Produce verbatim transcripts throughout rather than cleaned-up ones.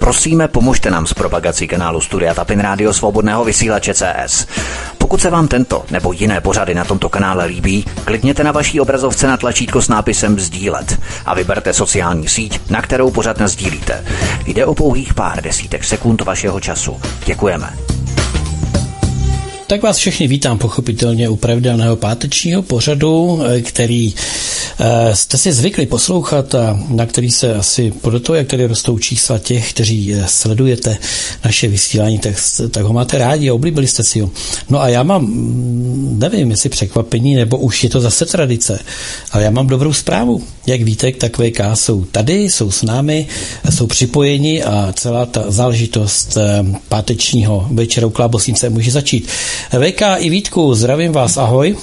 Prosíme, pomožte nám s propagací kanálu Studia Tapin Rádio Svobodného vysílače C S. Pokud se vám tento nebo jiné pořady na tomto kanále líbí, klikněte na vaší obrazovce na tlačítko s nápisem sdílet a vyberte sociální síť, na kterou pořad nasdílíte. Jde o pouhých pár desítek sekund vašeho času. Děkujeme. Tak vás všechny vítám pochopitelně u pravidelného pátečního pořadu, který jste si zvykli poslouchat a na který se asi podle toho, jak tady rostou čísla těch, kteří sledujete naše vysílání, tak, tak ho máte rádi a oblíbili jste si ho. No a já mám, nevím, jestli překvapení, nebo už je to zase tradice, ale já mám dobrou zprávu. Jak víte, tak V K jsou tady, jsou s námi, jsou připojeni a celá ta záležitost pátečního večera u Klábosnice může začít. V K i Vítku, zdravím vás, ahoj.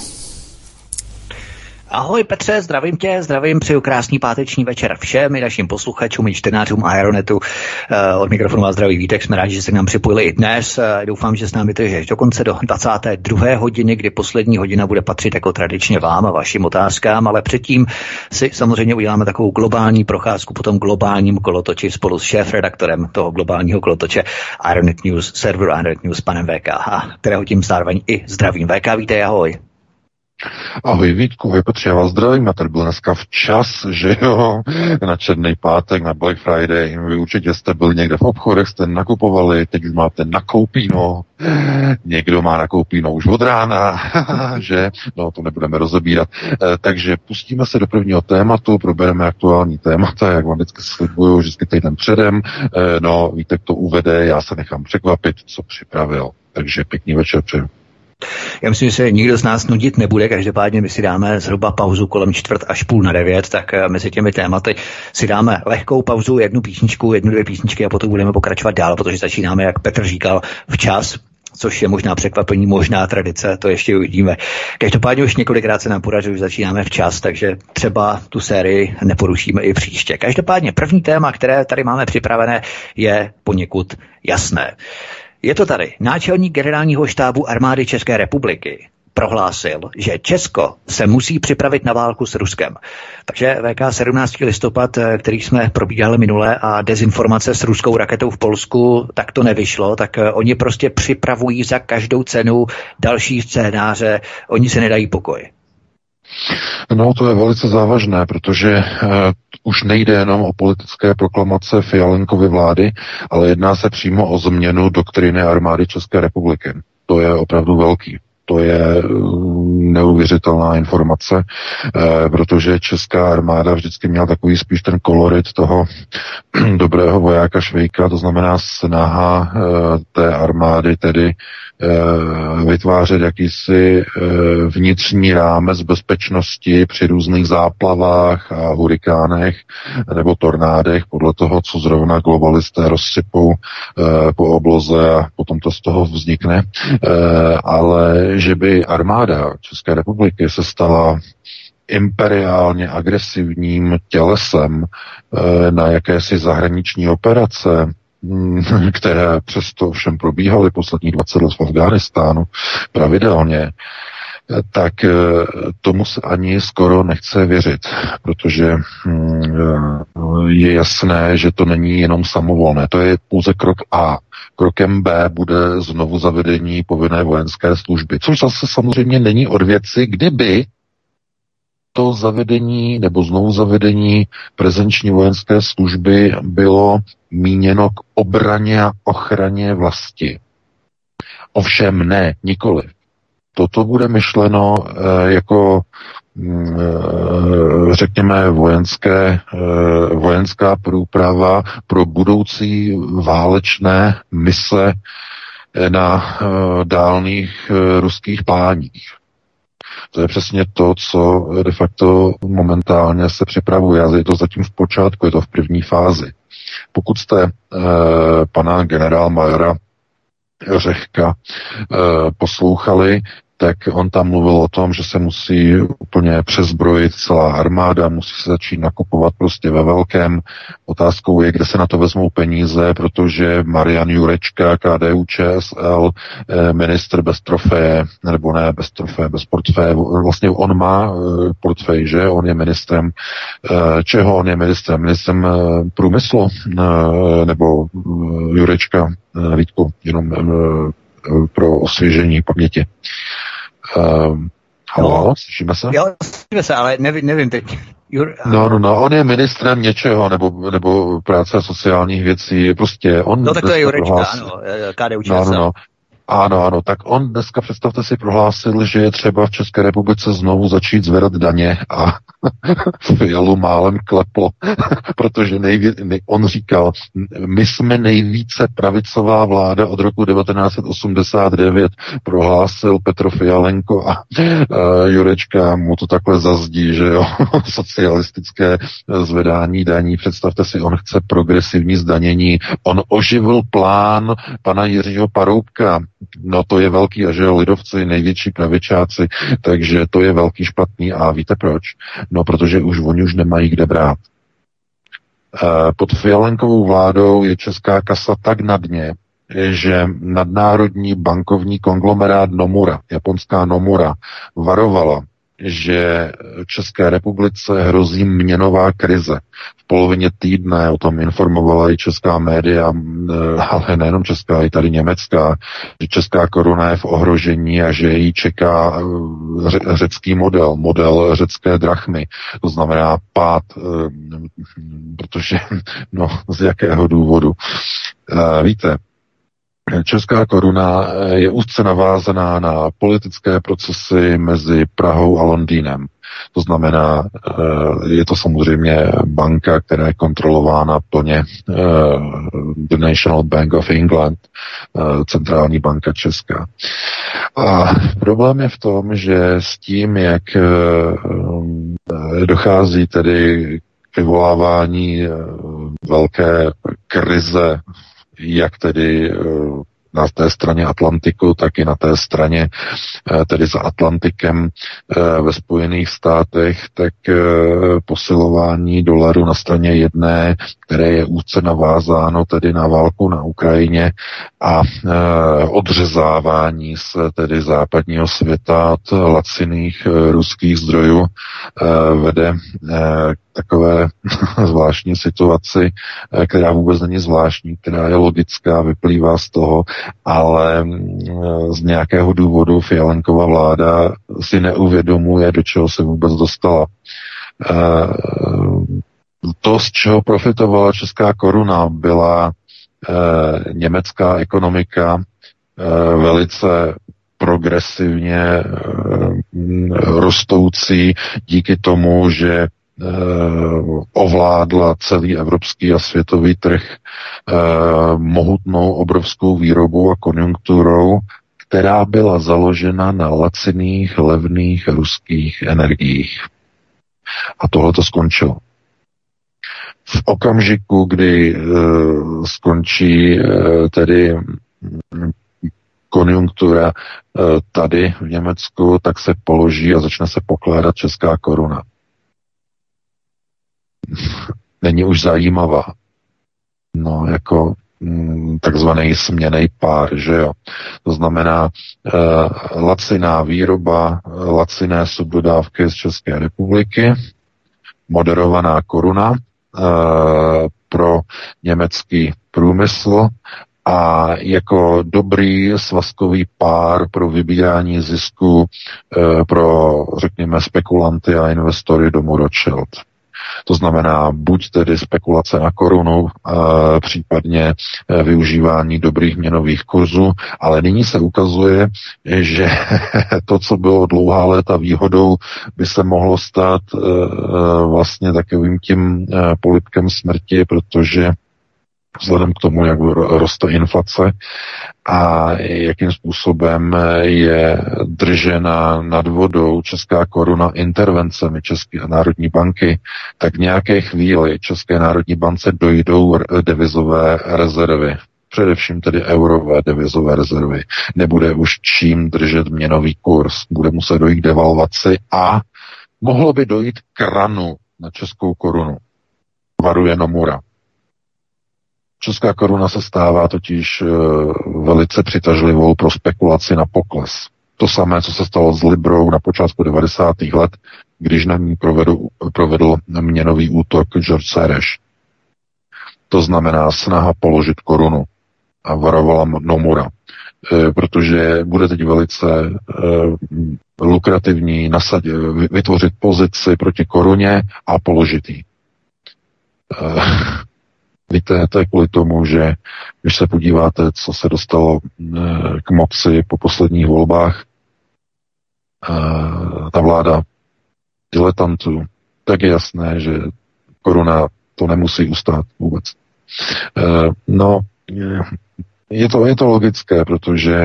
Ahoj Petře, zdravím tě, zdravím, přeju krásný páteční večer všem i našim posluchačům i čtenářům Aeronetu. Od mikrofonu vás zdraví Vítek, jsme rádi, že se k nám připojili i dnes. Doufám, že s námi to je dokonce do dvacáté druhé hodiny, kdy poslední hodina bude patřit jako tradičně vám a vašim otázkám, ale předtím si samozřejmě uděláme takovou globální procházku po tom globálním kolotoči spolu s šéfredaktorem toho globálního kolotoče Aeronet News, serveru Aeronet News, panem V K, kterého tím zároveň i zdravím. V K, vítej, ahoj. Ahoj Vítku, ahoj Petře, já vás zdravím, já tady byl dneska včas, že jo, na černý pátek, na Black Friday, vy určitě jste byli někde v obchodech, jste nakupovali, teď už máte nakoupíno, někdo má nakoupíno už od rána, že, no to nebudeme rozebírat, e, takže pustíme se do prvního tématu, probereme aktuální témata, jak vám vždycky slibuju, vždycky týden předem, e, no Vítek to uvede, já se nechám překvapit, co připravil, takže pěkný večer přeju. Já myslím, že se nikdo z nás nudit nebude, každopádně my si dáme zhruba pauzu kolem čtvrt až půl na devět, tak mezi těmi tématy si dáme lehkou pauzu, jednu písničku, jednu, dvě písničky a potom budeme pokračovat dál, protože začínáme, jak Petr říkal, včas, což je možná překvapení, možná tradice, to ještě uvidíme. Každopádně už několikrát se nám podařilo, že začínáme včas, takže třeba tu sérii neporušíme i příště. Každopádně první téma, které tady máme připravené, je poněkud jasné. Je to tady. Náčelník generálního štábu armády České republiky prohlásil, že Česko se musí připravit na válku s Ruskem. Takže V K sedmnáctého listopad, který jsme probíhali minule, a dezinformace s ruskou raketou v Polsku, tak to nevyšlo, tak oni prostě připravují za každou cenu další scénáře, oni se nedají pokoj. No, to je velice závažné, protože uh, už nejde jenom o politické proklamace Fialenkovy vlády, ale jedná se přímo o změnu doktriny armády České republiky. To je opravdu velký. To je neuvěřitelná informace, eh, protože česká armáda vždycky měla takový spíš ten kolorit toho dobrého vojáka Švejka, to znamená snaha eh, té armády tedy eh, vytvářet jakýsi eh, vnitřní rámec bezpečnosti při různých záplavách a hurikánech nebo tornádech, podle toho, co zrovna globalisté rozsypou eh, po obloze a potom to z toho vznikne. Eh, ale že by armáda České republiky se stala imperiálně agresivním tělesem e, na jakési zahraniční operace, m, které přesto všem probíhaly posledních dvacet let v Afghánistánu pravidelně, tak e, tomu se ani skoro nechce věřit, protože m, je jasné, že to není jenom samovolné, to je pouze krok A. Krokem B bude znovu zavedení povinné vojenské služby, což zase samozřejmě není od věci, kdyby to zavedení nebo znovu zavedení prezenční vojenské služby bylo míněno k obraně a ochraně vlasti. Ovšem ne, nikoli. Toto bude myšleno e, jako řekněme vojenské, vojenská průprava pro budoucí válečné mise na dálných ruských pláních. To je přesně to, co de facto momentálně se připravuje. Je to zatím v počátku, je to v první fázi. Pokud jste eh, pana generálmajora Řehka eh, poslouchali, tak on tam mluvil o tom, že se musí úplně přezbrojit celá armáda, musí se začít nakupovat prostě ve velkém. Otázkou je, kde se na to vezmou peníze, protože Marian Jurečka, K D U Č S L, ministr bez trofeje, nebo ne bez trofeje, bez portfeje, vlastně on má portfej, že? On je ministrem, čeho on je ministrem? Ministrem průmyslu, nebo Jurečka, Vítku, jenom pro osvěžení paměti. Uh, halo, no, slyšíme se? Jo, slyšíme se, ale nevím, nevím teď. Jur... No, no, no, on je ministrem něčeho, nebo, nebo práce a sociálních věcí, prostě on... No, tak to je Jurečka, prohlásil... ano, K D U Č S L. No, no, no. Ano, ano, tak on dneska, představte si, prohlásil, že je třeba v České republice znovu začít zvedat daně a Fialu málem kleplo, protože nejví, nej, on říkal, my jsme nejvíce pravicová vláda od roku devatenáct set osmdesát devět, prohlásil Petr Fialenko a uh, Jurečka mu to takhle zazdí, že jo, socialistické zvedání daní, představte si, on chce progresivní zdanění, on oživil plán pana Jiřího Paroubka. No to je velký, a že jo, lidovci, největší pravičáci, takže to je velký špatný. A víte proč? No protože už oni už nemají kde brát. E, pod Fialenkovou vládou je česká kasa tak na dně, že nadnárodní bankovní konglomerát Nomura, japonská Nomura, varovala, že České republice hrozí měnová krize. V polovině týdne o tom informovala i česká média, ale nejenom česká, i tady německá, že česká koruna je v ohrožení a že ji čeká řecký model, model řecké drachmy. To znamená pád, protože, no, z jakého důvodu? Víte, česká koruna je úzce navázaná na politické procesy mezi Prahou a Londýnem. To znamená, je to samozřejmě banka, která je kontrolována plně The National Bank of England, centrální banka česká. A problém je v tom, že s tím, jak dochází tedy k vyvolávání velké krize, jak tedy na té straně Atlantiku, tak i na té straně tedy za Atlantikem ve Spojených státech, tak posilování dolaru na straně jedné, které je úzce navázáno tedy na válku na Ukrajině a odřezávání se tedy západního světa od laciných ruských zdrojů vede takové zvláštní situaci, která vůbec není zvláštní, která je logická, vyplývá z toho, ale z nějakého důvodu Fialenkova vláda si neuvědomuje, do čeho se vůbec dostala. To, z čeho profitovala česká koruna, byla německá ekonomika velice progresivně rostoucí díky tomu, že ovládla celý evropský a světový trh mohutnou obrovskou výrobou a konjunkturou, která byla založena na laciných, levných ruských energiích. A tohle to skončilo. V okamžiku, kdy skončí tedy konjunktura tady v Německu, tak se položí a začne se pokládat česká koruna. Není už zajímavá. No, jako mm, takzvaný směnný pár, že jo. To znamená eh, laciná výroba, laciné subdodávky z České republiky, moderovaná koruna eh, pro německý průmysl a jako dobrý svazkový pár pro vybírání zisku eh, pro, řekněme, spekulanty a investory domu Rothschild. To znamená buď tedy spekulace na korunu, e, případně e, využívání dobrých měnových kurzů, ale nyní se ukazuje, že to, co bylo dlouhá léta výhodou, by se mohlo stát e, vlastně takovým tím e, polibkem smrti, protože vzhledem k tomu, jak roste inflace a jakým způsobem je držena nad vodou česká koruna intervencemi České národní banky, tak v nějaké chvíli České národní bance dojdou devizové rezervy. především tedy eurové devizové rezervy. Nebude už čím držet měnový kurz, bude muset dojít k devalvaci a mohlo by dojít k ranu na českou korunu. Varuje Nomura. Česká koruna se stává totiž velice přitažlivou pro spekulaci na pokles. To samé, co se stalo s Librou na počátku devadesátých let, když na ní provedl, provedl měnový útok George Soros. To znamená snaha položit korunu. A varovala Nomura. E, protože bude teď velice e, lukrativní nasadit, vytvořit pozici proti koruně a položit ji. E, Víte, to je kvůli tomu, že když se podíváte, co se dostalo k moci po posledních volbách, ta vláda diletantů, tak je jasné, že koruna to nemusí ustát vůbec. No, je to, je to logické, protože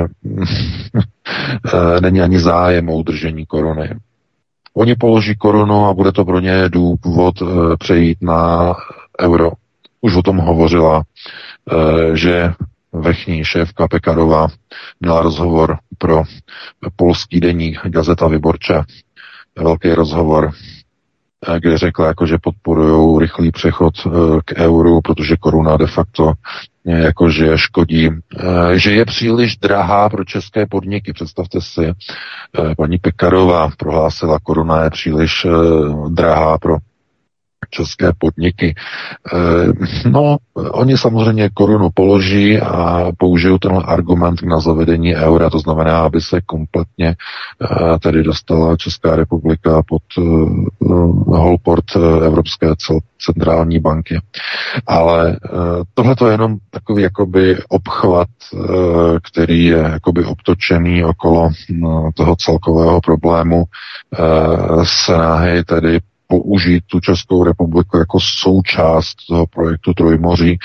není ani zájem o udržení koruny. Oni položí korunu a bude to pro ně důvod přejít na euro. Už o tom hovořila, že vrchní šéfka Pekarová měla rozhovor pro polský deník Gazeta Wyborcza, velký rozhovor, kde řekla, jako, že podporují rychlý přechod k euru, protože koruna de facto jakože škodí, že je příliš drahá pro české podniky. Představte si, paní Pekarová prohlásila, koruna je příliš drahá pro české podniky. No, oni samozřejmě korunu položí a použijou ten argument na zavedení eura, to znamená, aby se kompletně tedy dostala Česká republika pod holport Evropské centrální banky. Ale tohle to je jenom takový jakoby obchvat, který je jakoby obtočený okolo toho celkového problému snahy tedy použít tu Českou republiku jako součást toho projektu Trojmoří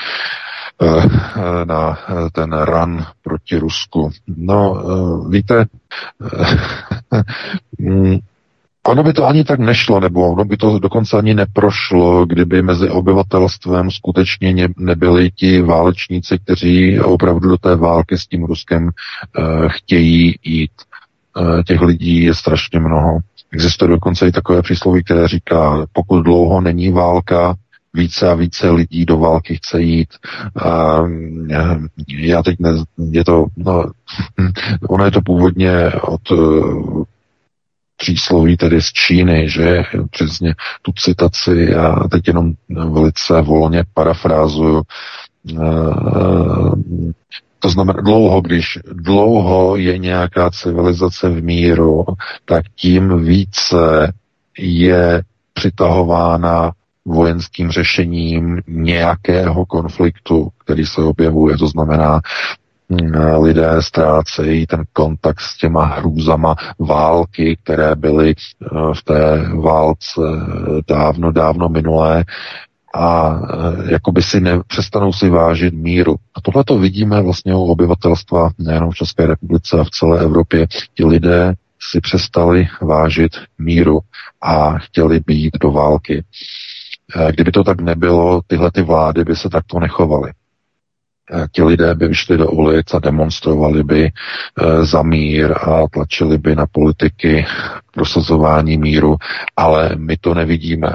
na ten run proti Rusku. No, víte, ono by to ani tak nešlo, nebo ono by to dokonce ani neprošlo, kdyby mezi obyvatelstvem skutečně nebyli ti válečníci, kteří opravdu do té války s tím Ruskem chtějí jít. Těch lidí je strašně mnoho. Existuje dokonce i takové přísloví, které říká, pokud dlouho není válka, více a více lidí do války chce jít. A já teď ne, je to, no, ono je to původně od uh, přísloví tedy z Číny, že přesně tu citaci já teď jenom velice volně parafrázuju. Uh, To znamená, dlouho, když dlouho je nějaká civilizace v míru, tak tím více je přitahována vojenským řešením nějakého konfliktu, který se objevuje. To znamená, lidé ztrácejí ten kontakt s těma hrůzama války, které byly v té válce dávno, dávno minulé, a jakoby si ne, přestanou si vážit míru. A tohle to vidíme vlastně u obyvatelstva nejenom v České republice a v celé Evropě. Ti lidé si přestali vážit míru a chtěli být do války. Kdyby to tak nebylo, tyhle ty vlády by se takto nechovaly. Ti lidé by vyšli do ulic a demonstrovali by za mír a tlačili by na politiky k prosazování míru, ale my to nevidíme.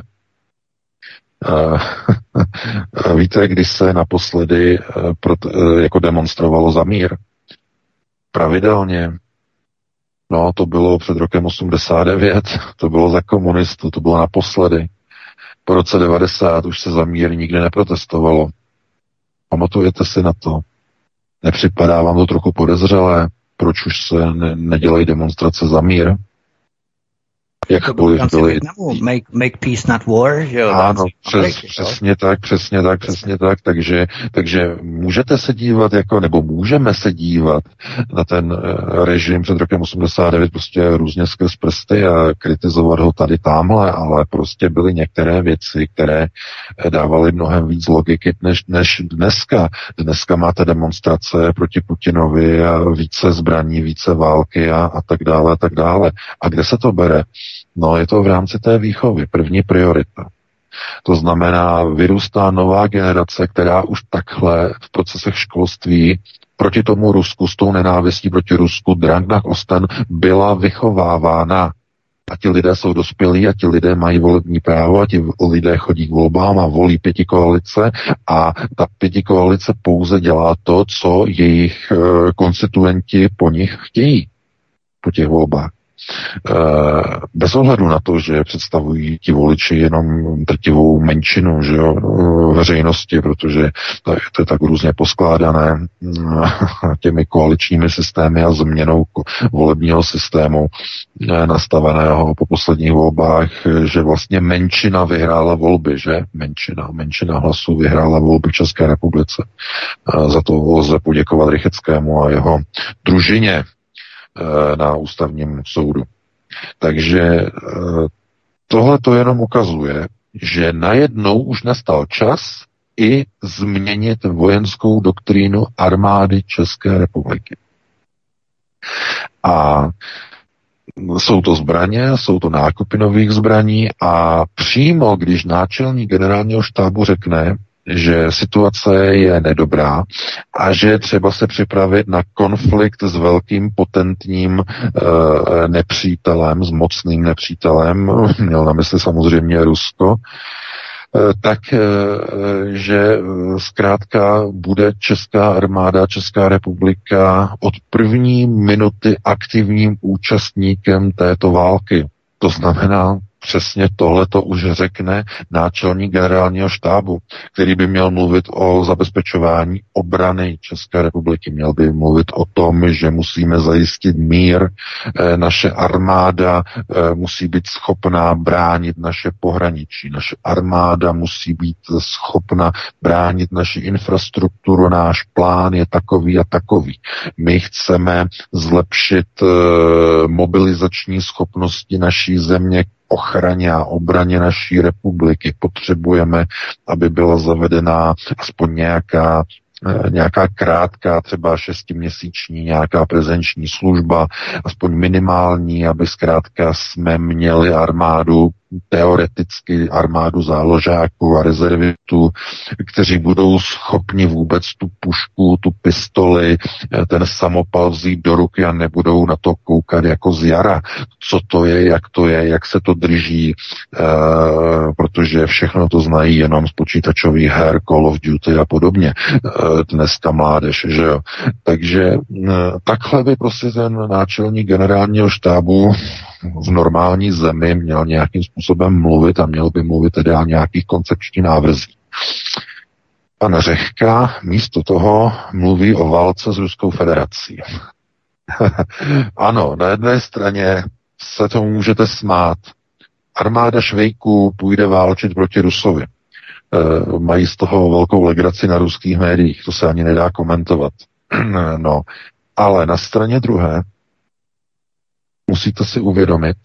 Víte, když se naposledy jako demonstrovalo za mír? Pravidelně. No, to bylo před rokem osmdesát devět, to bylo za komunistů, to bylo naposledy. Po roce devadesát už se za mír nikdy neprotestovalo. Pamatujete si na to? Nepřipadá vám to trochu podezřelé? Proč už se ne- nedělají demonstrace za mír? Jakkoliv byli... Make, make peace not war, že jo? Ano, přes, přesně tak, přesně tak, přesně tak, takže, takže můžete se dívat jako, nebo můžeme se dívat na ten uh, režim před rokem osmdesát devět prostě různě skrz prsty a kritizovat ho tady tamhle, ale prostě byly některé věci, které dávaly mnohem víc logiky než, než dneska. Dneska máte demonstrace proti Putinovi a více zbraní, více války a, a tak dále, a tak dále. A kde se to bere? No, je to v rámci té výchovy, první priorita. To znamená, vyrůstá nová generace, která už takhle v procesech školství proti tomu Rusku, s tou nenávistí proti Rusku, Drang nach Osten, byla vychovávána. A ti lidé jsou dospělí a ti lidé mají volební právo a ti lidé chodí k volbám a volí pětikoalice a ta pětikoalice pouze dělá to, co jejich e, konstituenti po nich chtějí po těch volbách. Bez ohledu na to, že představují ti voliči jenom drtivou menšinu, že jo, veřejnosti, protože to je tak různě poskládané těmi koaličními systémy a změnou volebního systému nastaveného po posledních volbách, že vlastně menšina vyhrála volby, že? Menšina, menšina hlasů vyhrála volby v České republice. Za to lze poděkovat Rycheckému a jeho družině na ústavním soudu. Takže tohle to jenom ukazuje, že najednou už nastal čas i změnit vojenskou doktrínu armády České republiky. A jsou to zbraně, jsou to nákupy nových zbraní a přímo, když náčelník generálního štábu řekne, že situace je nedobrá a že třeba se připravit na konflikt s velkým potentním e, nepřítelem, s mocným nepřítelem, měl na mysli samozřejmě Rusko, e, tak, e, že zkrátka bude Česká armáda, Česká republika od první minuty aktivním účastníkem této války. To znamená, přesně tohle to už řekne náčelník generálního štábu, který by měl mluvit o zabezpečování obrany České republiky. Měl by mluvit o tom, že musíme zajistit mír, naše armáda musí být schopná bránit naše pohraničí, naše armáda musí být schopna bránit naši infrastrukturu, náš plán je takový a takový. My chceme zlepšit mobilizační schopnosti naší země ochraně a obraně naší republiky. Potřebujeme, aby byla zavedená aspoň nějaká nějaká krátká, třeba šestiměsíční, nějaká prezenční služba, aspoň minimální, aby zkrátka jsme měli armádu, teoreticky armádu záložáků a rezervistů, kteří budou schopni vůbec tu pušku, tu pistoli, ten samopal vzít do ruky a nebudou na to koukat jako z jara. Co to je, jak to je, jak se to drží, e, protože všechno to znají jenom z počítačových her, Call of Duty a podobně. E, dneska mládež, že jo. Takže e, takhle by prostě ten náčelník generálního štábu v normální zemi měl nějakým způsobem mluvit a měl by mluvit tedy o nějakých koncepčních návrzích. Pan Řehka místo toho mluví o válce s Ruskou federací. Ano, na jedné straně se tomu můžete smát. Armáda Švejků půjde válčit proti Rusovi. E, mají z toho velkou legraci na ruských médiích, to se ani nedá komentovat. No, ale na straně druhé musíte si uvědomit,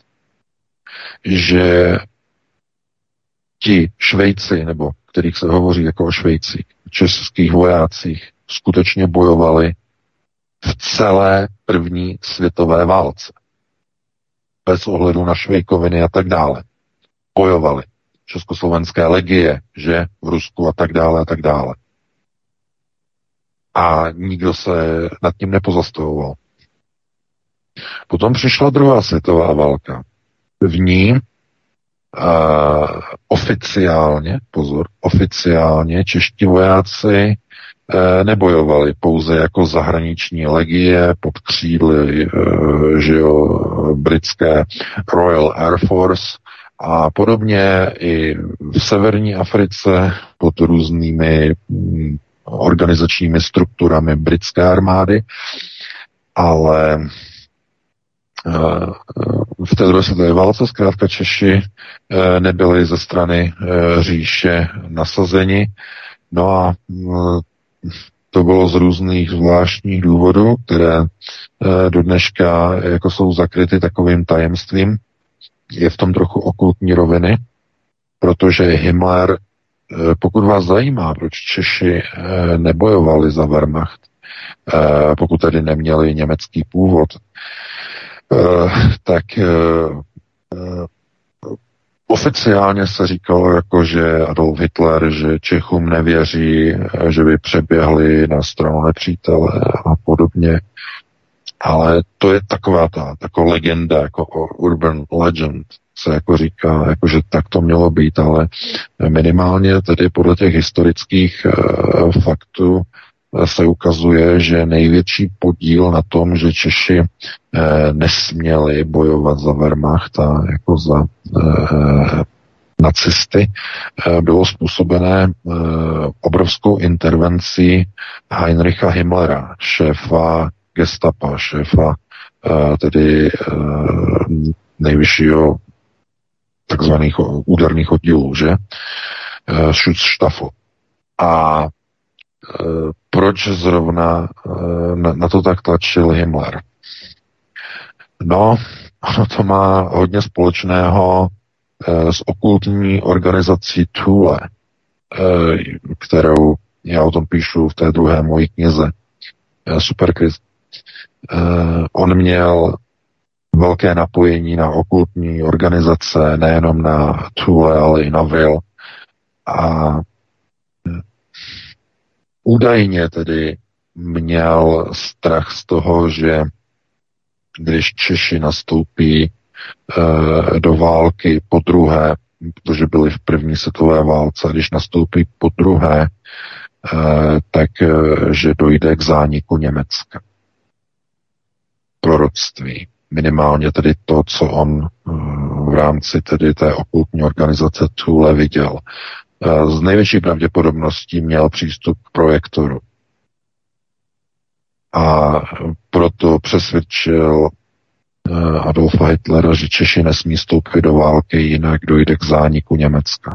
že ti Švejci, nebo kterých se hovoří jako o Švejcích, českých vojácích, skutečně bojovali v celé první světové válce. Bez ohledu na švejkoviny a tak dále. Bojovali. Československé legie, že v Rusku a tak dále a tak dále. A nikdo se nad tím nepozastavoval. Potom přišla druhá světová válka. V ní uh, oficiálně, pozor, oficiálně čeští vojáci uh, nebojovali pouze jako zahraniční legie pod křídly uh, že jo, britské Royal Air Force a podobně i v severní Africe pod různými um, organizačními strukturami britské armády, ale v té druhé světové válce zkrátka Češi nebyli ze strany říše nasazeni. No a to bylo z různých zvláštních důvodů, které do dneška jako jsou zakryty takovým tajemstvím. Je v tom trochu okultní roviny, protože Himmler, pokud vás zajímá, proč Češi nebojovali za Wehrmacht, pokud tedy neměli německý původ, Uh, tak uh, uh, Oficiálně se říkalo, jako, že Adolf Hitler, že Čechům nevěří, že by přeběhli na stranu nepřítele a podobně. Ale to je taková ta taková legenda, jako urban legend se jako říká, jako, že tak to mělo být, ale minimálně tedy podle těch historických uh, faktů se ukazuje, že největší podíl na tom, že Češi eh, nesměli bojovat za Wehrmacht a jako za eh, nacisty, eh, bylo způsobené eh, obrovskou intervencí Heinricha Himmlera, šéfa gestapa, šéfa eh, tedy eh, nejvyššího takzvaných úderných oddílů, že? Eh, Schutzstaffel. A proč zrovna na, na to tak tlačil Himmler? No, ono to má hodně společného eh, s okultní organizací Thule, eh, kterou já o tom píšu v té druhé mojí knize eh, Superkriz. Eh, on měl velké napojení na okultní organizace, nejenom na Thule, ale i na Vril. A údajně tedy měl strach z toho, že když Češi nastoupí e, do války po druhé, protože byli v první světové válce, když nastoupí po druhé, e, tak e, že dojde k zániku Německa. Proroctví. Minimálně tedy to, co on e, v rámci tedy té okultní organizace Thule viděl. Z největší pravděpodobností měl přístup k projektoru. A proto přesvědčil Adolfa Hitlera, že Češi nesmí vstoupit do války, jinak dojde k zániku Německa.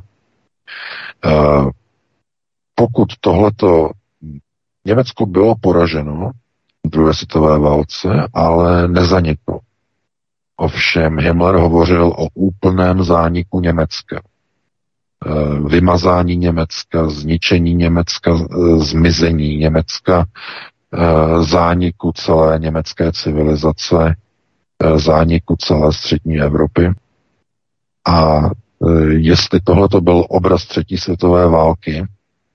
Pokud tohleto Německo bylo poraženo v druhé světové válce, ale nezaniklo. Ovšem Himmler hovořil o úplném zániku Německa. Vymazání Německa, zničení Německa, zmizení Německa, zániku celé německé civilizace, zániku celé střední Evropy. A jestli tohleto byl obraz třetí světové války,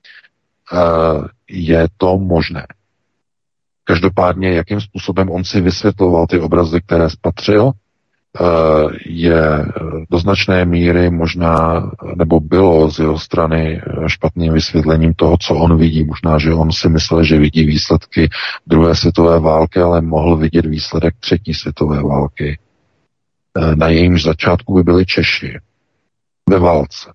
je to možné. Každopádně, jakým způsobem on si vysvětloval ty obrazy, které spatřil, je do značné míry možná, nebo bylo z jeho strany špatným vysvětlením toho, co on vidí. Možná, že on si myslel, že vidí výsledky druhé světové války, ale mohl vidět výsledek třetí světové války. Na jejímž začátku by byli Češi ve válce.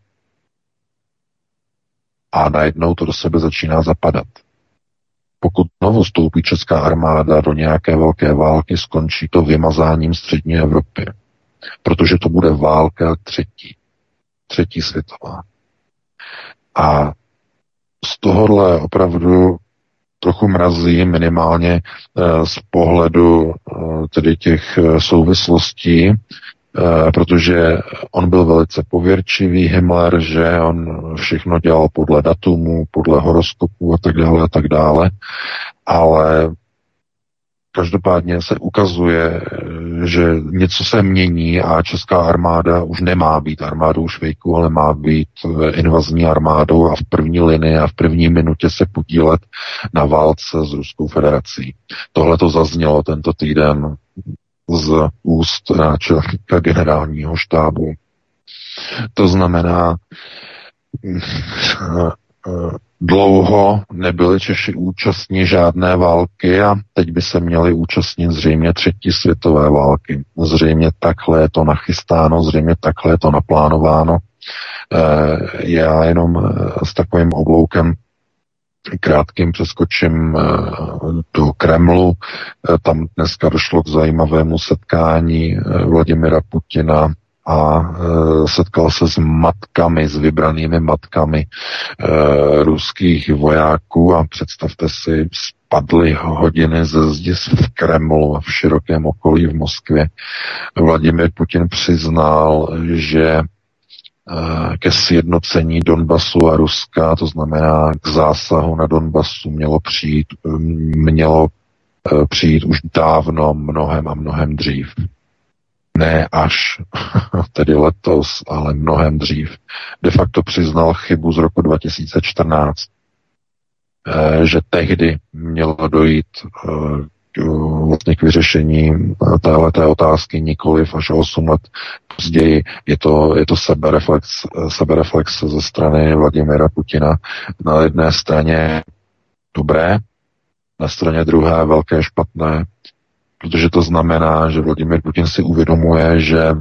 A najednou to do sebe začíná zapadat. Pokud znovu stoupí česká armáda do nějaké velké války, skončí to vymazáním střední Evropy. Protože to bude válka třetí. Třetí světová. A z tohohle opravdu trochu mrazí minimálně z pohledu tedy těch souvislostí, protože on byl velice pověrčivý, Himmler, že on všechno dělal podle datumu, podle horoskopu a tak dále a tak dále, ale každopádně se ukazuje, že něco se mění a česká armáda už nemá být armádou švejků, ale má být invazní armádou a v první linii a v první minutě se podílet na válce s Ruskou federací. Tohle to zaznělo tento týden z úst náčelníka generálního štábu. To znamená, dlouho nebyli Češi účastní žádné války a teď by se měli účastnit zřejmě třetí světové války. Zřejmě takhle je to nachystáno, zřejmě takhle je to naplánováno. Já jenom s takovým obloukem krátkým přeskočím do Kremlu. Tam dneska došlo k zajímavému setkání Vladimira Putina a setkal se s matkami, s vybranými matkami ruských vojáků a představte si, spadly hodiny ze zdi v Kremlu a v širokém okolí v Moskvě. Vladimir Putin přiznal, že ke sjednocení Donbasu a Ruska, to znamená k zásahu na Donbasu, mělo přijít, mělo přijít už dávno, mnohem a mnohem dřív. ne až tedy letos, ale mnohem dřív, de facto přiznal chybu z roku dva tisíce čtrnáct, že tehdy mělo dojít vlastně k vyřešení téhleté otázky, nikoliv až osm let později. Je to, je to sebereflex, sebereflex ze strany Vladimira Putina. Na jedné straně dobré, na straně druhé velké špatné, protože to znamená, že Vladimir Putin si uvědomuje, že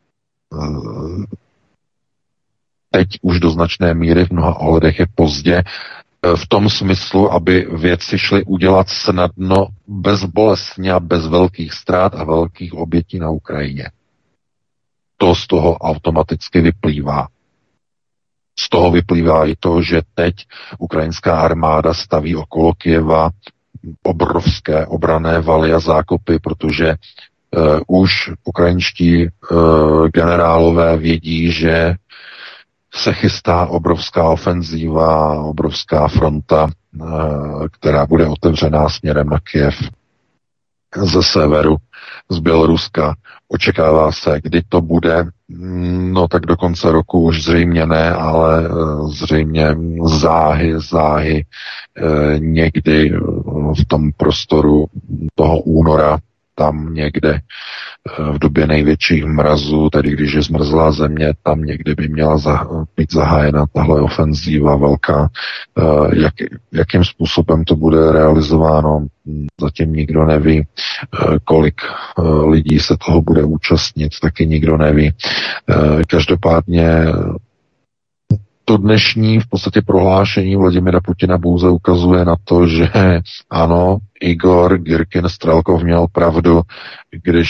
teď už do značné míry v mnoha ohledech je pozdě, v tom smyslu, aby věci šly udělat snadno, bezbolestně a bez velkých ztrát a velkých obětí na Ukrajině. To z toho automaticky vyplývá. Z toho vyplývá i to, že teď ukrajinská armáda staví okolo Kyjeva obrovské obranné valy a zákopy, protože uh, už ukrajinští uh, generálové vědí, že se chystá obrovská ofenzíva, obrovská fronta, která bude otevřená směrem na Kyjev ze severu, z Běloruska. Očekává se, kdy to bude, no tak do konce roku už zřejmě ne, ale zřejmě záhy, záhy někdy v tom prostoru toho února, tam někde v době největších mrazů, tedy když je zmrzlá země, tam někdy by měla za, být zahájena tahle ofenzíva velká. Jak, jakým způsobem to bude realizováno, zatím nikdo neví. Kolik lidí se toho bude účastnit, taky nikdo neví. Každopádně to dnešní v podstatě prohlášení Vladimira Putina pouze ukazuje na to, že ano, Igor Girkin Strelkov měl pravdu, když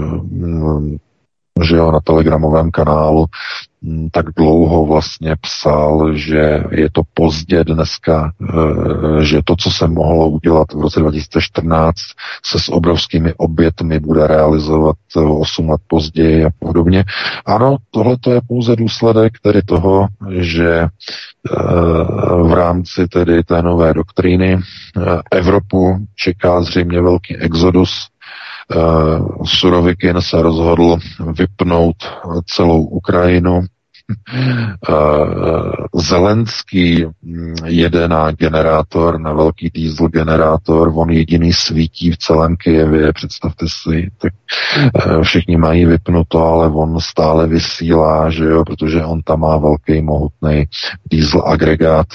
že jo, na telegramovém kanálu tak dlouho vlastně psal, že je to pozdě dneska, že to, co se mohlo udělat v roce dva tisíce čtrnáct, se s obrovskými obětmi bude realizovat osm let později a podobně. Ano, tohle to je pouze důsledek tedy toho, že v rámci tedy té nové doktríny Evropu čeká zřejmě velký exodus. Surovikin se rozhodl vypnout celou Ukrajinu. Zelenský jede na generátor, na velký diesel generátor, on jediný svítí v celém Kyjevě, představte si, tak všichni mají vypnuto, ale on stále vysílá, že jo, protože on tam má velký mohutný diesel agregát.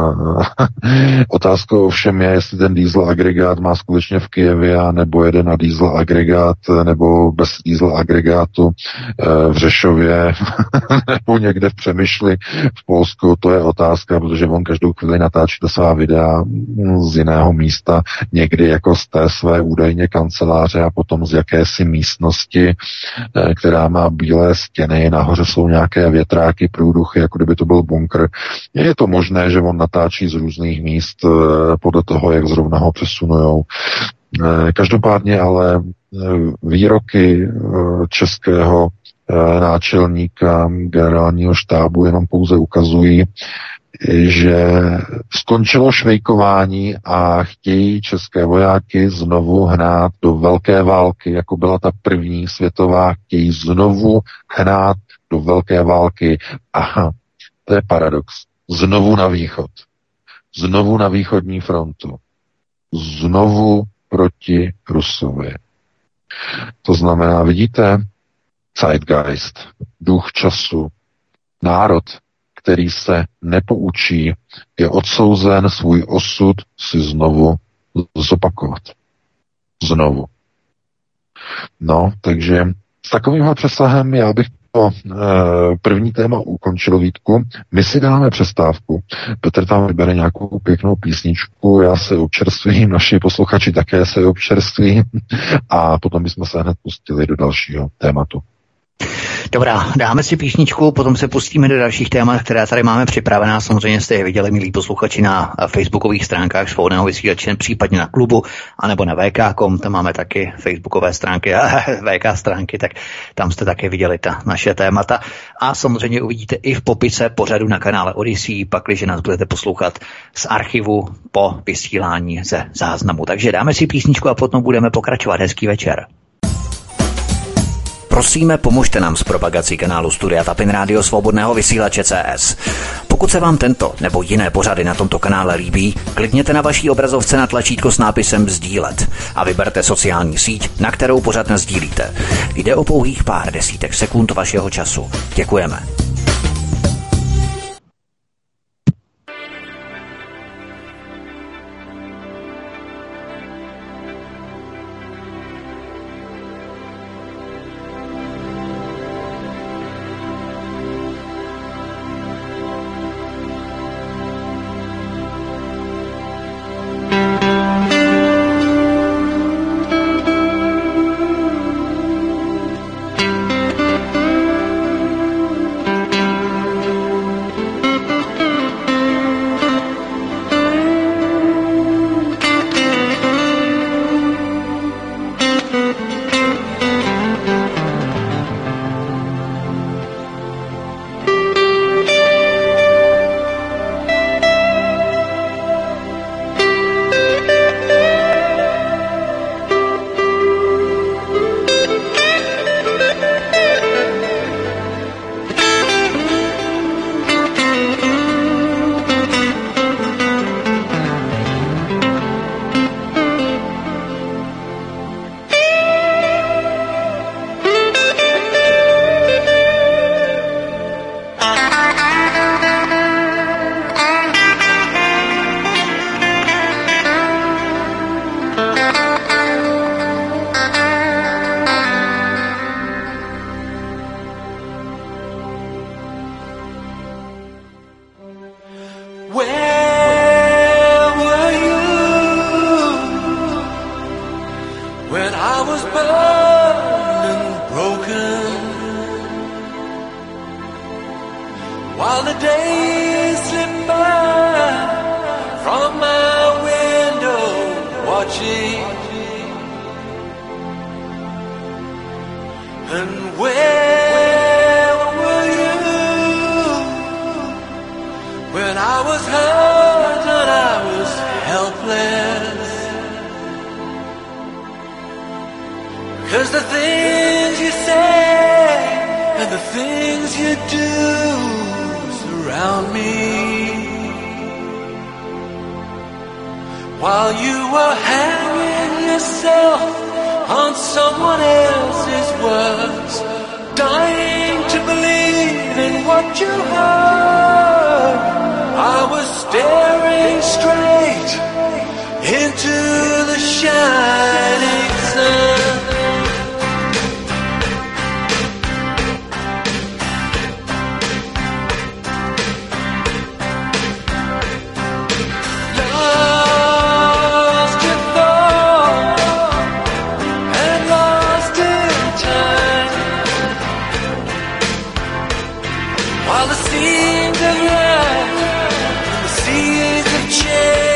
Otázkou ovšem je, jestli ten diesel agregát má skutečně v Kyjevě, nebo jede na diesel agregát, nebo bez diesel agregátu v Řešově, nebo někde v Přemyšli v Polsku. To je otázka, protože on každou chvíli natáčí do svá videa z jiného místa, někdy jako z té své údajně kanceláře a potom z jakési místnosti, která má bílé stěny, nahoře jsou nějaké větráky, průduchy, jako kdyby to byl bunkr. Je to možné, že on natáčí z různých míst podle toho, jak zrovna ho přesunujou. Každopádně ale výroky českého náčelníka generálního štábu jenom pouze ukazují, že skončilo švejkování a chtějí české vojáky znovu hnát do velké války, jako byla ta první světová, chtějí znovu hnát do velké války. Aha, to je paradox. Znovu na východ. Znovu na východní frontu. Znovu proti Rusovi. To znamená, vidíte, zeitgeist, duch času, národ, který se nepoučí, je odsouzen svůj osud si znovu zopakovat. Znovu. No, takže s takovýmhle přesahem já bych to e, první téma ukončil, Vítku. My si dáme přestávku. Petr tam vybere nějakou pěknou písničku, já se občerstvím, naši posluchači také se občerství a potom bychom se hned pustili do dalšího tématu. Dobrá, dáme si písničku, potom se pustíme do dalších témat, které tady máme připravená. Samozřejmě jste je viděli, milí posluchači, na facebookových stránkách Svobodného vysílače, případně na klubu, anebo na V K tečka com, tam máme taky facebookové stránky a V K stránky, tak tam jste také viděli ta naše témata. A samozřejmě uvidíte i v popise pořadu na kanále Odyssey, pakliže nás budete poslouchat z archivu po vysílání ze záznamu. Takže dáme si písničku a potom budeme pokračovat. Hezký večer. Prosíme, pomožte nám s propagací kanálu Studia Tapin Rádio Svobodného vysílače C S. Pokud se vám tento nebo jiné pořady na tomto kanále líbí, klikněte na vaší obrazovce na tlačítko s nápisem sdílet a vyberte sociální síť, na kterou pořad nasdílíte. Jde o pouhých pár desítek sekund vašeho času. Děkujeme. While the seeds of love, the seeds of change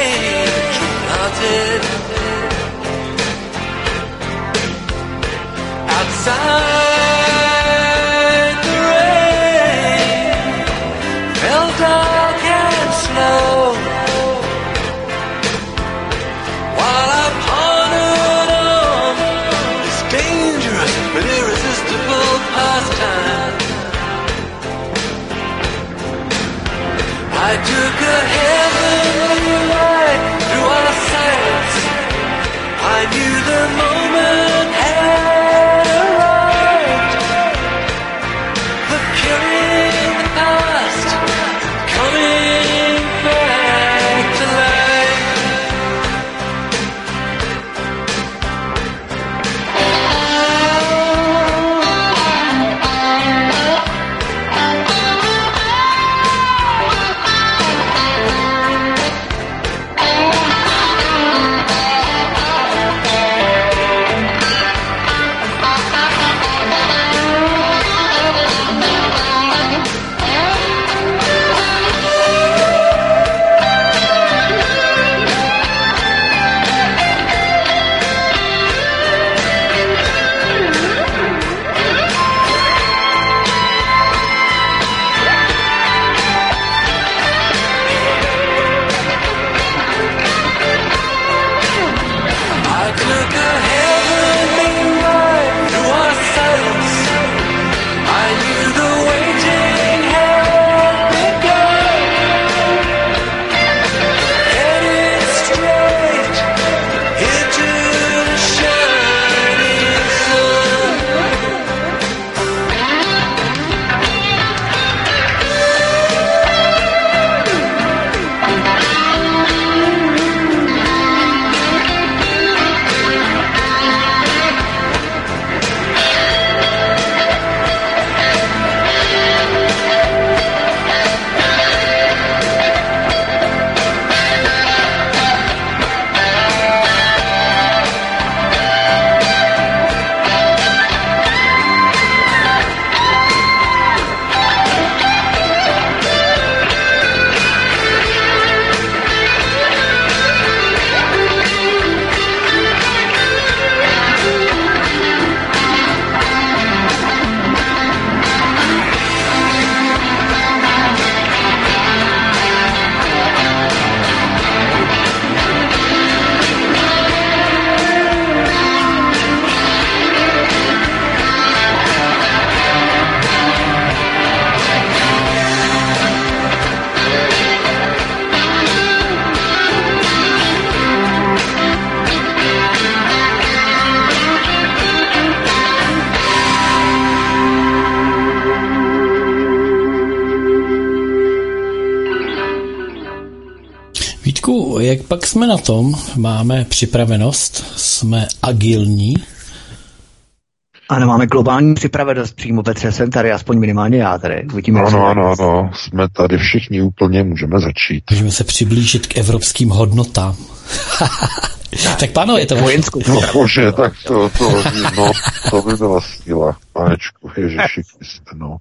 jak pak jsme na tom? Máme připravenost? Jsme agilní? Ano, máme globální připravenost přímo, Petře, jsem tady, aspoň minimálně já tady. Uvidíme, ano, ano, ano, jsme tady všichni úplně, můžeme začít. Můžeme se přiblížit k evropským hodnotám. Tak pánové, je to vojenskou. No bože, tak to, to, no, to by byla síla, panečku, ježiši Kriste, no.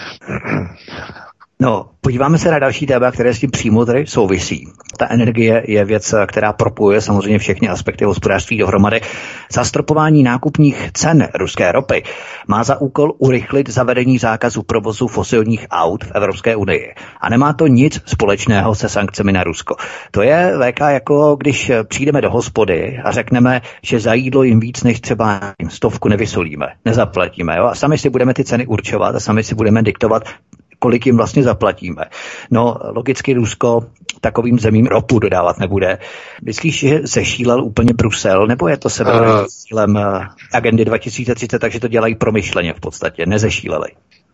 No, podíváme se na další téma, které s tím přímo tady souvisí. Ta energie je věc, která propojuje samozřejmě všechny aspekty hospodářství dohromady. Zastropování nákupních cen ruské ropy má za úkol urychlit zavedení zákazu provozu fosilních aut v Evropské unii. A nemá to nic společného se sankcemi na Rusko. To je, V K, jako když přijdeme do hospody a řekneme, že za jídlo jim víc než třeba stovku nevysolíme, nezaplatíme. Jo? A sami si budeme ty ceny určovat a sami si budeme diktovat, kolik jim vlastně zaplatíme. No, logicky Rusko takovým zemím ropu dodávat nebude. Myslíš, že zešílel úplně Brusel, nebo je to sebevraždou cílem uh, agendy dva tisíce třicet, takže to dělají promyšleně v podstatě, nezešíleli?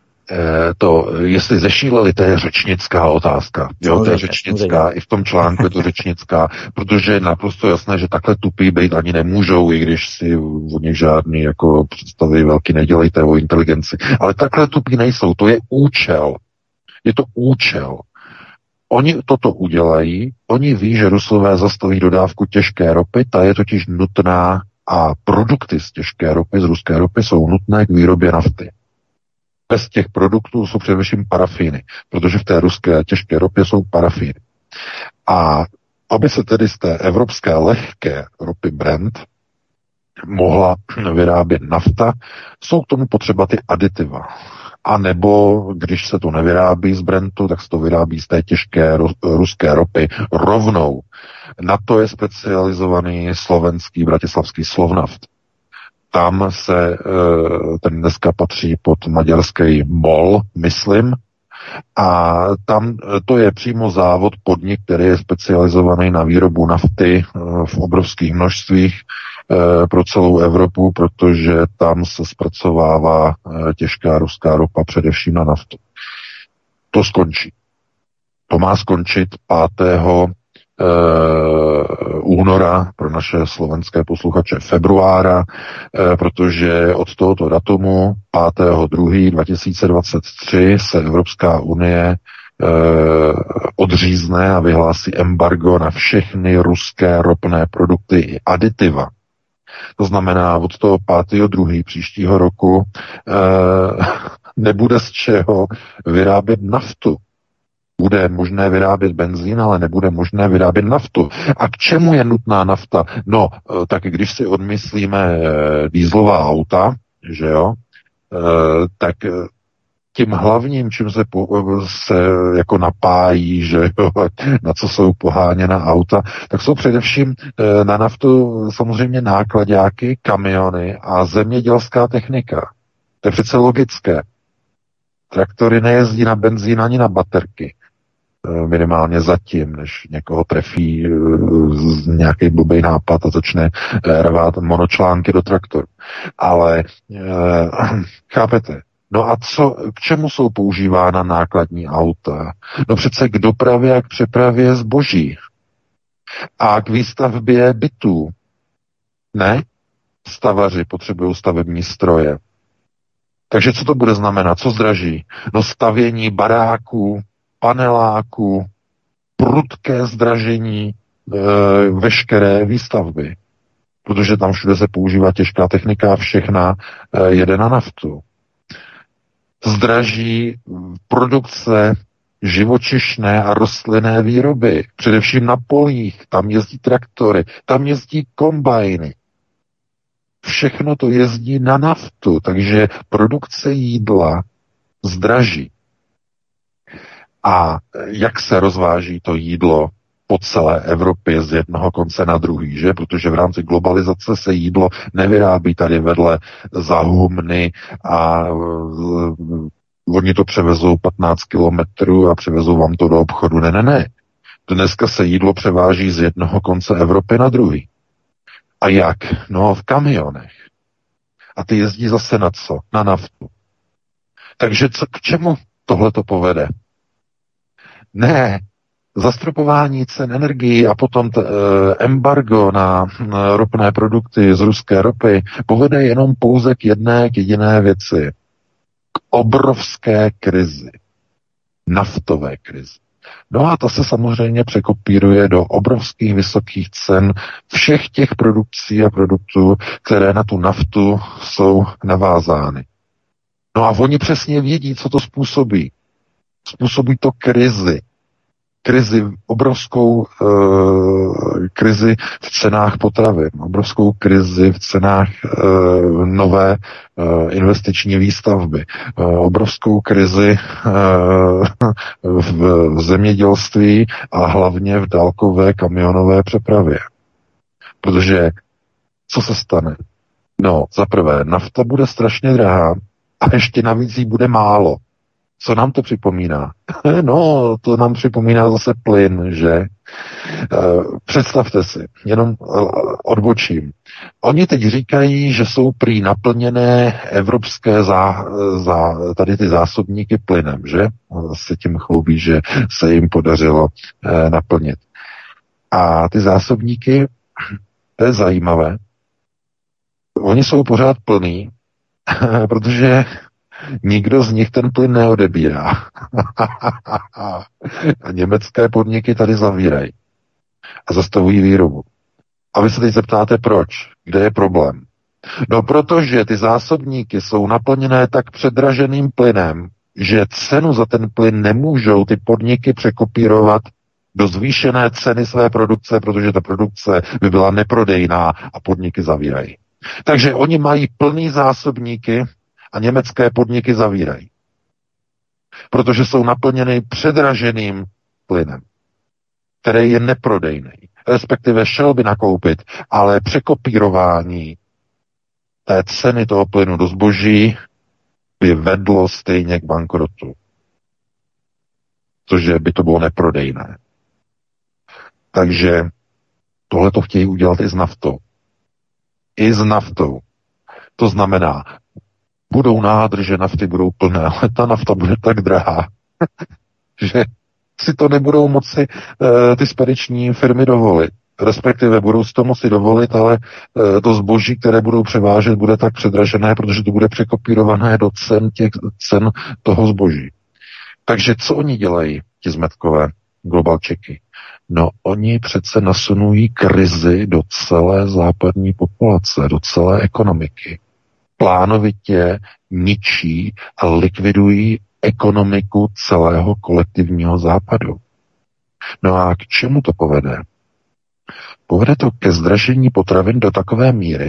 To, jestli zešíleli, to je řečnická otázka. Jo, to je řečnická, i v tom článku je to řečnická, protože je naprosto jasné, že takhle tupí být ani nemůžou, i když si od nich žádný jako představy velký nedělejte o inteligenci. Ale takhle tupí nejsou, to je účel. Je to účel. Oni toto udělají, oni ví, že Rusové zastaví dodávku těžké ropy, ta je totiž nutná a produkty z těžké ropy, z ruské ropy jsou nutné k výrobě nafty. Bez těch produktů jsou především parafíny, protože v té ruské těžké ropě jsou parafíny. A aby se tedy z té evropské lehké ropy Brent mohla vyrábět nafta, jsou k tomu potřeba ty aditiva. A nebo, když se to nevyrábí z Brentu, tak se to vyrábí z té těžké ruské ropy rovnou. Na to je specializovaný slovenský bratislavský Slovnaft. Tam se ten dneska patří pod maďarský MOL, myslím, a tam to je přímo závod, podnik, který je specializovaný na výrobu nafty v obrovských množstvích pro celou Evropu, protože tam se zpracovává těžká ruská ropa především na naftu. To skončí. To má skončit pátého února pro naše slovenské posluchače februára, protože od tohoto datumu pátého druhého dva tisíce dvacet tři se Evropská unie odřízne a vyhlásí embargo na všechny ruské ropné produkty i aditiva. To znamená, od toho pátého druhého příštího roku nebude z čeho vyrábět naftu. Bude možné vyrábět benzín, ale nebude možné vyrábět naftu. A k čemu je nutná nafta? No, tak když si odmyslíme dieselová auta, že jo, tak tím hlavním, čím se, po, se jako napájí, že jo, na co jsou poháněna auta, tak jsou především na naftu samozřejmě nákladáky, kamiony a zemědělská technika. To je přece logické. Traktory nejezdí na benzín ani na baterky. Minimálně zatím, než někoho trefí nějaký blbej nápad a začne rvát monočlánky do traktoru. Ale chápete? No a co, k čemu jsou používána nákladní auta? No přece k dopravě a k přepravě zboží. A k výstavbě bytů. Ne? Stavaři potřebují stavební stroje. Takže co to bude znamenat? Co zdraží? No stavění baráků, paneláků, prudké zdražení e, veškeré výstavby. Protože tam všude se používá těžká technika a všechna e, jede na naftu. Zdraží produkce živočišné a rostlinné výroby. Především na polích. Tam jezdí traktory, tam jezdí kombajny. Všechno to jezdí na naftu, takže produkce jídla zdraží. A jak se rozváží to jídlo po celé Evropě z jednoho konce na druhý, že? Protože v rámci globalizace se jídlo nevyrábí tady vedle za humny a uh, oni to převezou patnáct kilometrů a převezou vám to do obchodu. Ne, ne, ne. Dneska se jídlo převáží z jednoho konce Evropy na druhý. A jak? No v kamionech. A ty jezdí zase na co? Na naftu. Takže co, k čemu tohle to povede? Ne, zastropování cen energií a potom t, e, embargo na, na ropné produkty z ruské ropy povede jenom pouze k jedné, k jediné věci. K obrovské krizi. Naftové krizi. No a to se samozřejmě překopíruje do obrovských vysokých cen všech těch produkcí a produktů, které na tu naftu jsou navázány. No a oni přesně vědí, co to způsobí. Způsobí to krizi. Krizi, obrovskou uh, krizi v cenách potravin, obrovskou krizi v cenách uh, nové uh, investiční výstavby, uh, obrovskou krizi uh, v, v zemědělství a hlavně v dálkové kamionové přepravě. Protože co se stane? No, za prvé, nafta bude strašně drahá a ještě navíc jí bude málo. Co nám to připomíná? No, to nám připomíná zase plyn, že? Představte si, jenom odbočím. Oni teď říkají, že jsou prý naplněné evropské zá, zá, tady ty zásobníky plynem, že? Se tím chlubí, že se jim podařilo eh, naplnit. A ty zásobníky, to je zajímavé, oni jsou pořád plný, protože nikdo z nich ten plyn neodebírá. A německé podniky tady zavírají a zastavují výrobu. A vy se teď zeptáte, proč? Kde je problém? No, protože ty zásobníky jsou naplněné tak předraženým plynem, že cenu za ten plyn nemůžou ty podniky překopírovat do zvýšené ceny své produkce, protože ta produkce by byla neprodejná a podniky zavírají. Takže oni mají plný zásobníky a německé podniky zavírají. Protože jsou naplněny předraženým plynem, který je neprodejný. Respektive šel by nakoupit, ale překopírování té ceny toho plynu do zboží by vedlo stejně k bankrotu. Cože by to bylo neprodejné. Takže tohle to chtějí udělat i s naftou. I s naftou. To znamená, budou nádrže nafty, budou plné, ale ta nafta bude tak drahá, že si to nebudou moci e, ty spediční firmy dovolit. Respektive budou si to moci dovolit, ale e, to zboží, které budou převážet, bude tak předražené, protože to bude překopírované do cen, těch, cen toho zboží. Takže co oni dělají, ti zmetkové globalčeky? No, oni přece nasunují krizi do celé západní populace, do celé ekonomiky. Plánovitě ničí a likvidují ekonomiku celého kolektivního západu. No a k čemu to povede? Povede to ke zdražení potravin do takové míry,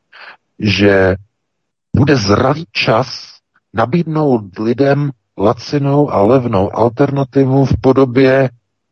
že bude zralý čas nabídnout lidem lacinou a levnou alternativu v podobě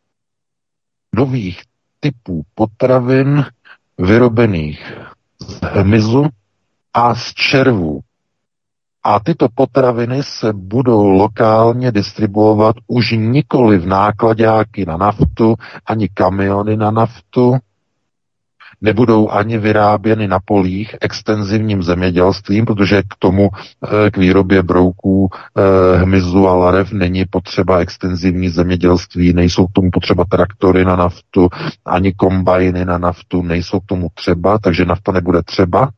nových typů potravin vyrobených z hmyzu a z červů. A tyto potraviny se budou lokálně distribuovat už nikoli v nákladáky na naftu, ani kamiony na naftu, nebudou ani vyráběny na polích extenzivním zemědělstvím, protože k tomu, k výrobě brouků, hmyzu a larev není potřeba extenzivní zemědělství, nejsou k tomu potřeba traktory na naftu, ani kombajny na naftu, nejsou k tomu třeba, takže nafta nebude třeba.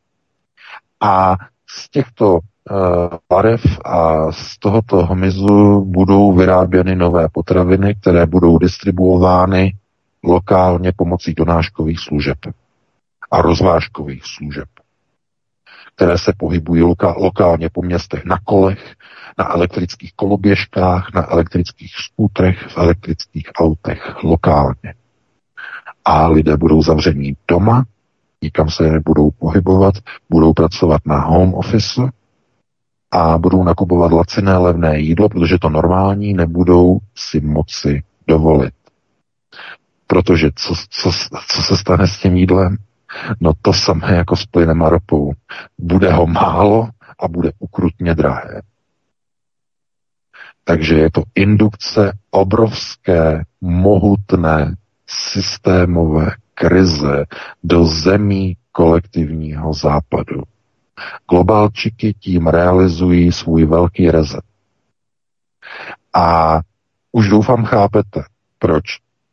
A z těchto larev a z tohoto hmyzu budou vyráběny nové potraviny, které budou distribuovány lokálně pomocí donáškových služeb a rozvážkových služeb, které se pohybují loka- lokálně po městech na kolech, na elektrických koloběžkách, na elektrických skútrech, v elektrických autech lokálně. A lidé budou zavření doma, nikam se nebudou pohybovat, budou pracovat na home office a budou nakupovat laciné levné jídlo, protože to normální nebudou si moci dovolit. Protože co, co, co se stane s tím jídlem? No to samé jako s plynem a ropou. Bude ho málo a bude ukrutně drahé. Takže je to indukce obrovské, mohutné, systémové krize do zemí kolektivního západu. Globálčiky tím realizují svůj velký reset. A už doufám chápete, proč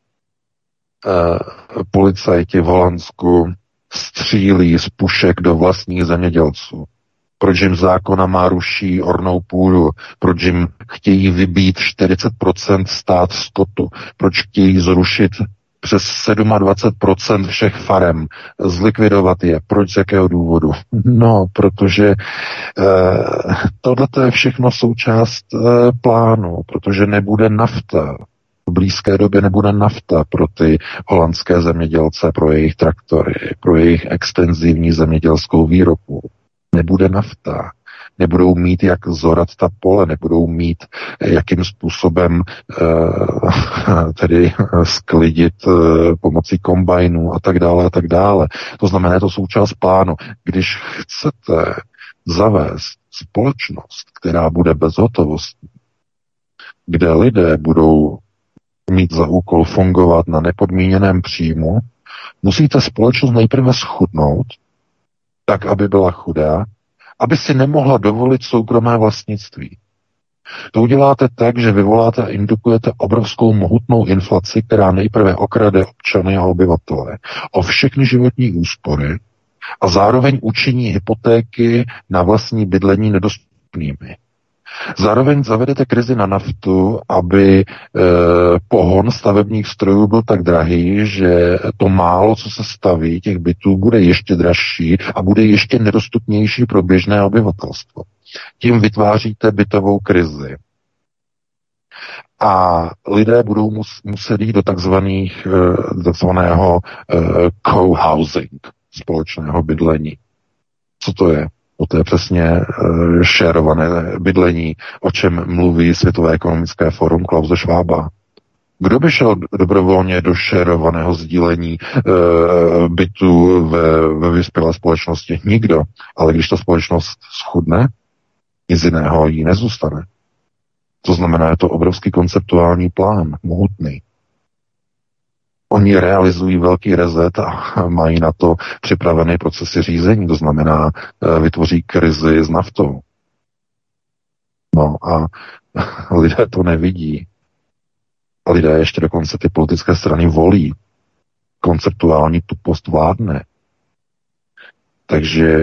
policajti v Holandsku střílí z pušek do vlastních zemědělců? Proč jim zákonama ruší ornou půdu? Proč jim chtějí vybít čtyřicet procent stát skotu? Proč chtějí zrušit přes dvacet sedm procent všech farem, zlikvidovat je? Proč, z jakého důvodu? No, protože eh, tohle je všechno součást eh, plánu, protože nebude nafta. V blízké době nebude nafta pro ty holandské zemědělce, pro jejich traktory, pro jejich extenzivní zemědělskou výrobu. Nebude nafta, nebudou mít jak zorat ta pole, nebudou mít jakým způsobem uh, tedy sklidit uh, pomocí kombajnů a tak dále a tak dále. To znamená, je to součást plánu. Když chcete zavést společnost, která bude bezhotovostní, kde lidé budou mít za úkol fungovat na nepodmíněném příjmu, musíte společnost nejprve schudnout, tak, aby byla chudá, aby si nemohla dovolit soukromé vlastnictví. To uděláte tak, že vyvoláte a indukujete obrovskou mohutnou inflaci, která nejprve okrade občany a obyvatele o všechny životní úspory a zároveň učiní hypotéky na vlastní bydlení nedostupnými. Zároveň zavedete krizi na naftu, aby e, pohon stavebních strojů byl tak drahý, že to málo, co se staví, těch bytů, bude ještě dražší a bude ještě nedostupnější pro běžné obyvatelstvo. Tím vytváříte bytovou krizi. A lidé budou mus, muset jít do takzvaných, e, takzvaného e, co-housing, společného bydlení. Co to je? To je přesně uh, šérované bydlení, o čem mluví Světové ekonomické fórum Klause Schwaba. Kdo by šel dobrovolně do šérovaného sdílení uh, bytu ve, ve vyspělé společnosti? Nikdo. Ale když ta společnost schudne, nic jiného jí nezůstane. To znamená, je to obrovský konceptuální plán, mohutný. Oni realizují velký rezet a mají na to připravené procesy řízení, to znamená, vytvoří krizi s naftou. No a lidé to nevidí. A lidé ještě dokonce ty politické strany volí. Konceptuální tupost vládne. Takže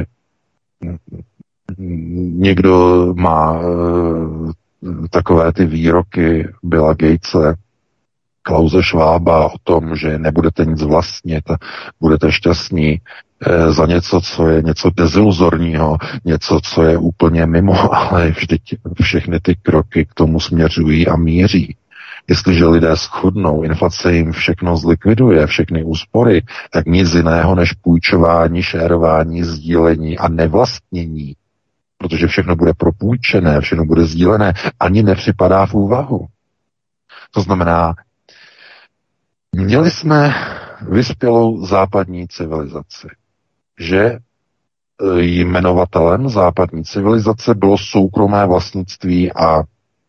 někdo má takové ty výroky Billa Gatese, Klause Schwaba o tom, že nebudete nic vlastnit a budete šťastní e, za něco, co je něco deziluzorního, něco, co je úplně mimo, ale vždyť všechny ty kroky k tomu směřují a míří. Jestliže lidé schudnou, inflace jim všechno zlikviduje, všechny úspory, tak nic jiného než půjčování, šérování, sdílení a nevlastnění, protože všechno bude propůjčené, všechno bude sdílené, ani nepřipadá v úvahu. To znamená, měli jsme vyspělou západní civilizaci, že jmenovatelem západní civilizace bylo soukromé vlastnictví a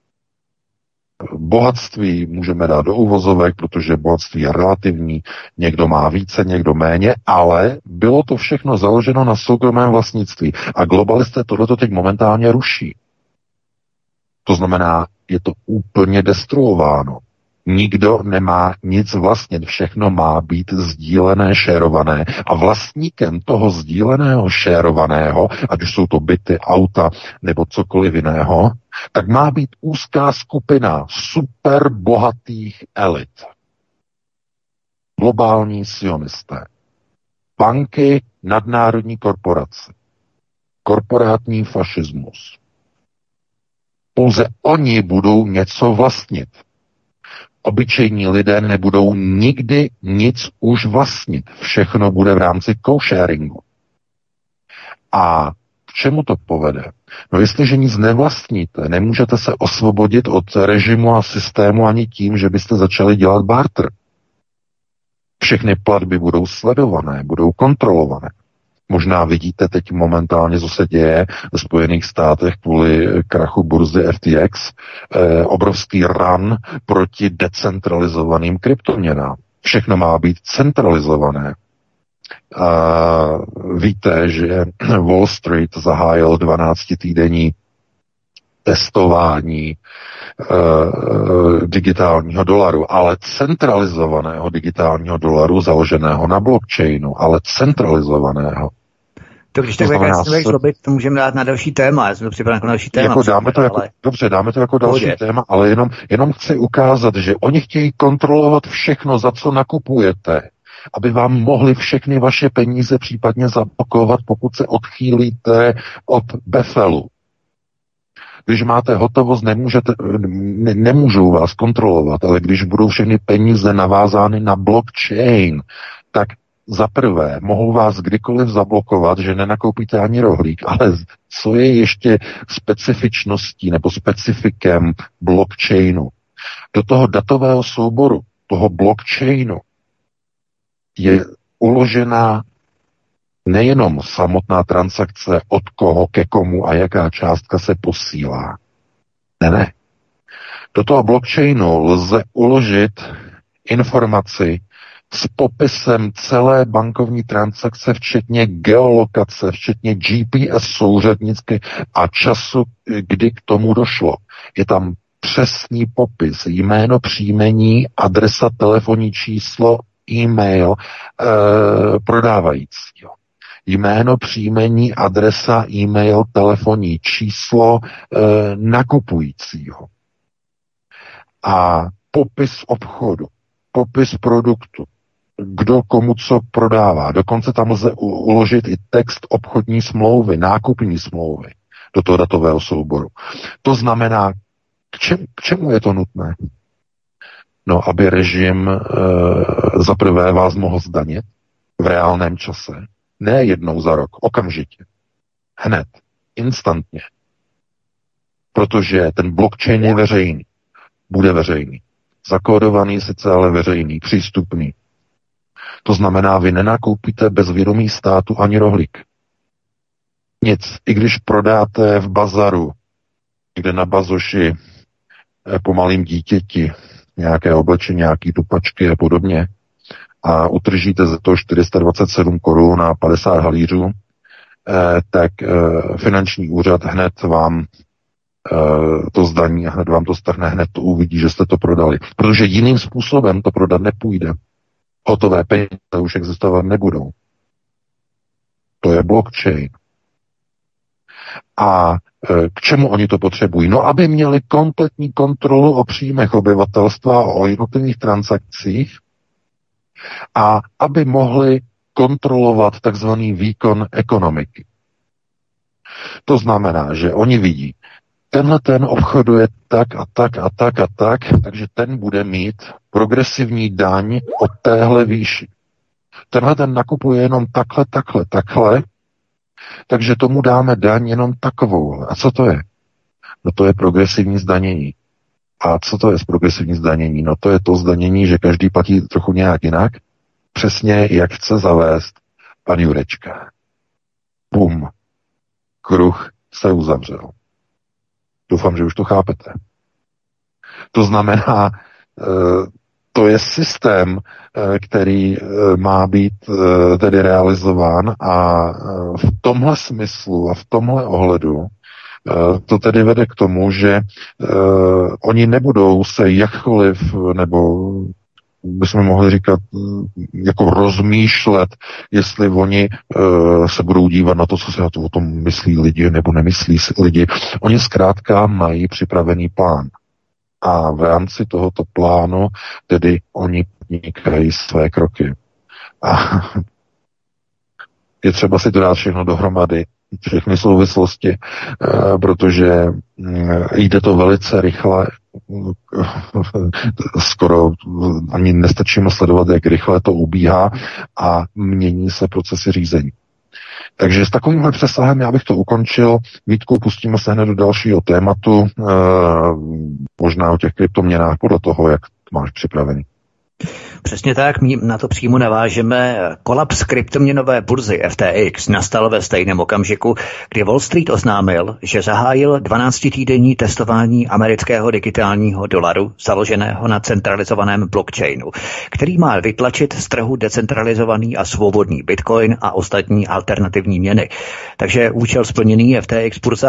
bohatství můžeme dát do uvozovek, protože bohatství je relativní, někdo má více, někdo méně, ale bylo to všechno založeno na soukromém vlastnictví a globalisté tohleto teď momentálně ruší. To znamená, je to úplně destruováno. Nikdo nemá nic vlastnit, všechno má být sdílené, šérované a vlastníkem toho sdíleného, šérovaného, ať už jsou to byty, auta nebo cokoliv jiného, tak má být úzká skupina super bohatých elit. Globální sionisté, banky, nadnárodní korporace, korporátní fašismus. Pouze oni budou něco vlastnit. Obyčejní lidé nebudou nikdy nic už vlastnit. Všechno bude v rámci co-sharingu. A k čemu to povede? No jestliže nic nevlastníte, nemůžete se osvobodit od režimu a systému ani tím, že byste začali dělat barter. Všechny platby budou sledované, budou kontrolované. Možná vidíte teď momentálně, co se děje ve Spojených státech kvůli krachu burzy F T X, eh, obrovský run proti decentralizovaným kryptoměnám. Všechno má být centralizované. Uh, víte, že Wall Street zahájil dvanáctitýdenní testování uh, digitálního dolaru, ale centralizovaného digitálního dolaru založeného na blockchainu, ale centralizovaného. To když tak budeš zlobit, to můžeme dát na další téma, já jsem to připravil jako další téma. Jako dáme to jako, ale... Dobře, dáme to jako další Pohodě. téma, ale jenom, jenom chci ukázat, že oni chtějí kontrolovat všechno, za co nakupujete, aby vám mohli všechny vaše peníze případně zablokovat, pokud se odchýlíte od Befelu. Když máte hotovost, nemůžete, ne, nemůžou vás kontrolovat, ale když budou všechny peníze navázány na blockchain, tak za prvé mohou vás kdykoliv zablokovat, že nenakoupíte ani rohlík, ale co je ještě specifičností nebo specifikem blockchainu? Do toho datového souboru, toho blockchainu, je uložená nejenom samotná transakce, od koho ke komu a jaká částka se posílá. Ne, ne. Do toho blockchainu lze uložit informaci s popisem celé bankovní transakce, včetně geolokace, včetně G P S souřadnicky a času, kdy k tomu došlo. Je tam přesný popis, jméno, příjmení, adresa, telefonní číslo, e-mail e, prodávajícího. Jméno, příjmení, adresa, e-mail, telefonní číslo e, nakupujícího. A popis obchodu, popis produktu, kdo komu co prodává. Dokonce tam lze uložit i text obchodní smlouvy, nákupní smlouvy do toho datového souboru. To znamená, k čemu, k čemu je to nutné? No, aby režim e, zaprvé vás mohl zdanit v reálném čase, ne jednou za rok, okamžitě, hned, instantně. Protože ten blockchain je veřejný, bude veřejný. Zakódovaný sice, ale veřejný, přístupný. To znamená, vy nenakoupíte bez vědomí státu ani rohlík. Nic. I když prodáte v bazaru, kde na bazoši po malým dítěti nějaké oblečení, nějaký tupačky a podobně a utržíte za to čtyři sta dvacet sedm korun a padesát halířů, eh, tak eh, finanční úřad hned vám eh, to zdaní a hned vám to strhne, hned to uvidí, že jste to prodali. Protože jiným způsobem to prodat nepůjde. Hotové peníze už existovat nebudou. To je blockchain. A k čemu oni to potřebují? No, aby měli kompletní kontrolu o příjmech obyvatelstva, o jednotlivých transakcích a aby mohli kontrolovat takzvaný výkon ekonomiky. To znamená, že oni vidí, tenhle ten obchoduje tak a tak a tak a tak, takže ten bude mít progresivní daň od téhle výši. Tenhle ten nakupuje jenom takhle, takhle, takhle, takže tomu dáme daň jenom takovou. A co to je? No to je progresivní zdanění. A co to je z progresivní zdanění? No to je to zdanění, že každý platí trochu nějak jinak, přesně jak chce zavést pan Jurečka. Bum. Kruh se uzavřel. Doufám, že už to chápete. To znamená, to je systém, který má být tedy realizován a v tomhle smyslu a v tomhle ohledu to tedy vede k tomu, že oni nebudou se jakkoliv, nebo bychom mohli říkat, jako rozmýšlet, jestli oni uh, se budou dívat na to, co se na to o tom myslí lidi, nebo nemyslí lidi. Oni zkrátka mají připravený plán. A v rámci tohoto plánu tedy oni podnikají své kroky. A je třeba si to dát všechno dohromady, všechny souvislosti, uh, protože uh, jde to velice rychle, skoro ani nestačíme sledovat, jak rychle to ubíhá a mění se procesy řízení. Takže s takovýmhle přesahem já bych to ukončil. Vítku, pustíme se hned do dalšího tématu, e, možná o těch kryptoměnách, podle toho, jak to máš připravený. Přesně tak, my na to přímo navážeme. Kolaps kryptoměnové burzy F T X nastal ve stejném okamžiku, kdy Wall Street oznámil, že zahájil dvanáctitýdenní testování amerického digitálního dolaru založeného na centralizovaném blockchainu, který má vytlačit z trhu decentralizovaný a svobodný bitcoin a ostatní alternativní měny. Takže účel splněný, F T X burza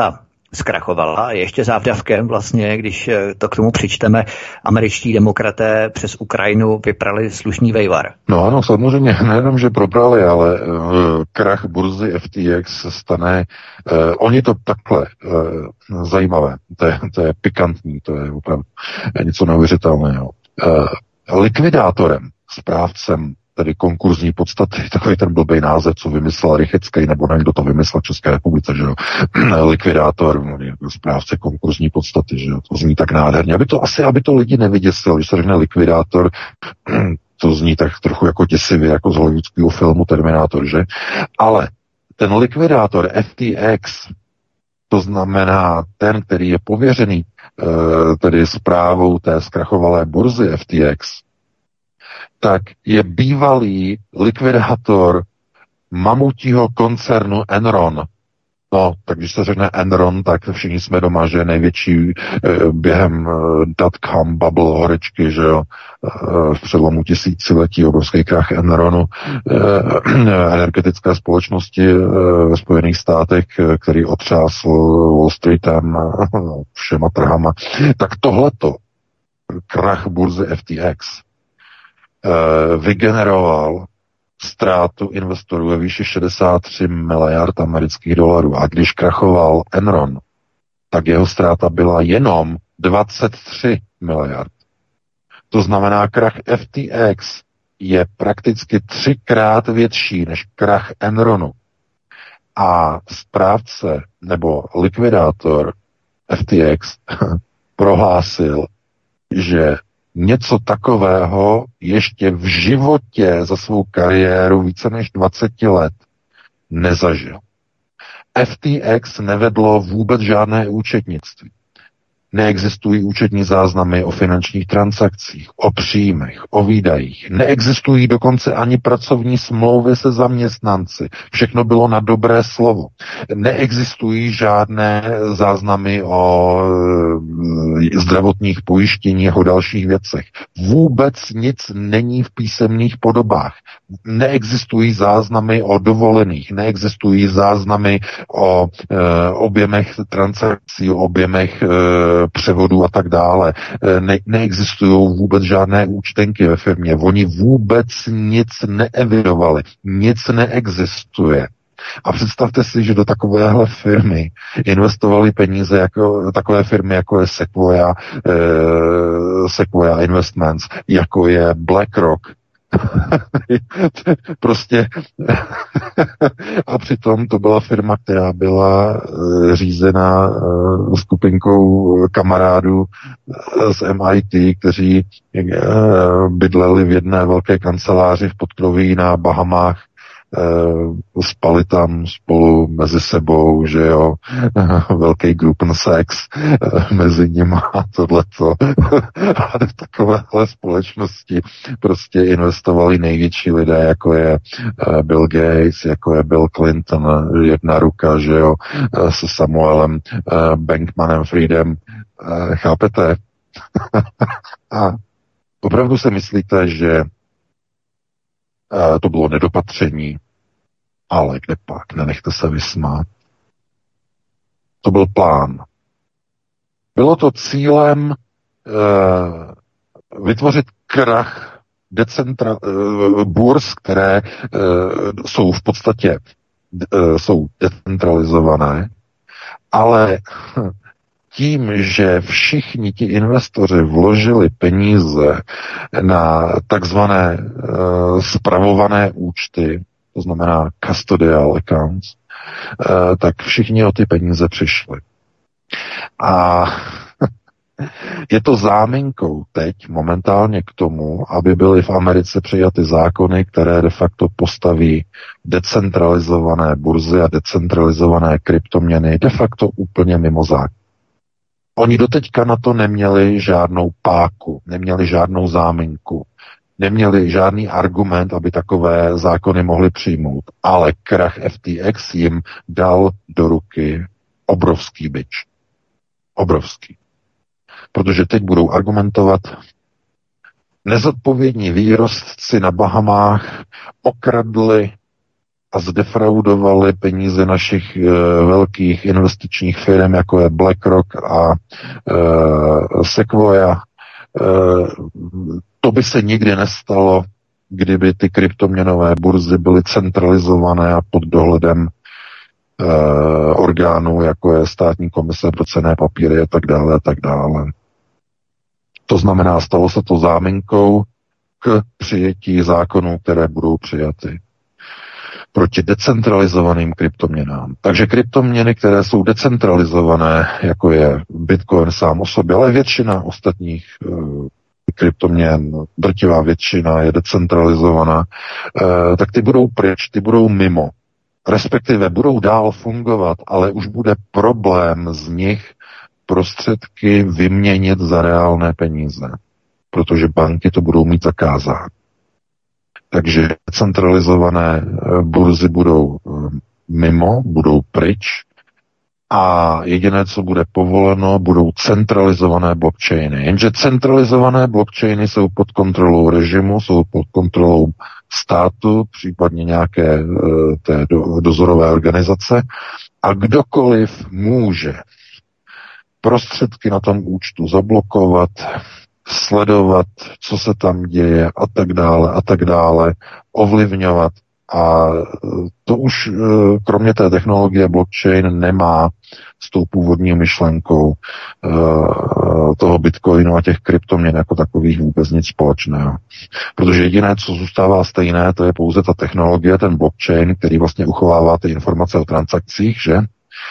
zkrachovala. Ještě závdavkem vlastně, když to k tomu přičteme, američtí demokraté přes Ukrajinu vyprali slušný vejvar. No ano, samozřejmě, nejenom, že probrali, ale uh, krach burzy F T X se stane, uh, oni to takhle, uh, zajímavé, to je, to je pikantní, to je opravdu něco neuvěřitelného. Uh, likvidátorem, správcem tedy konkurzní podstaty, takový ten blbý název, co vymyslel Rychecký, nebo nevím, kdo to vymyslel v České republice, že jo, likvidátor, správce konkurzní podstaty, že jo, to zní tak nádherně, aby to asi, aby to lidi nevyděsilo, když se řekne likvidátor, to zní tak trochu jako děsivě, jako z hollywoodského filmu Terminátor, že, ale ten likvidátor F T X, to znamená ten, který je pověřený tedy správou té zkrachovalé burzy F T X, tak je bývalý likvidátor mamutího koncernu Enron. No, tak když se řekne Enron, tak všichni jsme doma, že největší eh, během eh, dot-com bubble horečky, že jo, eh, v předlomu tisíciletí obrovský krach Enronu, eh, energetické společnosti eh, ve Spojených státech, eh, který otřásl Wall Streetem, eh, všema trhama. Tak tohleto, krach burzy F T X, vygeneroval ztrátu investorů ve výši šedesát tři miliard amerických dolarů. A když krachoval Enron, tak jeho ztráta byla jenom dvacet tři miliard. To znamená, krach F T X je prakticky třikrát větší než krach Enronu. A správce nebo likvidátor F T X prohlásil, že něco takového ještě v životě za svou kariéru více než dvacet let nezažil. F T X nevedlo vůbec žádné účetnictví. Neexistují účetní záznamy o finančních transakcích, o příjmech, o výdajích. Neexistují dokonce ani pracovní smlouvy se zaměstnanci. Všechno bylo na dobré slovo. Neexistují žádné záznamy o e, zdravotních pojištěních, o dalších věcech. Vůbec nic není v písemných podobách. Neexistují záznamy o dovolených, neexistují záznamy o e, objemech transakcí, o objemech e, převodu a tak dále. Ne, neexistují vůbec žádné účtenky ve firmě. Oni vůbec nic neevidovali. Nic neexistuje. A představte si, že do takovéhle firmy investovali peníze jako takové firmy, jako je Sequoia, eh, Sequoia Investments, jako je BlackRock. Prostě a přitom to byla firma, která byla řízena skupinkou kamarádů z M I T, kteří bydleli v jedné velké kanceláři v podkroví na Bahamách, spali tam spolu mezi sebou, že jo, velký gruppen sex mezi nimi a tohleto. A v takovéhle společnosti prostě investovali největší lidé, jako je Bill Gates, jako je Bill Clinton, jedna ruka, že jo, se Samuelem Bankmanem Friedem. Chápete? A opravdu si myslíte, že to bylo nedopatření, ale kde pak, nenechte se vysmát. To byl plán. Bylo to cílem uh, vytvořit krach decentra, uh, burz, které uh, jsou v podstatě uh, jsou decentralizované, ale tím, že všichni ti investoři vložili peníze na takzvané uh, spravované účty, to znamená custodial accounts, uh, tak všichni o ty peníze přišli. A je to záminkou teď momentálně k tomu, aby byly v Americe přijaty zákony, které de facto postaví decentralizované burzy a decentralizované kryptoměny de facto úplně mimo zákon. Oni doteďka na to neměli žádnou páku, neměli žádnou záminku, neměli žádný argument, aby takové zákony mohli přijmout. Ale krach F T X jim dal do ruky obrovský bič. Obrovský. Protože teď budou argumentovat, nezodpovědní výrostci na Bahamách okradli a zdefraudovali peníze našich e, velkých investičních firm, jako je BlackRock a e, Sequoia. E, to by se nikdy nestalo, kdyby ty kryptoměnové burzy byly centralizované a pod dohledem e, orgánů, jako je státní komise pro cenné papíry a tak dále a tak dále. To znamená, stalo se to záminkou k přijetí zákonů, které budou přijaty proti decentralizovaným kryptoměnám. Takže kryptoměny, které jsou decentralizované, jako je Bitcoin sám o sobě, ale většina ostatních e, kryptoměn, drtivá většina je decentralizovaná, e, tak ty budou pryč, ty budou mimo. Respektive budou dál fungovat, ale už bude problém z nich prostředky vyměnit za reálné peníze, protože banky to budou mít zakázáno. Takže centralizované burzy budou mimo, budou pryč a jediné, co bude povoleno, budou centralizované blockchainy. Jenže centralizované blockchainy jsou pod kontrolou režimu, jsou pod kontrolou státu, případně nějaké té dozorové organizace a kdokoliv může prostředky na tom účtu zablokovat, sledovat, co se tam děje a tak dále a tak dále, ovlivňovat. A to už kromě té technologie blockchain nemá s tou původní myšlenkou toho Bitcoinu a těch kryptoměn jako takových vůbec nic společného. Protože jediné, co zůstává stejné, to je pouze ta technologie, ten blockchain, který vlastně uchovává ty informace o transakcích, že?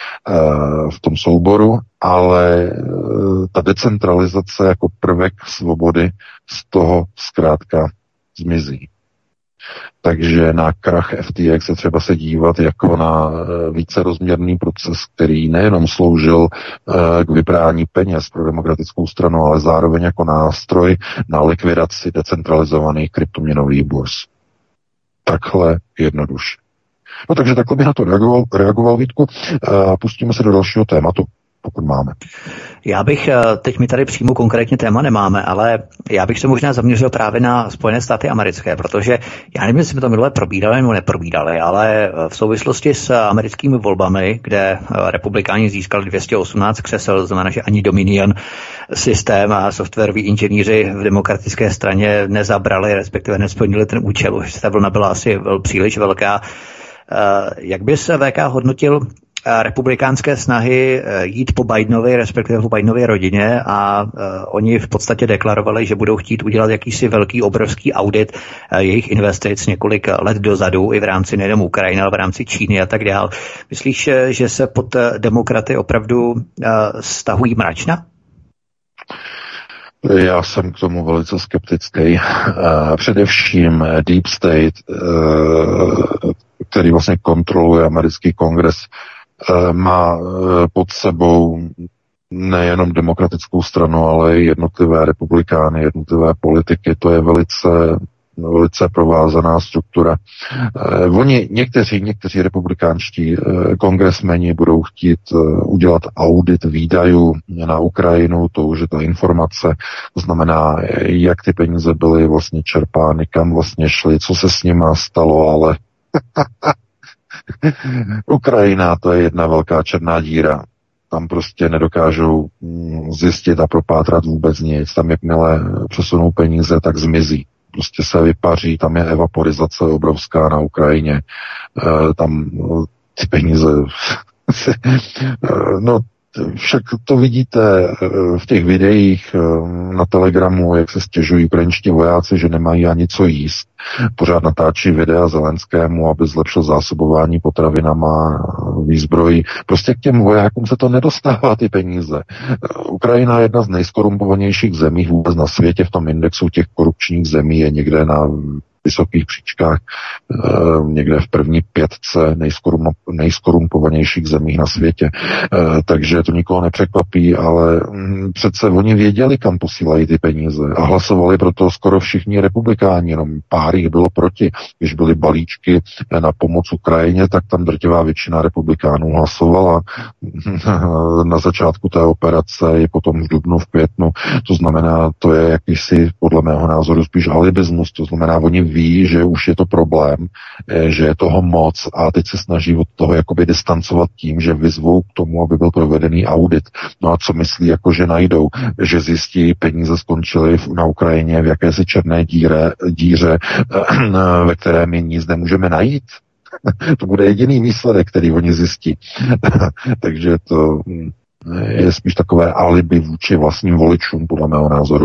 V tom souboru, ale ta decentralizace jako prvek svobody z toho zkrátka zmizí. Takže na krach F T X se třeba se dívat jako na vícerozměrný proces, který nejenom sloužil k vyprání peněz pro demokratickou stranu, ale zároveň jako nástroj na likvidaci decentralizovaných kryptoměnových burz. Takhle jednoduše. No takže takhle bych na to reagoval, reagoval Vítku. Pustíme se do dalšího tématu, pokud máme. Já bych, teď mi tady přímo konkrétně téma nemáme, ale já bych se možná zaměřil právě na Spojené státy americké, protože já nevím, jestli jsme to minule probídali nebo neprobídali, ale v souvislosti s americkými volbami, kde republikáni získali dvě stě osmnáct křesel, znamená, že ani Dominion systém a softwaroví inženýři v demokratické straně nezabrali, respektive nesplnili ten účel, že ta vlna byla asi příliš velká. Jak by se V K hodnotil republikánské snahy jít po Bidenovi, respektive po Bidenově rodině a uh, oni v podstatě deklarovali, že budou chtít udělat jakýsi velký, obrovský audit uh, jejich investic několik let dozadu i v rámci nejenom Ukrajiny, ale v rámci Číny a tak dál. Myslíš, že se pod demokraty opravdu uh, stahují mračna? Já jsem k tomu velice skeptický. Uh, především Deep State, uh, který vlastně kontroluje americký kongres, má pod sebou nejenom demokratickou stranu, ale i jednotlivé republikány, jednotlivé politiky. To je velice, velice provázaná struktura. Oni, někteří, někteří republikánští kongresmeni budou chtít udělat audit výdajů na Ukrajinu, to už je ta informace, to znamená, jak ty peníze byly vlastně čerpány, kam vlastně šly, co se s nima stalo, ale Ukrajina, to je jedna velká černá díra. Tam prostě nedokážou zjistit a propátrat vůbec nic. Tam jakmile přesunou peníze, tak zmizí. Prostě se vypaří, tam je evaporizace obrovská na Ukrajině. Tam ty peníze... no, však to vidíte v těch videích na Telegramu, jak se stěžují ukrajinští vojáci, že nemají ani co jíst. Pořád natáčí videa Zelenskému, aby zlepšil zásobování potravinama, výzbrojí. Prostě k těm vojákům se to nedostává, ty peníze. Ukrajina je jedna z nejskorumpovanějších zemí vůbec na světě. V tom indexu těch korupčních zemí je někde na vysokých příčkách, někde v první pětce nejskorum, nejskorumpovanějších zemích na světě. Takže to nikoho nepřekvapí, ale přece oni věděli, kam posílají ty peníze a hlasovali proto skoro všichni republikáni, jenom pár jich bylo proti. Když byly balíčky na pomoc Ukrajině, tak tam drtivá většina republikánů hlasovala na začátku té operace, i potom v dubnu, v květnu. To znamená, to je jakýsi, podle mého názoru, spíš alibismus. To znamená, oni ví, že už je to problém, že je toho moc a teď se snaží od toho jakoby distancovat tím, že vyzvou k tomu, aby byl provedený audit. No a co myslí, jako že najdou, že zjistí, peníze skončily na Ukrajině v jakési černé díře, díře, ve které my nic nemůžeme najít. To bude jediný výsledek, který oni zjistí. Takže to je spíš takové alibi vůči vlastním voličům, podle mého názoru.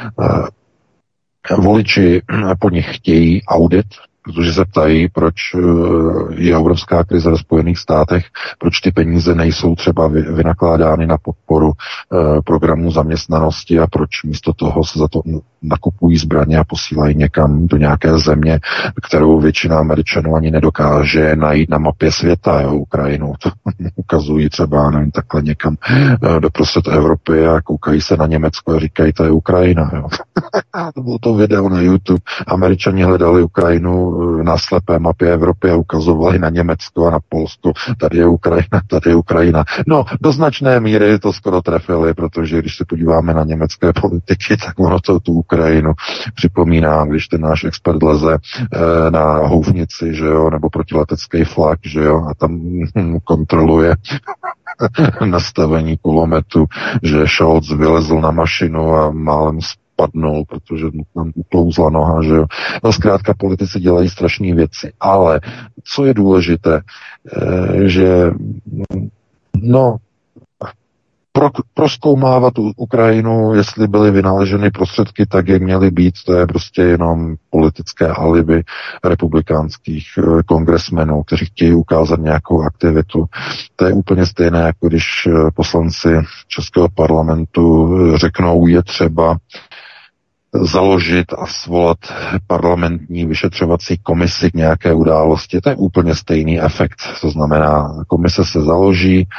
Voliči po nich chtějí audit, protože se ptají, proč je obrovská krize ve Spojených státech, proč ty peníze nejsou třeba vynakládány na podporu programu zaměstnanosti a proč místo toho se za to nakupují zbraně a posílají někam do nějaké země, kterou většina Američanů ani nedokáže najít na mapě světa, jo, Ukrajinu. To ukazují třeba, nevím, takhle někam doprostřed Evropy a koukají se na Německo a říkají, to je Ukrajina. Jo. To bylo to video na YouTube. Američani hledali Ukrajinu na slepé mapě Evropy a ukazovali na Německo a na Polsko. Tady je Ukrajina, tady je Ukrajina. No, do značné míry to skoro trefili, protože když se podíváme na německé politiky, tak ono to tu Ukrajinu připomíná, když ten náš expert leze e, na houfnici, že jo, nebo protiletecký flak, že jo, a tam hm, kontroluje nastavení kulometu, že Scholz vylezl na mašinu a málem spadnul, protože mu tam uklouzla noha, že jo. No zkrátka politici dělají strašné věci, ale co je důležité, e, že no pro, proskoumávat Ukrajinu, jestli byly vynaloženy prostředky tak, jak měly být, to je prostě jenom politické alibi republikánských kongresmenů, kteří chtějí ukázat nějakou aktivitu. To je úplně stejné, jako když poslanci Českého parlamentu řeknou, je třeba založit a svolat parlamentní vyšetřovací komisi k nějaké události. To je úplně stejný efekt. To znamená, komise se založí, e,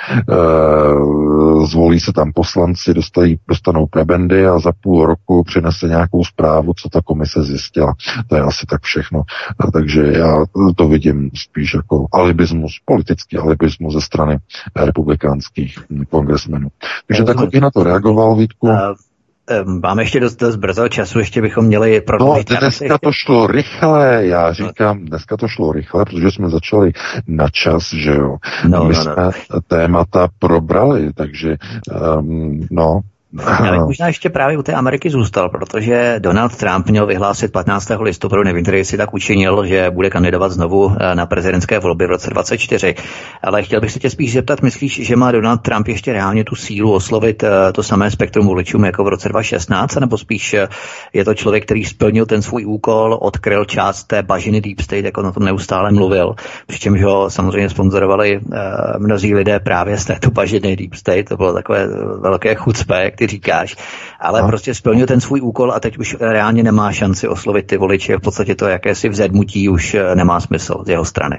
zvolí se tam poslanci, dostají, dostanou prebendy a za půl roku přinese nějakou zprávu, co ta komise zjistila. To je asi tak všechno. A takže já to vidím spíš jako alibismus, politický alibismus ze strany republikánských kongresmenů. Takže tak bych na to reagoval, Vítku. Máme ještě dost, dost brzo času, ještě bychom měli prodloužit. No, dneska to šlo rychle, já říkám, dneska to šlo rychle, protože jsme začali na čas, že jo. No, My no, jsme no. témata probrali, takže um, no. Já bych možná ještě právě u té Ameriky zůstal, protože Donald Trump měl vyhlásit patnáctého listopadu, nevím, který si tak učinil, že bude kandidovat znovu na prezidentské volby v roce dvacet čtyři. Ale chtěl bych se tě spíš zeptat, myslíš, že má Donald Trump ještě reálně tu sílu oslovit to samé spektrum voličům jako v roce dva tisíce šestnáct, nebo spíš je to člověk, který splnil ten svůj úkol, odkryl část té bažiny Deep State, jako na tom neustále mluvil, přičemž ho samozřejmě sponzorovali mnozí lidé právě z této bažiny Deep State, to bylo takové velké chucpe, ty říkáš, ale no. prostě splnil ten svůj úkol a teď už reálně nemá šanci oslovit ty voliče. V podstatě to jakési vzedmutí už nemá smysl z jeho strany.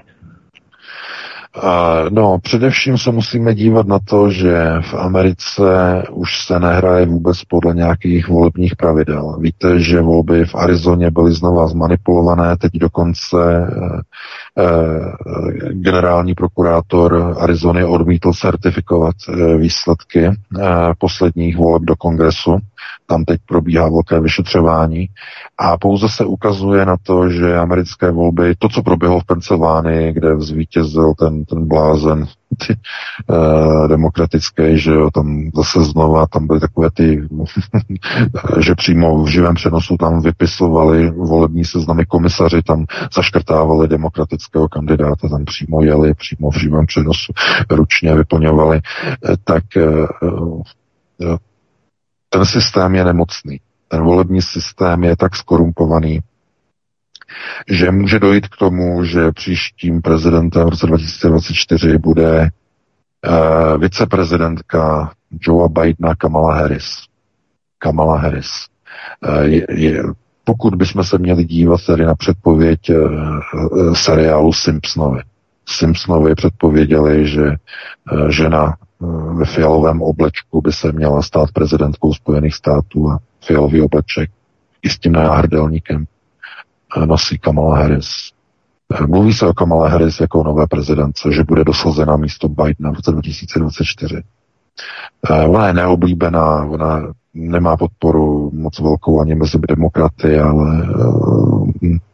Uh, no, především se musíme dívat na to, že v Americe už se nehraje vůbec podle nějakých volebních pravidel. Víte, že volby v Arizoně byly znova zmanipulované, teď dokonce uh, uh, generální prokurátor Arizony odmítl certifikovat uh, výsledky uh, posledních voleb do kongresu. Tam teď probíhá velké vyšetřování a pouze se ukazuje na to, že americké volby, to, co proběhlo v Pensylvánii, kde zvítězil ten, ten blázen ty, eh, demokratický, že jo, tam zase znova, tam byly takové ty, že přímo v živém přenosu tam vypisovali volební seznamy, komisaři tam zaškrtávali demokratického kandidáta, tam přímo jeli, přímo v živém přenosu ručně vyplňovali, eh, tak eh, eh, ten systém je nemocný. Ten volební systém je tak skorumpovaný, že může dojít k tomu, že příštím prezidentem v roce dva tisíce dvacet čtyři bude uh, viceprezidentka Joea Bidena Kamala Harris. Kamala Harris. Uh, je, je, pokud bychom se měli dívat tedy na předpověď uh, uh, seriálu Simpsonovi. Simpsonovi předpověděli, že uh, žena ve fialovém oblečku by se měla stát prezidentkou Spojených států a fialový obleček i s tím náhrdelníkem nosí Kamala Harris. Mluví se o Kamala Harris jako o nové prezidentce, že bude dosazena místo Bidena v roce dva tisíce dvacet čtyři. Ona je neoblíbená, ona nemá podporu moc velkou ani mezi demokraty, ale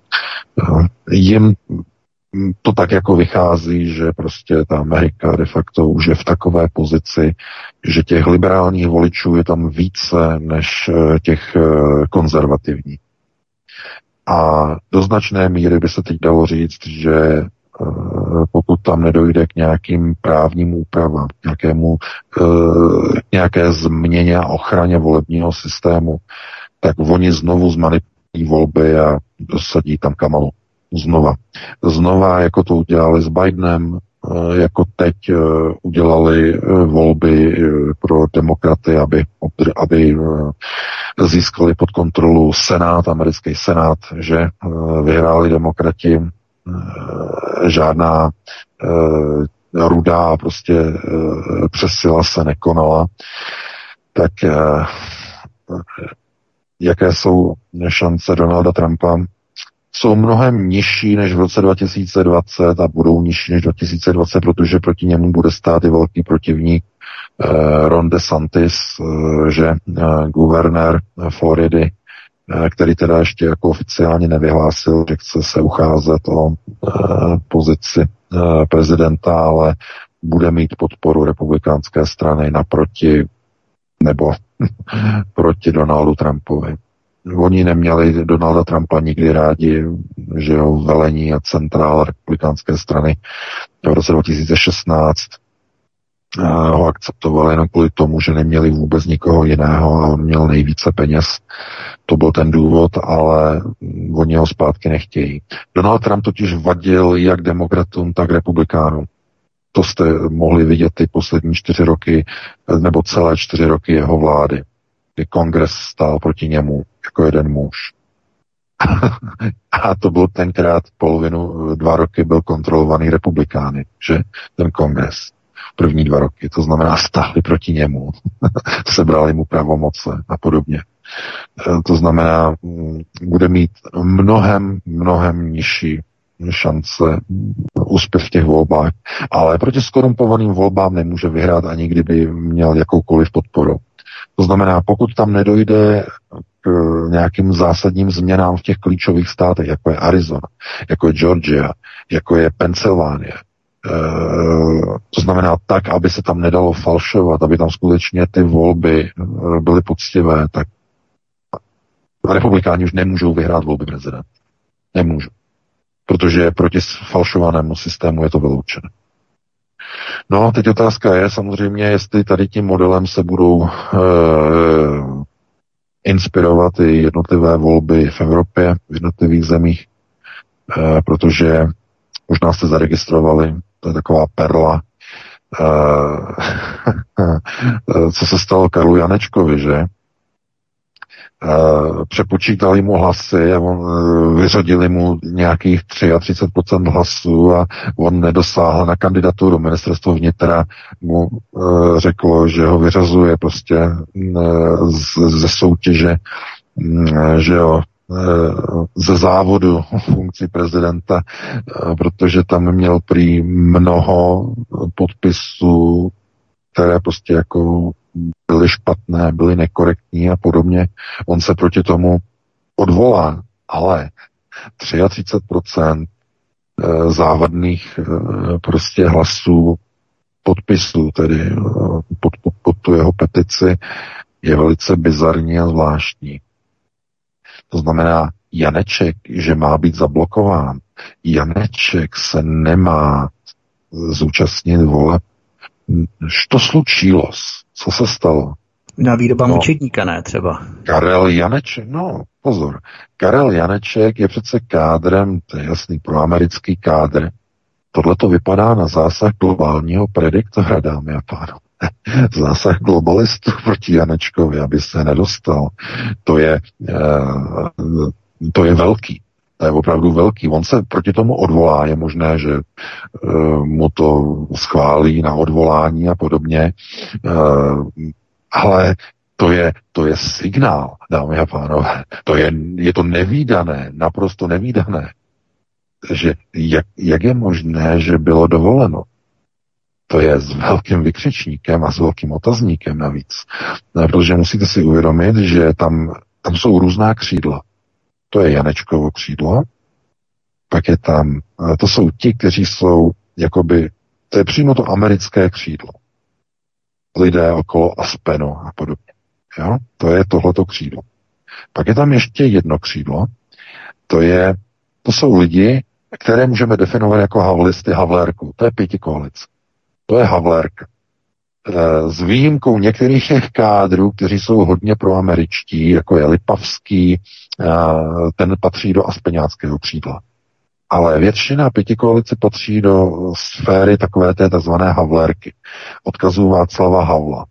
Jim to tak jako vychází, že prostě ta Amerika de facto už je v takové pozici, že těch liberálních voličů je tam více než těch konzervativních. A do značné míry by se teď dalo říct, že pokud tam nedojde k nějakým právním úpravám, k nějakému, k nějaké změně a ochraně volebního systému, tak oni znovu zmanipulují volby a dosadí tam Kamalu. Znova. Znova, jako to udělali s Bidenem, jako teď udělali volby pro demokraty, aby, aby získali pod kontrolu Senát, americký Senát, že vyhráli demokrati, žádná rudá prostě přesila se nekonala. Tak jaké jsou šance Donalda Trumpa? Jsou mnohem nižší než v roce dva tisíce dvacet a budou nižší než dva tisíce dvacet, protože proti němu bude stát i velký protivník eh, Ron DeSantis, eh, že eh, guvernér Floridy, eh, který teda ještě jako oficiálně nevyhlásil, že chce se ucházet o eh, pozici eh, prezidenta, ale bude mít podporu republikánské strany naproti nebo proti Donaldu Trumpovi. Oni neměli Donalda Trumpa nikdy rádi, že jo, velení a centrál republikánské strany v roce dva tisíce šestnáct ho akceptovali jenom kvůli tomu, že neměli vůbec nikoho jiného a on měl nejvíce peněz. To byl ten důvod, ale oni ho zpátky nechtějí. Donald Trump totiž vadil jak demokratům, tak republikánům. To jste mohli vidět ty poslední čtyři roky, nebo celé čtyři roky jeho vlády, kdy kongres stál proti němu jako jeden muž. A to byl tenkrát polovinu, dva roky byl kontrolovaný republikány, že ten kongres. První dva roky, to znamená stáhli proti němu. Sebrali mu pravomoce a podobně. To znamená, bude mít mnohem, mnohem nižší šance úspěch v těch volbách, ale proti skorumpovaným volbám nemůže vyhrát, ani kdyby měl jakoukoliv podporu. To znamená, pokud tam nedojde k nějakým zásadním změnám v těch klíčových státech, jako je Arizona, jako je Georgia, jako je Pensylvánie, to znamená tak, aby se tam nedalo falšovat, aby tam skutečně ty volby byly poctivé, tak republikáni už nemůžou vyhrát volby prezident. Nemůžou. Protože proti falšovanému systému je to vyloučené. No, teď otázka je samozřejmě, jestli tady tím modelem se budou e, inspirovat i jednotlivé volby v Evropě, v jednotlivých zemích, e, protože možná jste zaregistrovali, to je taková perla, e, co se stalo Karlu Janečkovi, že? Uh, přepočítali mu hlasy a on, uh, vyřadili mu nějakých třicet tři procent hlasů a on nedosáhl na kandidaturu. Ministerstvo vnitra mu uh, řeklo, že ho vyřazuje prostě uh, z, ze soutěže, uh, že jo, uh, ze závodu funkci prezidenta, uh, protože tam měl prý mnoho podpisů, které prostě jako byly špatné, byly nekorektní a podobně. On se proti tomu odvolá, ale třicet tři procent závadných prostě hlasů, podpisů, tedy pod, pod, pod tu jeho petici, je velice bizarní a zvláštní. To znamená, Janeček, že má být zablokován. Janeček se nemá zúčastnit voleb. Što slučilo? Co se stalo? Na výroba no, mučedníka, ne třeba. Karel Janeček, no pozor, Karel Janeček je přece kádrem, to je jasný proamerický kádr. Tohle to vypadá na zásah globálního prediktora, dámy a pánové. Zásah globalistů proti Janečkovi, aby se nedostal. To je, uh, to je velký. To je opravdu velký. On se proti tomu odvolá. Je možné, že uh, mu to schválí na odvolání a podobně. Uh, ale to je, to je signál, dámy a pánové. To je, je to nevídané, naprosto nevídané. Že jak, jak je možné, že bylo dovoleno? To je s velkým vykřičníkem a s velkým otazníkem navíc. No, protože musíte si uvědomit, že tam, tam jsou různá křídla. To je Janečkovo křídlo, pak je tam, to jsou ti, kteří jsou jakoby, to je přímo to americké křídlo. Lidé okolo Aspenu a podobně. Jo? To je tohleto křídlo. Pak je tam ještě jedno křídlo, to je, to jsou lidi, které můžeme definovat jako havlisty, havlérku. To je pětikoalice. To je havlérka. S výjimkou některých těch kádrů, kteří jsou hodně proameričtí, jako je Lipavský, ten patří do aspeňáckého křídla. Ale většina pětikoalice patří do sféry takové té takzvané havlérky. Odkazu Václava Havla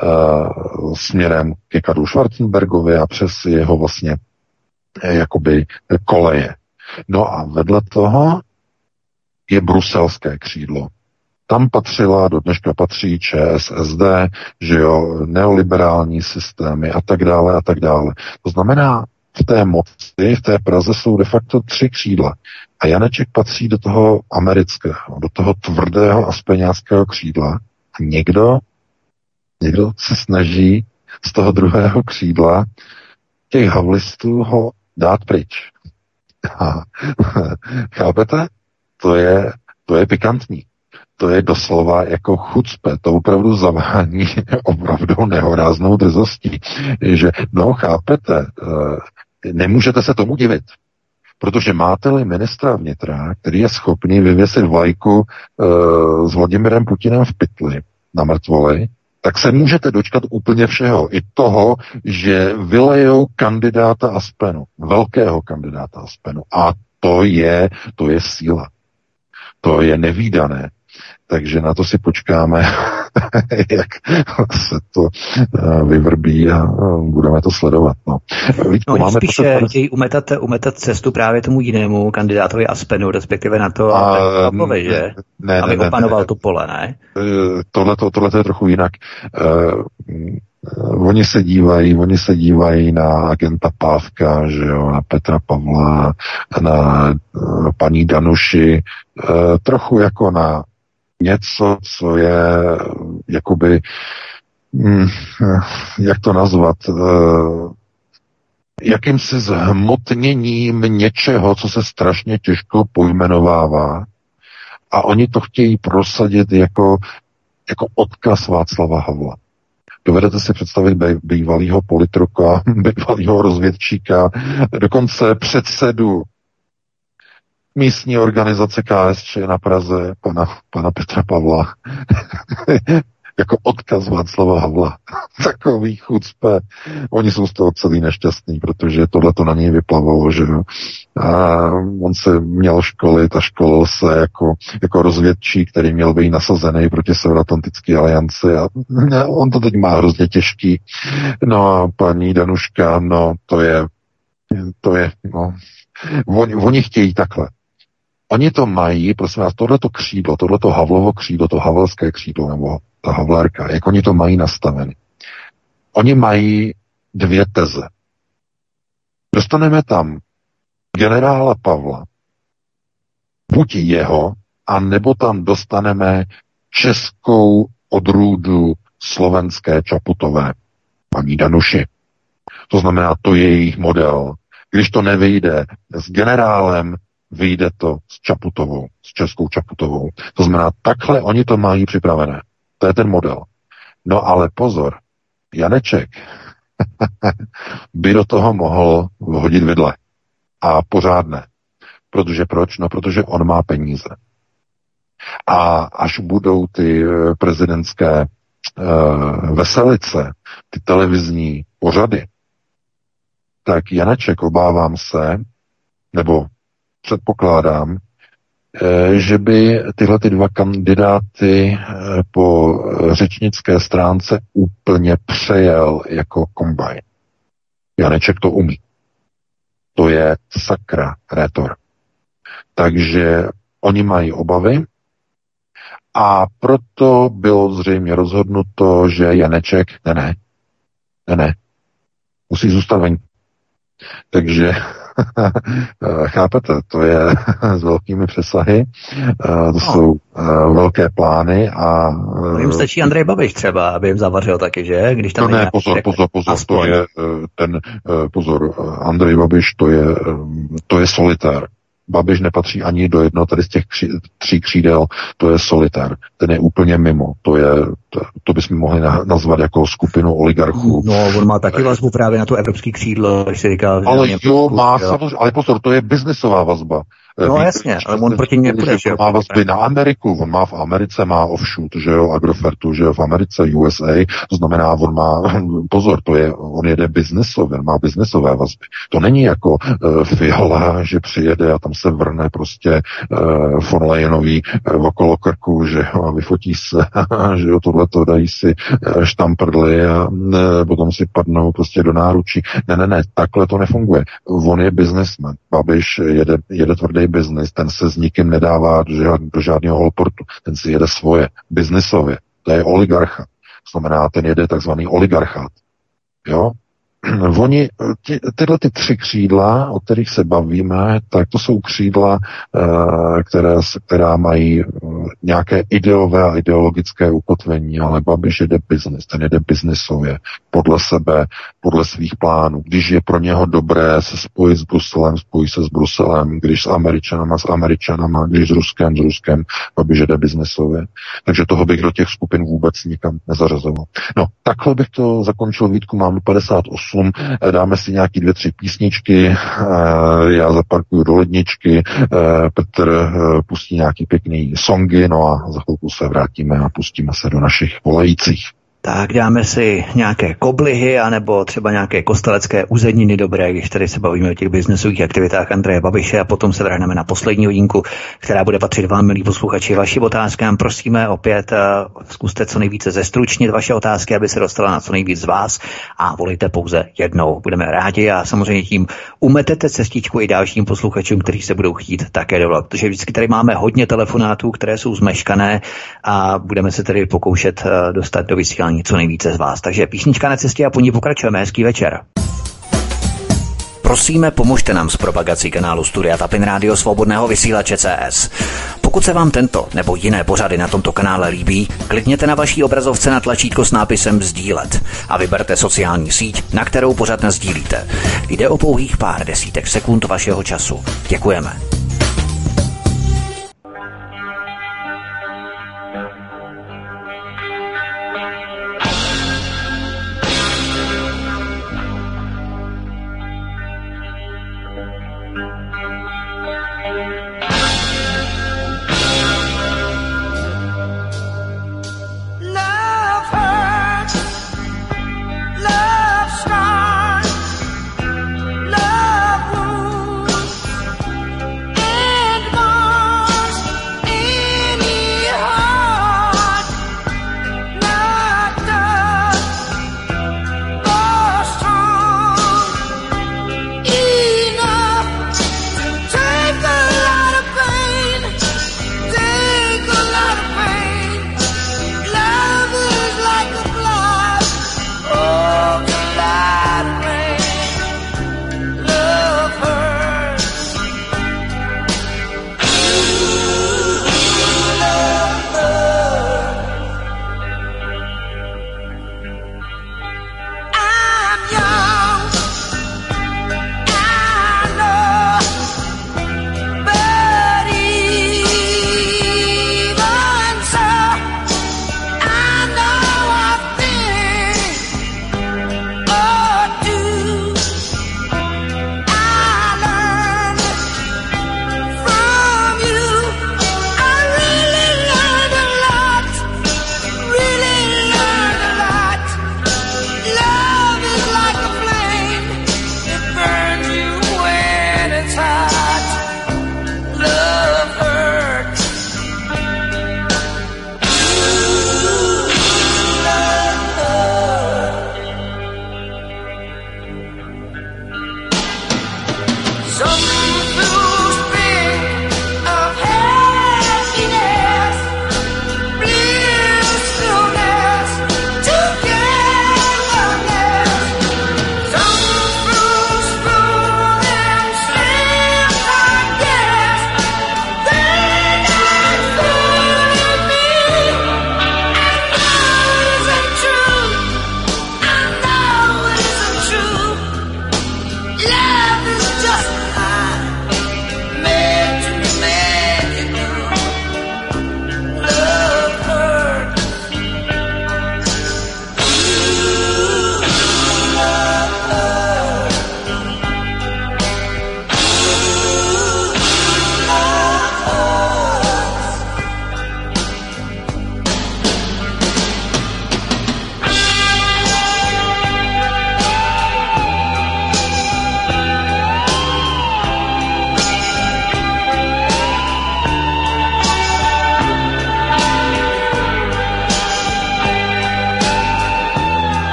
směrem ke Karlu Schwarzenbergovi a přes jeho vlastně jakoby koleje. No a vedle toho je bruselské křídlo. Tam patřila, do dneška patří ČSSD, že jo, neoliberální systémy a tak dále a tak dále. To znamená, v té moci, v té Praze jsou de facto tři křídla. A Janeček patří do toho amerického, do toho tvrdého aspeňáckého křídla. A někdo, někdo se snaží z toho druhého křídla těch havlistů ho dát pryč. A, chápete? To je, to je pikantní. To je doslova jako chucpe, to opravdu zavání opravdu nehoráznou drzostí, že, no chápete, nemůžete se tomu divit, protože máte-li ministra vnitra, který je schopný vyvěsit vlajku s Vladimirem Putinem v pytli na mrtvoli, tak se můžete dočkat úplně všeho. I toho, že vylejou kandidáta Aspenu, velkého kandidáta Aspenu. A to je, to je síla. To je nevídané. Takže na to si počkáme, jak se to vyvrbí a budeme to sledovat. No, Vítku, no máme spíš to, chtějí umetat, umetat cestu právě tomu jinému kandidátovi Aspenu, respektive na to, a, Papovi, že? Ne, aby ne, opanoval ne, to pole, ne? Tohleto, tohleto je trochu jinak. Uh, oni se dívají, oni se dívají na agenta Pávka, že jo, na Petra Pavla, na uh, paní Danuši, uh, trochu jako na něco, co je jakoby, hm, jak to nazvat, uh, jakýmsi zhmotněním něčeho, co se strašně těžko pojmenovává, a oni to chtějí prosadit jako, jako odkaz Václava Havla. Dovedete si představit bývalýho politruka, bývalýho rozvědčíka, dokonce předsedu místní organizace K S Č na Praze, pana, pana Petra Pavla, jako odkaz Václava Havla. Takový chucpe. Oni jsou z toho celý nešťastní, protože tohle to na něj vyplavalo, že jo. A on se měl školit a školil se jako, jako rozvědčí, který měl být nasazený proti Severoatlantické alianci a on to teď má hrozně těžký. No a paní Danuška, no to je, to je, no, oni, oni chtějí takhle. Oni to mají, prosím vás, tohleto křídlo, tohleto Havlovo křídlo, to havlské křídlo, nebo ta havlárka, jak oni to mají nastaveny. Oni mají dvě teze. Dostaneme tam generála Pavla, buď jeho, a nebo tam dostaneme českou odrůdu slovenské Čaputové, paní Danuši. To znamená, to je jejich model. Když to nevyjde s generálem, vyjde to s Čaputovou, s českou Čaputovou. To znamená, takhle oni to mají připravené. To je ten model. No ale pozor, Janeček by do toho mohl hodit vidle. A pořádné. Protože proč? No, protože on má peníze. A až budou ty prezidentské uh, veselice, ty televizní pořady, tak Janeček, obávám se, nebo předpokládám, že by tyhle ty dva kandidáty po řečnické stránce úplně přejel jako kombajn. Janeček to umí. To je sakra rétor. Takže oni mají obavy a proto bylo zřejmě rozhodnuto, že Janeček, ne, ne, ne, ne, musí zůstat venku. Takže chápete, to je s velkými přesahy, to no. jsou uh, velké plány a... Uh, jim stačí Andrej Babiš třeba, aby jim zavařil taky, že? Když tam no ne, pozor, pozor, pozor, aspoň. to je ten, uh, pozor, Andrej Babiš, to je, um, to je solitér. Babiš nepatří ani do jednoho tady z těch kří, tří křídel, to je solitér, ten je úplně mimo, to je, to, to bychom mohli nazvat jako skupinu oligarchů. No, on má taky vazbu právě na to evropský křídlo, když se říká... Ale jo, má samozřejmě, ale pozor, to je biznisová vazba. No jasně, ale on proti ní nepůjde. On má vazby na Ameriku, on má v Americe, má offshoot, že jo, Agrofertu, že jo, v Americe, U S A, to znamená, on má, pozor, to je, on jede biznesově, má biznesové vazby. To není jako uh, Fiala, že přijede a tam se vrne prostě uh, von Leyenový uh, okolo krku, že jo, a vyfotí se, že jo, tohleto dají si uh, štamprdly a uh, potom si padnou prostě do náručí. Ne, ne, ne, takhle to nefunguje. On je biznesmen. Babiš jede, jede tvrdý biznis, ten se s nikým nedává do, žád, do žádného holportu, ten si jede svoje, biznisově, to je oligarcha, to znamená, ten jede takzvaný oligarchát, jo, oni, ty, tyhle ty tři křídla, o kterých se bavíme, tak to jsou křídla, které, která mají nějaké ideové a ideologické ukotvení, ale Babiš jede biznis, ten jede biznisově, podle sebe, podle svých plánů. Když je pro něho dobré se spojit s Bruselem, spojí se s Bruselem, když s Američanama, s Američanama, když s Ruskem, s Ruskem, Babiš jede biznisově. Takže toho bych do těch skupin vůbec nikam nezařazoval. No, takhle bych to zakončil, Vítku, mám padesát osm, dáme si nějaký dvě, tři písničky, já zaparkuju do ledničky, Petr pustí nějaký pěkný songy, no a za chvilku se vrátíme a pustíme se do našich volajících. Tak dáme si nějaké koblihy, anebo třeba nějaké kostelecké uzeniny dobré, když tady se bavíme o těch biznesových aktivitách Andreje Babiše, a potom se vrhneme na poslední hodinku, která bude patřit vám, milí posluchači, vašim otázkám. Prosíme opět, zkuste co nejvíce zestručnit vaše otázky, aby se dostala na co nejvíc z vás, a volejte pouze jednou. Budeme rádi a samozřejmě tím umetete cestičku i dalším posluchačům, kteří se budou chtít také dovolat, protože vždycky tady máme hodně telefonátů, které jsou zmeškané, a budeme se tedy pokoušet dostat do vysílání co nejvíce z vás. Takže písnička na cestě a po ní pokračujeme. Hezký večer. Prosíme, pomožte nám s propagací kanálu Studia Tapin Rádio Svobodného vysílače C S. Pokud se vám tento nebo jiné pořady na tomto kanále líbí, klikněte na vaší obrazovce na tlačítko s nápisem sdílet a vyberte sociální síť, na kterou pořad nasdílíte. Jde o pouhých pár desítek sekund vašeho času. Děkujeme. Love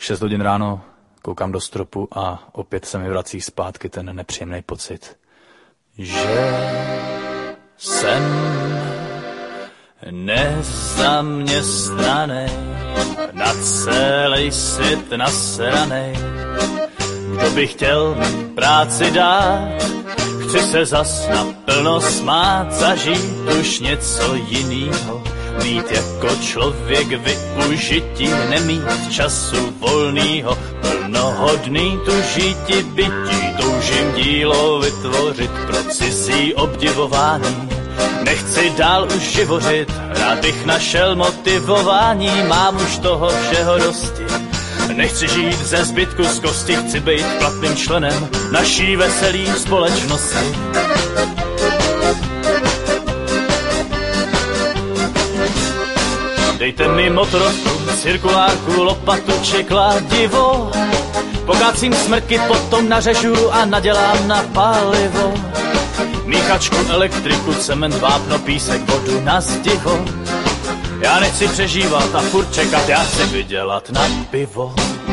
šest hodin ráno koukám do stropu a opět se mi vrací zpátky ten nepříjemný pocit, že jsem nezaměstnanej, na celý svět nasranej. Kdo by chtěl mi práci dát, chci se zas naplno smát, zažít už něco jinýho, mít jako člověk využití, nemít času volnýho, plnohodný tu žíti bytí, toužím dílo vytvořit pro cizí obdivování. Nechci dál už živořit, rád bych našel motivování, mám už toho všeho dosti. Nechci žít ze zbytku z kosti, chci být platným členem naší veselý společnosti. Dejte mi motorovku, cirkulárku, lopatu či kladivo, pokácím smrky, potom nařežu a nadělám na palivo. Míchačku, elektriku, cement, vápno, písek, vodu na zdivo. Já nechci přežívat a furt čekat, já chci vydělat na pivo.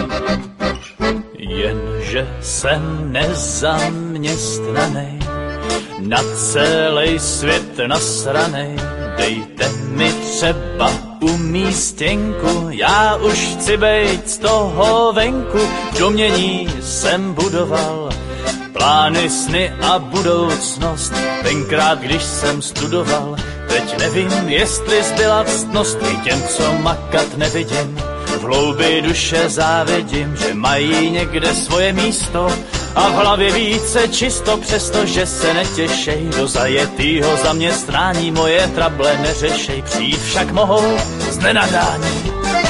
Jenže jsem nezaměstnanej, na celý svět nasranej. Dejte mi třeba umístěnku, já už chci bejt z toho venku. Domění jsem budoval plány, sny a budoucnost, tenkrát, když jsem studoval. Teď nevím, jestli zbyla ctnost i těm, co makat nevidím. V hloubi duše závidím, že mají někde svoje místo a v hlavě více čisto, přestože se netěšej do zajetýho zaměstnání, moje trable neřešej, přijít však mohou z nenadání.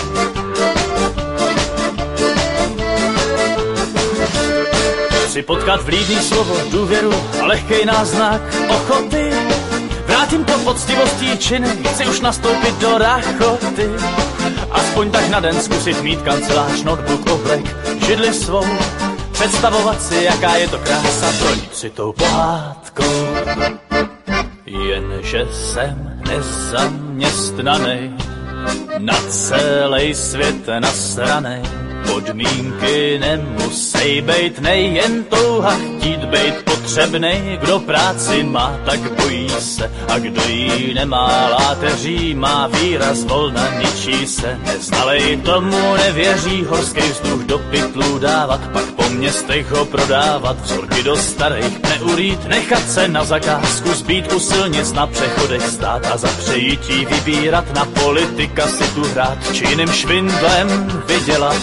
Chci potkat vlídný slovo, důvěru a lehkej náznak ochoty. Vrátím to poctivostí činy, chci už nastoupit do rachoty. Aspoň tak na den zkusit mít kancelář, notebook, oblek, židli svou. Představovat si, jaká je to krása, projít si tou pohádkou. Jenže jsem nezaměstnanej, na celý svět nasranej. Podmínky nemusej bejt, nejen touha chtít bejt potřebnej. Kdo práci má, tak bojí se, a kdo jí nemá, láteří, má výraz volna, ničí se. Neznalej tomu nevěří, horský vzduch do pytlů dávat, pak po městech ho prodávat, vzorky do starých neurít, nechat se na zakázku zbít u silnic, na přechodech stát a za přejítí vybírat, na politika si tu hrát, či jiným švindlem vydělat.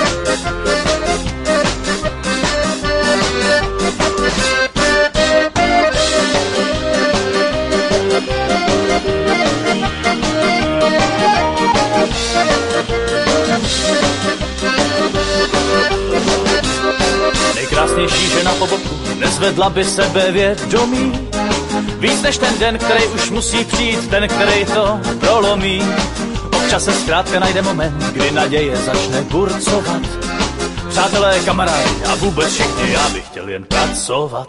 Nejkrásnější žena po boku nezvedla by sebevědomí, víc než ten den, který už musí přijít, ten, který to prolomí. Občas se zkrátka najde moment, kdy naděje začne burcovat. Přátelé, kamarádi a vůbec všichni, já bych chtěl jen pracovat.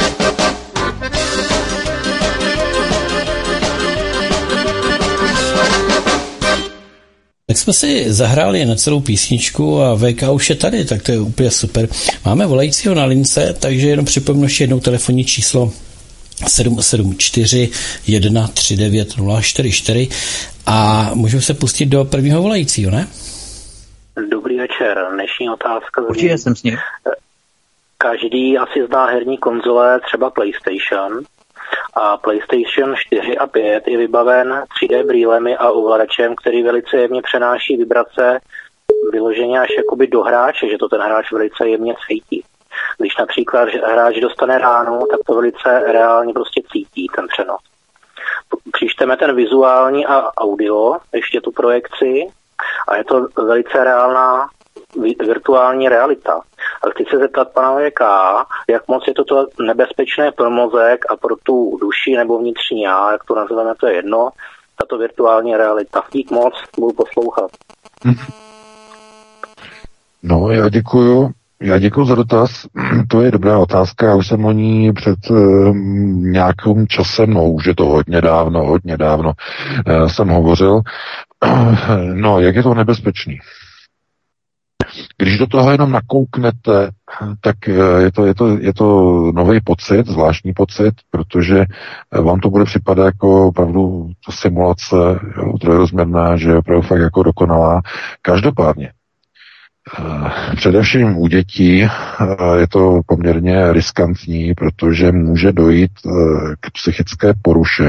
Tak jsme si zahráli na celou písničku a V K už je tady, tak to je úplně super. Máme volajícího na lince, takže jenom připomenu ještě jednou telefonní číslo sedm sedm čtyři jedna tři devět nula čtyři čtyři a můžeme se pustit do prvního volajícího, ne? Dobrý večer. Dnešní otázka. Určitě jsem s ním. Každý asi zná herní konzole, třeba PlayStation. A PlayStation čtyři a pět je vybaven tři dé brýlemi a ovladačem, který velice jemně přenáší vibrace vyloženě až jakoby do hráče, že to ten hráč velice jemně cítí. Když například hráč dostane ránu, tak to velice reálně prostě cítí ten přenos. Přičteme ten vizuální a audio, ještě tu projekci, a je to velice reálná virtuální realita. A chci se zeptat pana V K, jak moc je toto nebezpečné pro mozek a pro tu duši nebo vnitřní já, jak to nazveme, to je jedno, tato virtuální realita. Dík moc, budu poslouchat. No, já děkuju. Já děkuji za dotaz. To je dobrá otázka. Já už jsem o ní před uh, nějakým časem, no už je to hodně dávno, hodně dávno, uh, jsem hovořil. Uh, no, jak je to nebezpečný? Když do toho jenom nakouknete, tak je to, je to, je to nový pocit, zvláštní pocit, protože vám to bude připadat jako opravdu simulace, jo, trojrozměrná, že je opravdu fakt jako dokonalá. Každopádně, především u dětí je to poměrně riskantní, protože může dojít k psychické poruše,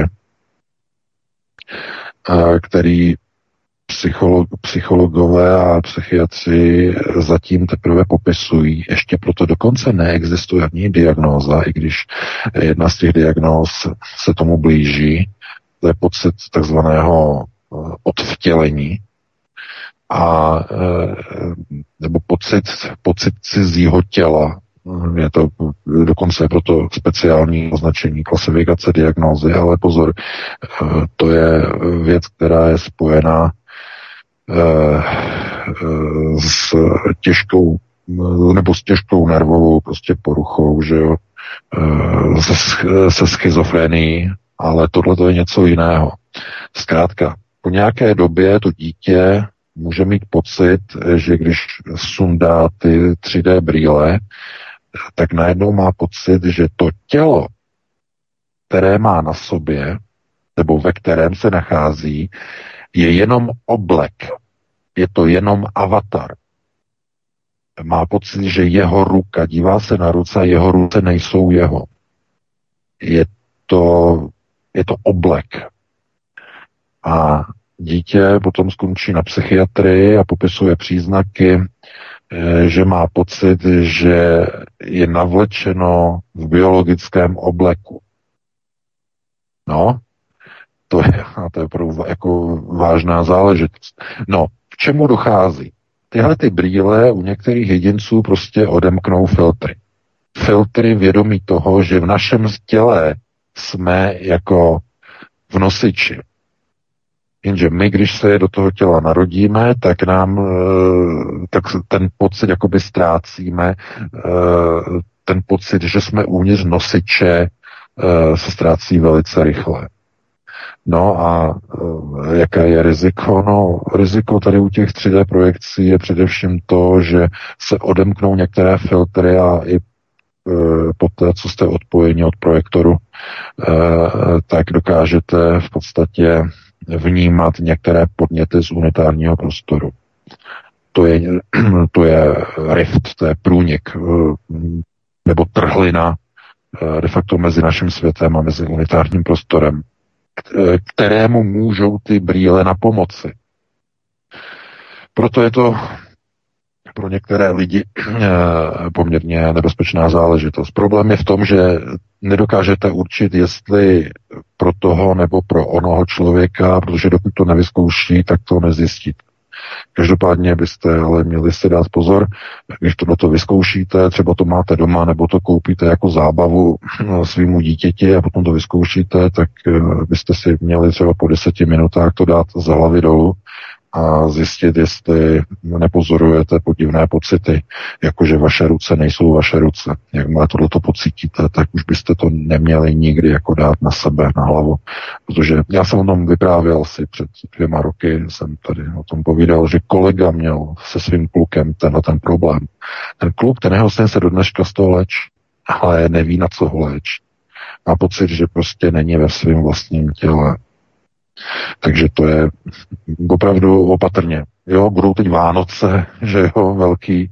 který psycholog, psychologové a psychiatři zatím teprve popisují. Ještě proto dokonce neexistuje ani diagnóza, i když jedna z těch diagnóz se tomu blíží. To je pocit takzvaného odvtělení a nebo pocit, pocit cizího těla. Je to dokonce proto speciální označení klasifikace diagnózy, ale pozor, to je věc, která je spojená s těžkou nebo s těžkou nervovou prostě poruchou, že jo, se, se schizofrenií, ale tohle to je něco jiného. Zkrátka, po nějaké době to dítě může mít pocit, že když sundá ty tři dé brýle, tak najednou má pocit, že to tělo, které má na sobě, nebo ve kterém se nachází, je jenom oblek. Je to jenom avatar. Má pocit, že jeho ruka, dívá se na ruce a jeho ruce nejsou jeho. Je to, je to oblek. A dítě potom skončí na psychiatrii a popisuje příznaky, že má pocit, že je navlečeno v biologickém obleku. No, to je, a to je opravdu jako vážná záležitost. No, k čemu dochází? Tyhle ty brýle u některých jedinců prostě odemknou filtry. Filtry vědomí toho, že v našem těle jsme jako v nosiči. Jenže my, když se do toho těla narodíme, tak nám tak ten pocit jakoby ztrácíme, ten pocit, že jsme uvnitř nosiče, se ztrácí velice rychle. No a jaké je riziko? No, riziko tady u těch tři dé projekcí je především to, že se odemknou některé filtry a i po té, co jste odpojeni od projektoru, tak dokážete v podstatě vnímat některé podněty z unitárního prostoru. To je, to je rift, to je průnik nebo trhlina de facto mezi naším světem a mezi unitárním prostorem, kterému můžou ty brýle na pomoci. Proto je to pro některé lidi poměrně nebezpečná záležitost. Problém je v tom, že nedokážete určit, jestli pro toho nebo pro onoho člověka, protože dokud to nevyzkouší, tak to nezjistíte. Každopádně byste ale měli si dát pozor, když tohle to vyzkoušíte, třeba to máte doma, nebo to koupíte jako zábavu svýmu dítěti a potom to vyzkoušíte, tak byste si měli třeba po deseti minutách to dát z hlavy dolů a zjistit, jestli nepozorujete podivné pocity, jakože vaše ruce nejsou vaše ruce. Jakmile tohleto pocítíte, tak už byste to neměli nikdy jako dát na sebe, na hlavu. Protože já jsem o tom vyprávěl asi před dvěma roky, jsem tady o tom povídal, že kolega měl se svým klukem tenhle ten problém. Ten kluk, ten jeho syn se do dneška z toho léčí, ale neví, na co ho léčí. Má pocit, že prostě není ve svém vlastním těle. Takže to je opravdu opatrně. Jo, budou teď Vánoce, že jo, velký,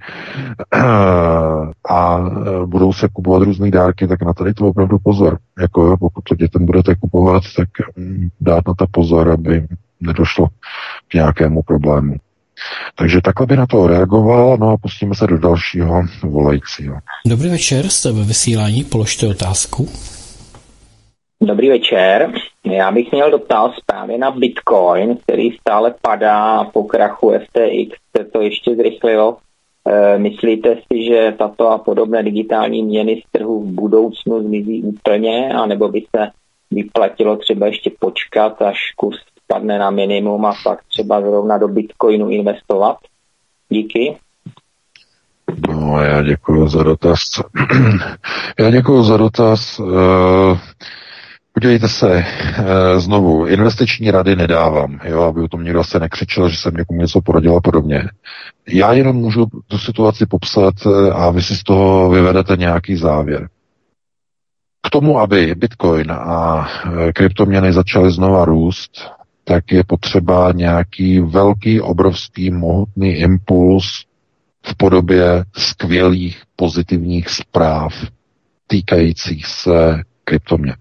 a budou se kupovat různý dárky, tak na tady to opravdu pozor. Jako jo, pokud to dětem budete kupovat, tak dát na to pozor, aby nedošlo k nějakému problému. Takže takhle by na to reagoval, no a pustíme se do dalšího volajícího. Dobrý večer, jste ve vysílání, položte otázku. Dobrý večer. Já bych měl dotaz právě na Bitcoin, který stále padá po krachu F T X, se to ještě zrychlilo. E, myslíte si, že tato a podobné digitální měny z trhu v budoucnu zmizí úplně, anebo by se vyplatilo třeba ještě počkat, až kurz spadne na minimum a pak třeba zrovna do Bitcoinu investovat? Díky. No, já děkuji za dotaz. Já děkuji za dotaz. Udělejte se e, znovu, investiční rady nedávám, jo, aby o tom někdo se nekřičel, že jsem někomu něco poradil a podobně. Já jenom můžu tu situaci popsat a vy si z toho vyvedete nějaký závěr. K tomu, aby Bitcoin a kryptoměny začaly znova růst, tak je potřeba nějaký velký, obrovský, mohutný impuls v podobě skvělých, pozitivních zpráv týkajících se kryptoměn.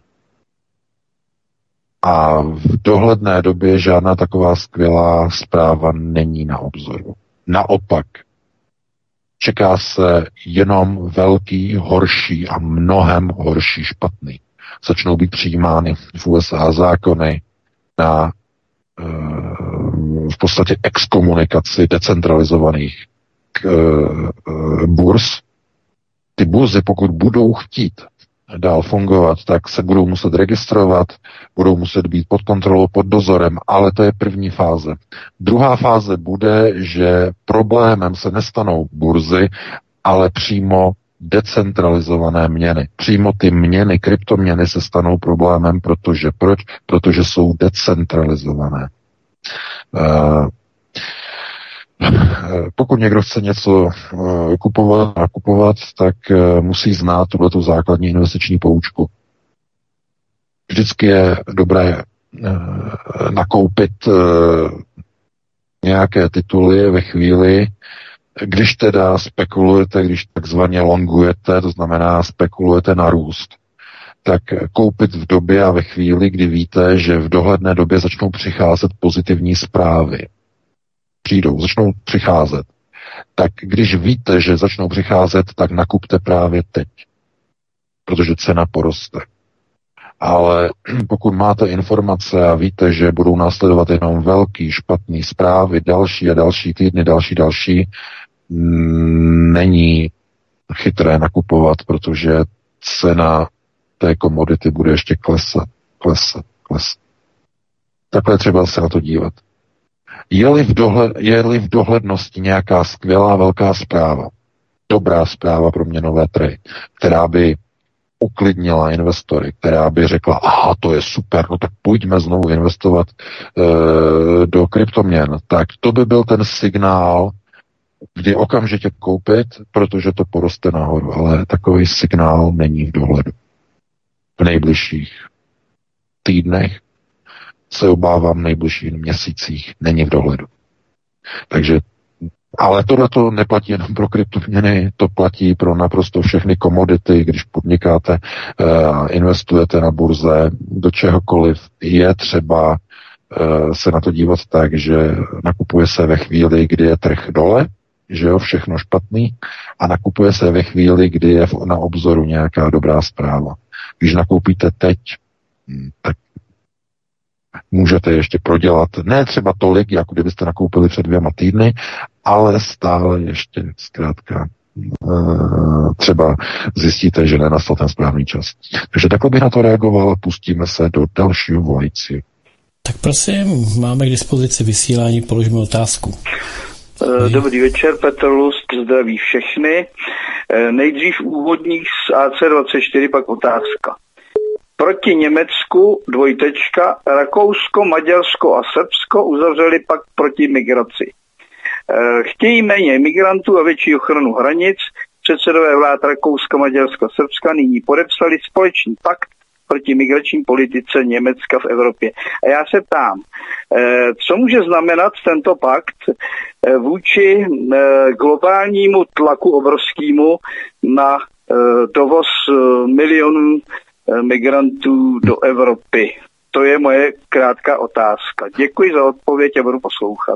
A v dohledné době žádná taková skvělá zpráva není na obzoru. Naopak, čeká se jenom velký, horší a mnohem horší špatný. Začnou být přijímány v U S A zákony na v podstatě exkomunikaci decentralizovaných burz. Ty burzy, pokud budou chtít dál fungovat, tak se budou muset registrovat, budou muset být pod kontrolou, pod dozorem, ale to je první fáze. Druhá fáze bude, že problémem se nestanou burzy, ale přímo decentralizované měny. Přímo ty měny, kryptoměny se stanou problémem, protože proč? Protože jsou decentralizované. Uh, Pokud někdo chce něco kupovat a kupovat, tak musí znát tuhletu základní investiční poučku. Vždycky je dobré nakoupit nějaké tituly ve chvíli, když teda spekulujete, když takzvaně longujete, to znamená spekulujete na růst, tak koupit v době a ve chvíli, kdy víte, že v dohledné době začnou přicházet pozitivní zprávy. Přijdou, začnou přicházet. Tak když víte, že začnou přicházet, tak nakupte právě teď. Protože cena poroste. Ale pokud máte informace a víte, že budou následovat jenom velký, špatný zprávy, další a další týdny, další, další, není chytré nakupovat, protože cena té komodity bude ještě klesat, klesat, klesat. Takhle třeba se na to dívat. Je-li v, dohled, je-li v dohlednosti nějaká skvělá velká zpráva, dobrá zpráva pro měnové trhy, která by uklidnila investory, která by řekla, aha, to je super, no tak pojďme znovu investovat e, do kryptoměn, tak to by byl ten signál, kdy okamžitě koupit, protože to poroste nahoru, ale takový signál není v dohledu. V nejbližších týdnech se obávám, v nejbližších měsících není v dohledu. Takže, ale tohle to neplatí jenom pro kryptoměny, to platí pro naprosto všechny komodity, když podnikáte, uh, investujete na burze, do čehokoliv, je třeba uh, se na to dívat tak, že nakupuje se ve chvíli, kdy je trh dole, že jo, všechno špatný, a nakupuje se ve chvíli, kdy je na obzoru nějaká dobrá zpráva. Když nakoupíte teď, tak můžete ještě prodělat, ne třeba tolik, jako kdybyste nakoupili před dvěma týdny, ale stále ještě zkrátka třeba zjistíte, že nenastal ten správný čas. Takže takhle bych na to reagoval, pustíme se do dalšího volajícího. Tak prosím, máme k dispozici vysílání, položíme otázku. Dobrý večer, Petr Lust, zdraví všechny. Nejdřív úvodník z A C dvacet čtyři, pak otázka. Proti Německu dvojtečka, Rakousko, Maďarsko a Srbsko uzavřeli pakt proti migraci. Chtějí méně migrantů a větší ochranu hranic. Předsedové vlád Rakouska, Maďarska a Srbska nyní podepsali společný pakt proti migrační politice Německa v Evropě. A já se ptám, co může znamenat tento pakt vůči globálnímu tlaku obrovskému na dovoz milionů migrantů do Evropy? To je moje krátká otázka. Děkuji za odpověď a budu poslouchat.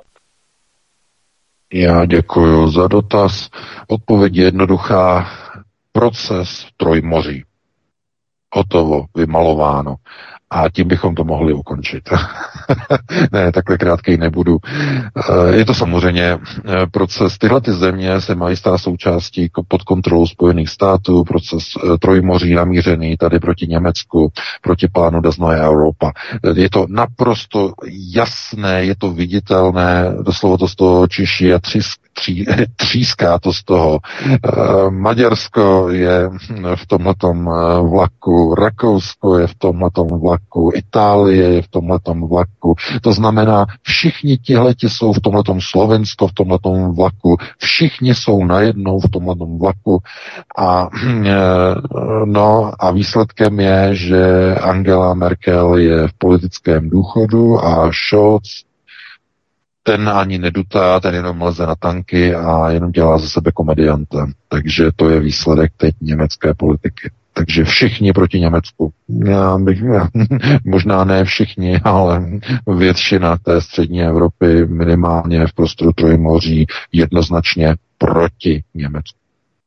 Já děkuji za dotaz. Odpověď je jednoduchá. Proces Trojmoří. Hotovo, vymalováno. A tím bychom to mohli ukončit. Ne, takhle krátkej nebudu. Je to samozřejmě proces. Tyhle ty země se mají stát součástí pod kontrolou Spojených států, proces trojmoří namířený tady proti Německu, proti plánu Das Neue Europa. Je to naprosto jasné, je to viditelné, doslova to z toho čiší a třísk, tří, tříská to z toho. Maďarsko je v tomhletom vlaku, Rakousko je v tomhletom vlaku, Itálie je v tomhletom vlaku. To znamená, všichni tihleti jsou v tomhletom, Slovensko v tomhletom vlaku, všichni jsou najednou v tomhletom vlaku a no a výsledkem je, že Angela Merkel je v politickém důchodu a Scholz ten ani nedutá, ten jenom leze na tanky a jenom dělá ze sebe komedianta. Takže to je výsledek teď německé politiky. Takže všichni proti Německu. Já bych, já, možná ne všichni, ale většina té střední Evropy minimálně v prostoru Trojmoří jednoznačně proti Německu.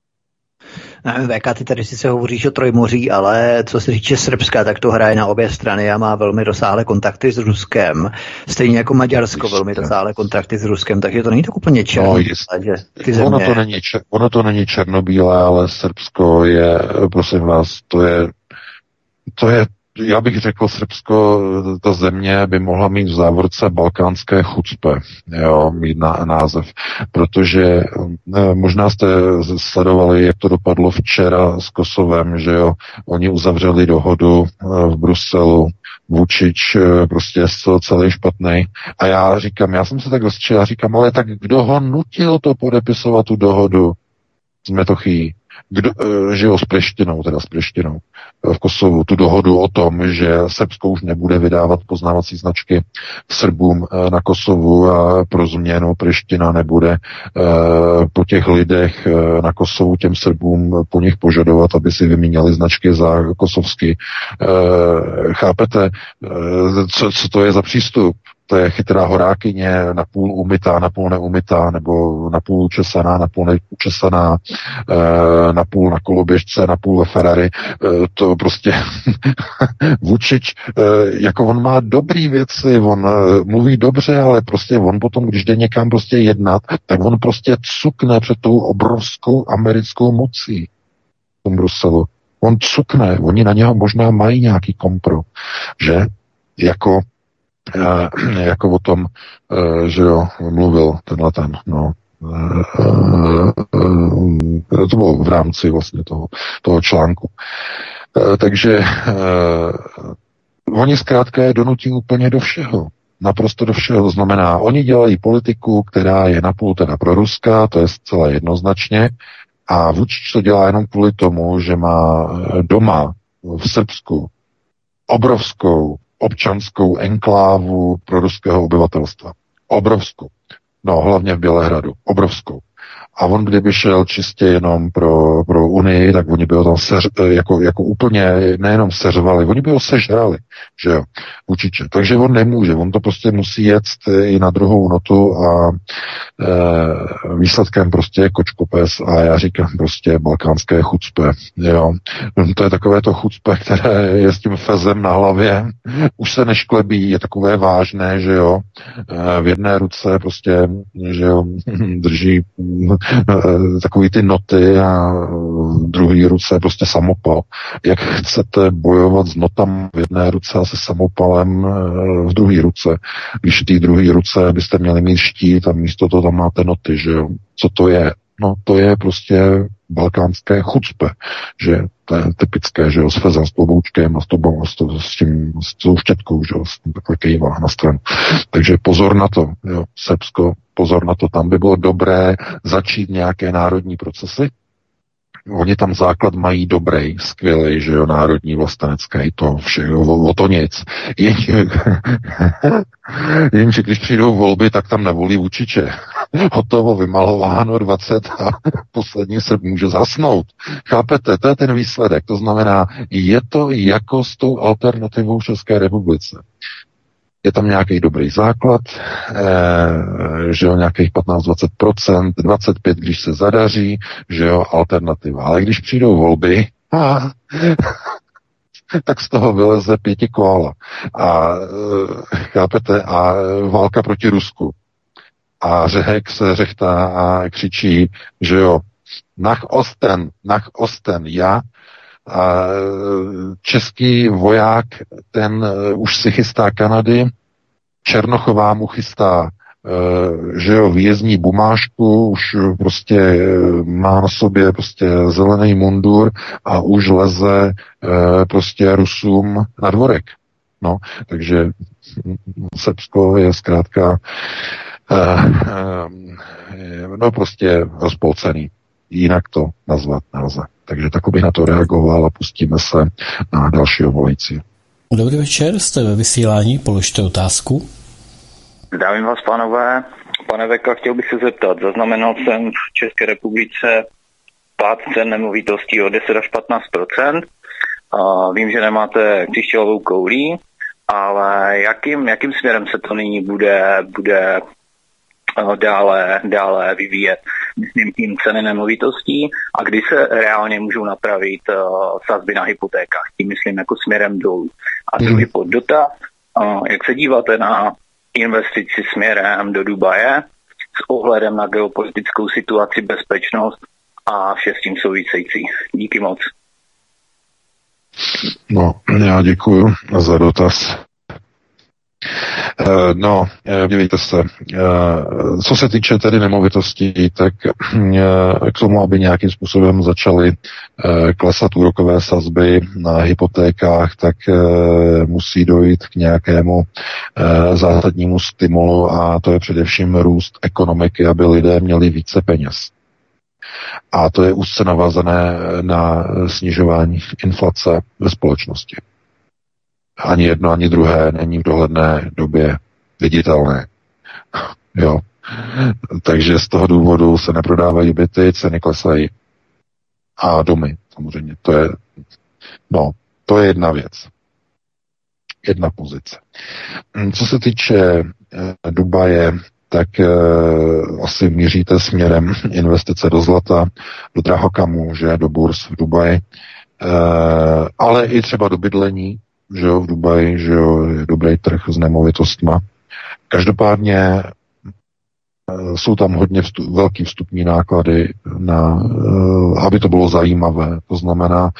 V K, ty tady sice hovoříš o Trojmoří, ale co se týče Srbska, tak to hraje na obě strany a má velmi rozsáhlé kontakty s Ruskem. Stejně jako Maďarsko Jistě. velmi rozsáhlé kontakty s Ruskem, takže to není tak úplně černobílé. No, ono, to není, ono to není černobílé, ale Srbsko je, prosím vás, to je, to je já bych řekl, Srbsko, ta země by mohla mít v závorce balkánské chucpe, jo, mít na, název, protože ne, možná jste sledovali, jak to dopadlo včera s Kosovem, že jo, oni uzavřeli dohodu v Bruselu, Vučič prostě je celý špatný. A já říkám, já jsem se tak rozčil, já říkám, ale tak kdo ho nutil to podepisovat tu dohodu s Metochií? Kdo, že jo, s Prištinou, teda s Prištinou v Kosovu, tu dohodu o tom, že Srbsko už nebude vydávat poznávací značky Srbům na Kosovu a pro změnu Priština nebude po těch lidech na Kosovu těm Srbům po nich požadovat, aby si vyměnili značky za kosovsky. Chápete, co, co to je za přístup? To je chytrá horákyně, napůl umytá, napůl neumytá, nebo napůl učesaná, napůl neučesaná, napůl na koloběžce, napůl ve Ferrari. To prostě Vučič, jako on má dobrý věci, on mluví dobře, ale prostě on potom, když jde někam prostě jednat, tak on prostě cukne před tou obrovskou americkou mocí v tom Bruselu. On cukne, oni na něho možná mají nějaký kompro, že jako jako o tom, že jo, mluvil tenhle ten, no, to bylo v rámci vlastně toho, toho článku. Takže oni zkrátka je donutí úplně do všeho. Naprosto do všeho. To znamená, oni dělají politiku, která je napůl teda proruská, to je zcela jednoznačně, a Vučič to dělá jenom kvůli tomu, že má doma v Srbsku obrovskou občanskou enklávu pro ruského obyvatelstva. Obrovskou. No, hlavně v Bělehradu. Obrovskou. A on, kdyby šel čistě jenom pro, pro Unii, tak oni by ho tam seř, jako, jako úplně nejenom seřvali, oni by ho sežrali, že jo, Vučiče. Takže on nemůže, on to prostě musí jet i na druhou notu a e, výsledkem prostě je kočkopes a já říkám prostě balkánské chucpe, jo. To je takové to chucpe, které je s tím fezem na hlavě, už se nešklebí, je takové vážné, že jo, e, v jedné ruce prostě, že jo, drží takový ty noty a v druhé ruce prostě samopal. Jak chcete bojovat s notami v jedné ruce a se samopalem v druhé ruce, když v té druhé ruce byste měli mít štít a místo toho tam máte noty, že jo? Co to je? No to je prostě balkánské chucpe, že to je typické, že jo, s fezem, s kloboučkem a s, tobou, s, to, s tím, s tou štětkou, že jo, s tím takhle kejvá na stranu. Takže pozor na to, jo, Srbsko, pozor na to, tam by bylo dobré začít nějaké národní procesy. Oni tam základ mají dobrý, skvělý, že jo, národní vlastenecký, to vše, o, o to nic. Jenže, jenže když přijdou volby, tak tam nevolí Vučiče. Hotovo, vymalováno dvacet a poslední se může zasnout. Chápete, to je ten výsledek. To znamená, je to jako s tou alternativou v České republice. Je tam nějaký dobrý základ, eh, že jo, nějakých patnáct až dvacet procent, dvacet pět procent, když se zadaří, že jo, alternativa. Ale když přijdou volby, a, tak z toho vyleze pěti koala. A chápete? A válka proti Rusku. A Řehek se řechtá a křičí, že jo, nach Osten, nach Osten, já. A český voják, ten už si chystá Kanady, Černochová mu chystá, že jo, výjezdní bumážku, už prostě má na sobě prostě zelený mundur a už leze prostě Rusům na dvorek. No, takže Srbsko je zkrátka no prostě rozpolcený. Jinak to nazvat nelze. Takže tak bych na to reagoval a pustíme se na dalšího volající. Dobrý večer, jste ve vysílání, položte otázku. Zdravím vás, pánové. Pane Veka, chtěl bych se zeptat. Zaznamenal jsem v České republice pád cen nemovitostí o deset až patnáct procent. A vím, že nemáte křišťálovou koulí, ale jakým, jakým směrem se to nyní bude, bude dále, dále vyvíjet, myslím tím ceny nemovitostí a kdy se reálně můžou napravit uh, sazby na hypotékách, tím myslím jako směrem dolů. A druhý poddotaz, uh, jak se díváte na investici směrem do Dubaje s ohledem na geopolitickou situaci, bezpečnost a vše s tím související. Díky moc. No, já děkuju za dotaz. No, dívejte se, co se týče tedy nemovitostí, tak k tomu, aby nějakým způsobem začaly klesat úrokové sazby na hypotékách, tak musí dojít k nějakému zásadnímu stimulu a to je především růst ekonomiky, aby lidé měli více peněz. A to je úzce navazané na snižování inflace ve společnosti. Ani jedno, ani druhé není v dohledné době viditelné. Jo. Takže z toho důvodu se neprodávají byty, ceny klesají. A domy, samozřejmě. To je, no, to je jedna věc. Jedna pozice. Co se týče eh, Dubaje, tak eh, asi míříte směrem investice do zlata, do drahokamů, že, do burz v Dubaji, eh, ale i třeba do bydlení, že jo, v Dubaji, že jo, je dobrý trh s nemovitostma. Každopádně jsou tam hodně vstup, velký vstupní náklady, na, aby to bylo zajímavé. To znamená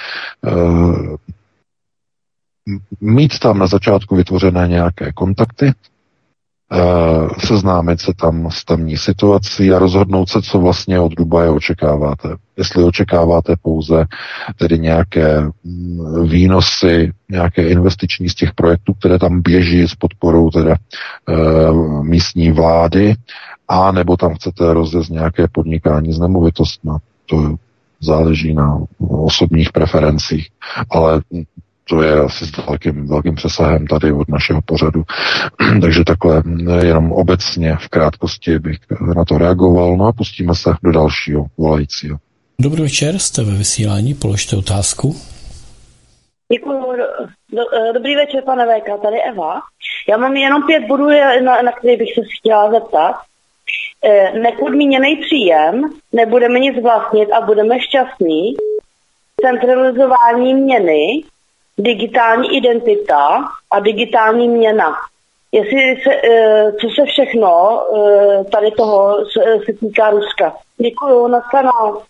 mít tam na začátku vytvořené nějaké kontakty, seznámit se tam s tamní situací a rozhodnout se, co vlastně od Dubaje očekáváte. Jestli očekáváte pouze tedy nějaké výnosy, nějaké investiční z těch projektů, které tam běží s podporou teda e, místní vlády, a nebo tam chcete rozjet nějaké podnikání s nemovitostmi. To záleží na osobních preferencích, ale to je asi s velkým, velkým přesahem tady od našeho pořadu. Takže takhle jenom obecně v krátkosti bych na to reagoval. No a pustíme se do dalšího volajícího. Dobrý večer, jste ve vysílání, položte otázku. Děkuji. Dobrý večer, pane Véka, tady Eva. Já mám jenom pět bodů, na, na které bych se chtěla zeptat. Nepodmíněný příjem, nebudeme nic vlastnit a budeme šťastní. Centralizování měny, digitální identita a digitální měna. Jestli se, co se všechno tady toho se týká Ruska. Děkuju, nashledanou.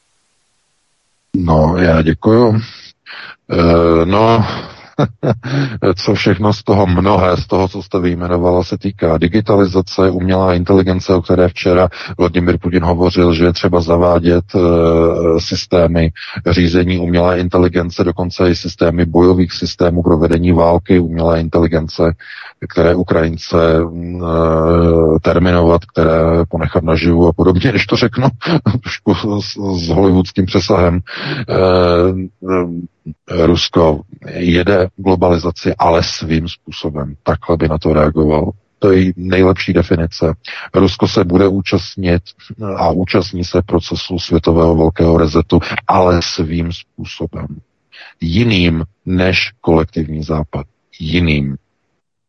No, já děkuju. No, co všechno z toho, mnohé z toho, co jste vyjmenovala, se týká digitalizace, umělá inteligence, o které včera Vladimír Putin hovořil, že je třeba zavádět e, systémy řízení umělé inteligence, dokonce i systémy bojových systémů pro vedení války umělé inteligence, které Ukrajince e, terminovat, které ponechat naživu a podobně, když to řeknu, trošku s, s hollywoodským přesahem. E, e, Rusko jede globalizaci, ale svým způsobem. Takhle by na to reagoval. To je nejlepší definice. Rusko se bude účastnit a účastní se procesu světového velkého resetu, ale svým způsobem. Jiným než kolektivní západ. Jiným.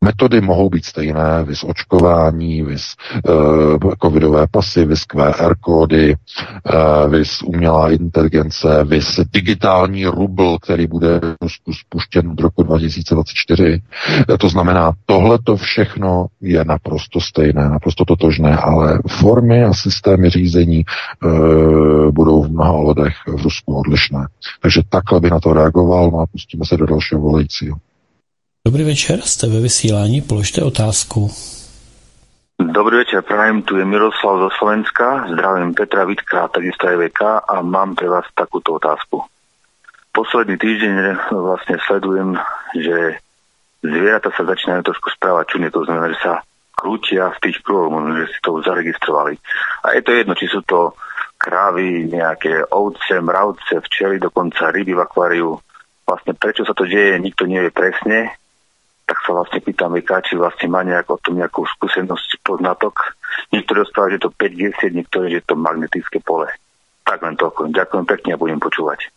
Metody mohou být stejné, vys očkování, vys uh, covidové pasy, vys Q R kódy, uh, vys umělá inteligence, vys digitální rubl, který bude spuštěn od roku dva tisíce dvacet čtyři. To znamená, tohleto všechno je naprosto stejné, naprosto totožné, ale formy a systémy řízení uh, budou v mnoha ohledech v Rusku odlišné. Takže takhle by na to reagoval, no a pustíme se do dalšího volajícího. Dobrý večer, jste ve vysílání, položte otázku. Dobrý večer, prajem, tu je Miroslav zo Slovenska, zdravím Petra Vítka, takisto aj V K a mám pre vás takúto otázku. Posledný týždeň vlastne sledujem, že zvieratá sa začínajú trošku správať čudne, to znamená, že sa krútia v tých kruhoch, možno, že si to zaregistrovali. A je to jedno, či sú to krávy, nejaké ovce, mravce, včely, dokonca ryby v akváriu. Vlastne prečo sa to deje, nikto nevie presne. Tak sa vlastne pýtam V K, či vlastne má nejak o tom nejakú skúsenosť, poznatok. Niektorí rozprávajú, že je to päť G, niektorí, že je to magnetické pole. Tak len toľko. Ďakujem pekne a budem počúvať.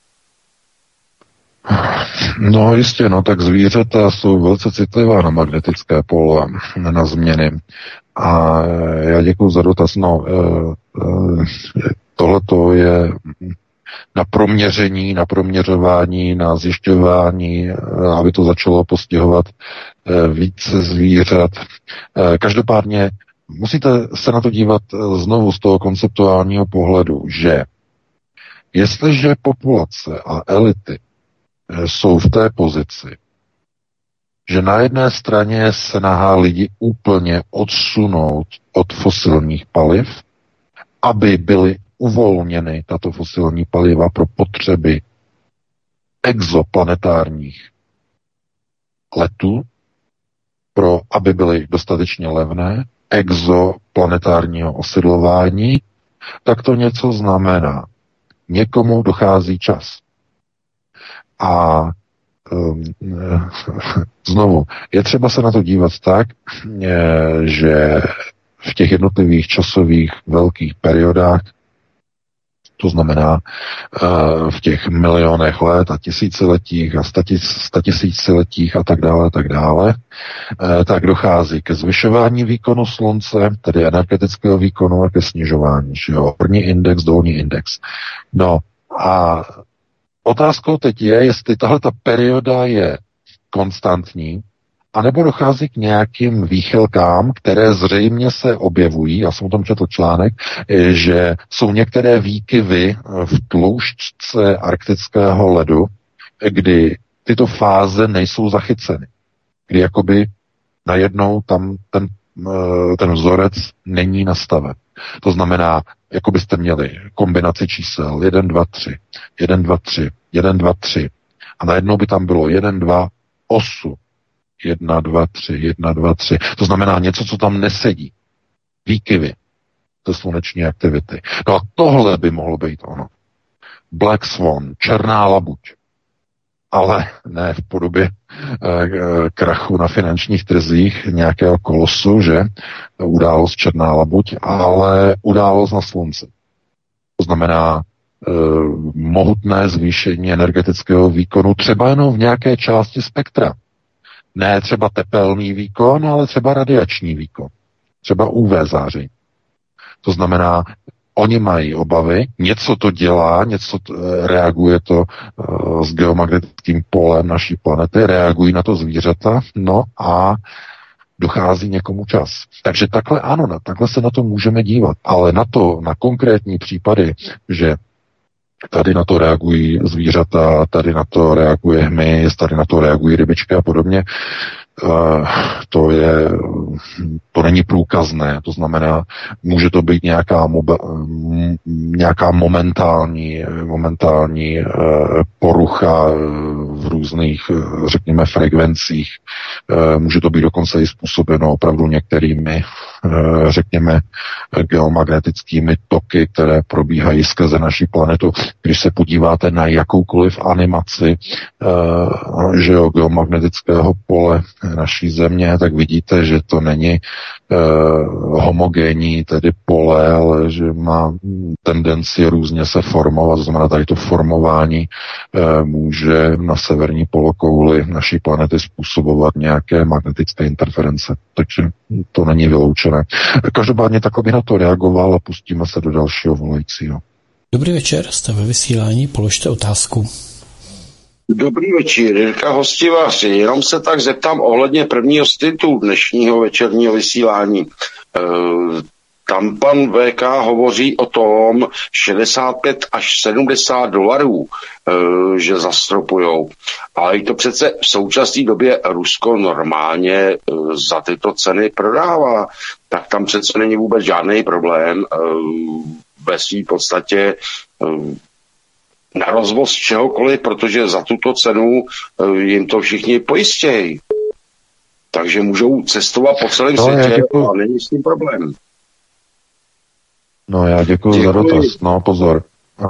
No jistě, no tak zvířata jsou velice citlivá na magnetické pole, na změny. A já děkuji za dotaz. No, e, e, tohleto je na proměření, na proměřování, na zjišťování, aby to začalo postihovat více zvířat. Každopádně musíte se na to dívat znovu z toho konceptuálního pohledu, že jestliže populace a elity jsou v té pozici, že na jedné straně se nahá lidi úplně odsunout od fosilních paliv, aby byly uvolněny tato fosilní paliva pro potřeby exoplanetárních letů, pro, aby byly dostatečně levné, exoplanetárního osidlování, tak to něco znamená. Někomu dochází čas. A um, znovu, je třeba se na to dívat tak, že v těch jednotlivých časových velkých periodách, to znamená v těch milionech let a tisíciletích a statisíciletích a tak dále, tak dále, tak dochází ke zvyšování výkonu slunce, tedy energetického výkonu a ke snižování. Horní index, dolní index. No a otázkou teď je, jestli tahle ta perioda je konstantní, anebo dochází k nějakým výchylkám, které zřejmě se objevují, já jsem o tom četl článek, že jsou některé výkyvy v tloušťce arktického ledu, kdy tyto fáze nejsou zachyceny. Kdy jakoby najednou tam ten, ten vzorec není nastaven. To znamená, jako byste měli kombinaci čísel jedna, dva, tři, jedna, dva, tři, jedna, dva, tři a najednou by tam bylo jedna, dva, osm, jedna, dva, tři, jedna, dva, tři. To znamená něco, co tam nesedí. Výkyvy ze sluneční aktivity. No a tohle by mohlo být ono. Black Swan, černá labuť. Ale ne v podobě eh, krachu na finančních trzích nějakého kolosu, že událost černá labuť, ale událost na slunci. To znamená eh, mohutné zvýšení energetického výkonu třeba jenom v nějaké části spektra. Ne třeba tepelný výkon, ale třeba radiační výkon. Třeba U V záření. To znamená, oni mají obavy, něco to dělá, něco to, reaguje to uh, s geomagnetickým polem naší planety, reagují na to zvířata, no a dochází někomu čas. Takže takhle ano, na, takhle se na to můžeme dívat, ale na to, na konkrétní případy, že tady na to reagují zvířata, tady na to reaguje hmyz, tady na to reagují rybičky a podobně, to je, to není průkazné, to znamená, může to být nějaká, mobe, nějaká momentální, momentální porucha v různých, řekněme, frekvencích. Může to být dokonce i způsobeno opravdu některými, řekněme, geomagnetickými toky, které probíhají skrze naši planetu. Když se podíváte na jakoukoliv animaci že jo, geomagnetického pole naší země, tak vidíte, že to není uh, homogenní tedy pole, ale že má tendenci různě se formovat, to znamená tady to formování e, může na severní polokouli naší planety způsobovat nějaké magnetické interference, takže to není vyloučené. Každopádně takhle bych na to reagoval a pustíme se do dalšího volajícího. Dobrý večer, jste ve vysílání, položte otázku. Dobrý večer, Jirka Hostivař. Jenom se tak zeptám ohledně prvního stintu dnešního večerního vysílání. E, tam pan V K hovoří o tom šedesát pět až sedmdesát dolarů, e, že zastropujou. Ale i to přece v současné době Rusko normálně e, za tyto ceny prodává. Tak tam přece není vůbec žádný problém. E, ve své podstatě e, na rozvoz čehokoliv, protože za tuto cenu jim to všichni pojistějí. Takže můžou cestovat po celém no, světě a není s tím problém. No já děkuji za dotaz, no pozor.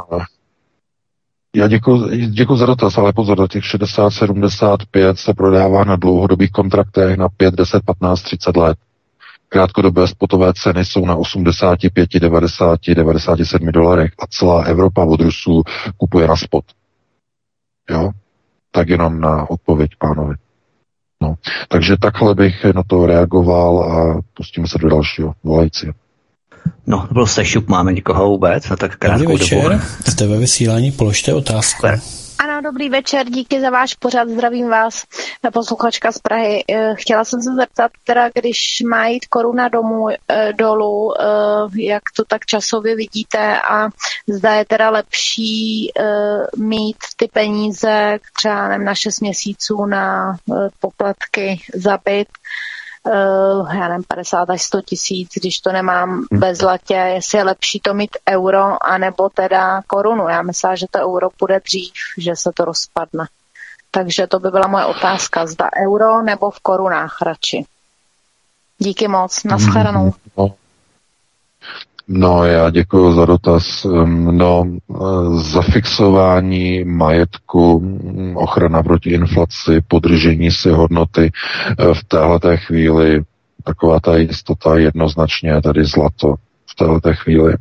Já děkuji, děkuji za dotaz, ale pozor, do těch šedesát sedmdesát pět se prodává na dlouhodobých kontraktech na pět, deset, patnáct, třicet let. Krátkodobé spotové ceny jsou na osmdesát pět, devadesát, devadesát sedm dolarech a celá Evropa od Rusů kupuje na spot. Jo? Tak jenom na odpověď, pánovi. No. Takže takhle bych na to reagoval a pustíme se do dalšího volající. No, to byl sešup, máme někoho vůbec na tak krátkou Dobrý večer, dobu. jste ve vysílání, položte otázku. Ano, dobrý večer, díky za váš pořad, zdravím vás, posluchačka z Prahy. Chtěla jsem se zeptat, teda, když má jít koruna domů, dolů, jak to tak časově vidíte a zda je teda lepší mít ty peníze třeba nevím, na šest měsíců na poplatky za byt, Uh, já nevím, padesát až sto tisíc, když to nemám ve zlatě, jestli je lepší to mít euro, anebo teda korunu. Já myslím, že to euro půjde dřív, že se to rozpadne. Takže to by byla moje otázka, zda euro nebo v korunách radši. Díky moc, nashledanou. No, no já děkuji za dotaz. No, zafixování majetku, ochrana proti inflaci, podržení si hodnoty v téhleté chvíli, taková ta jistota jednoznačně tady zlato v téhleté chvíli.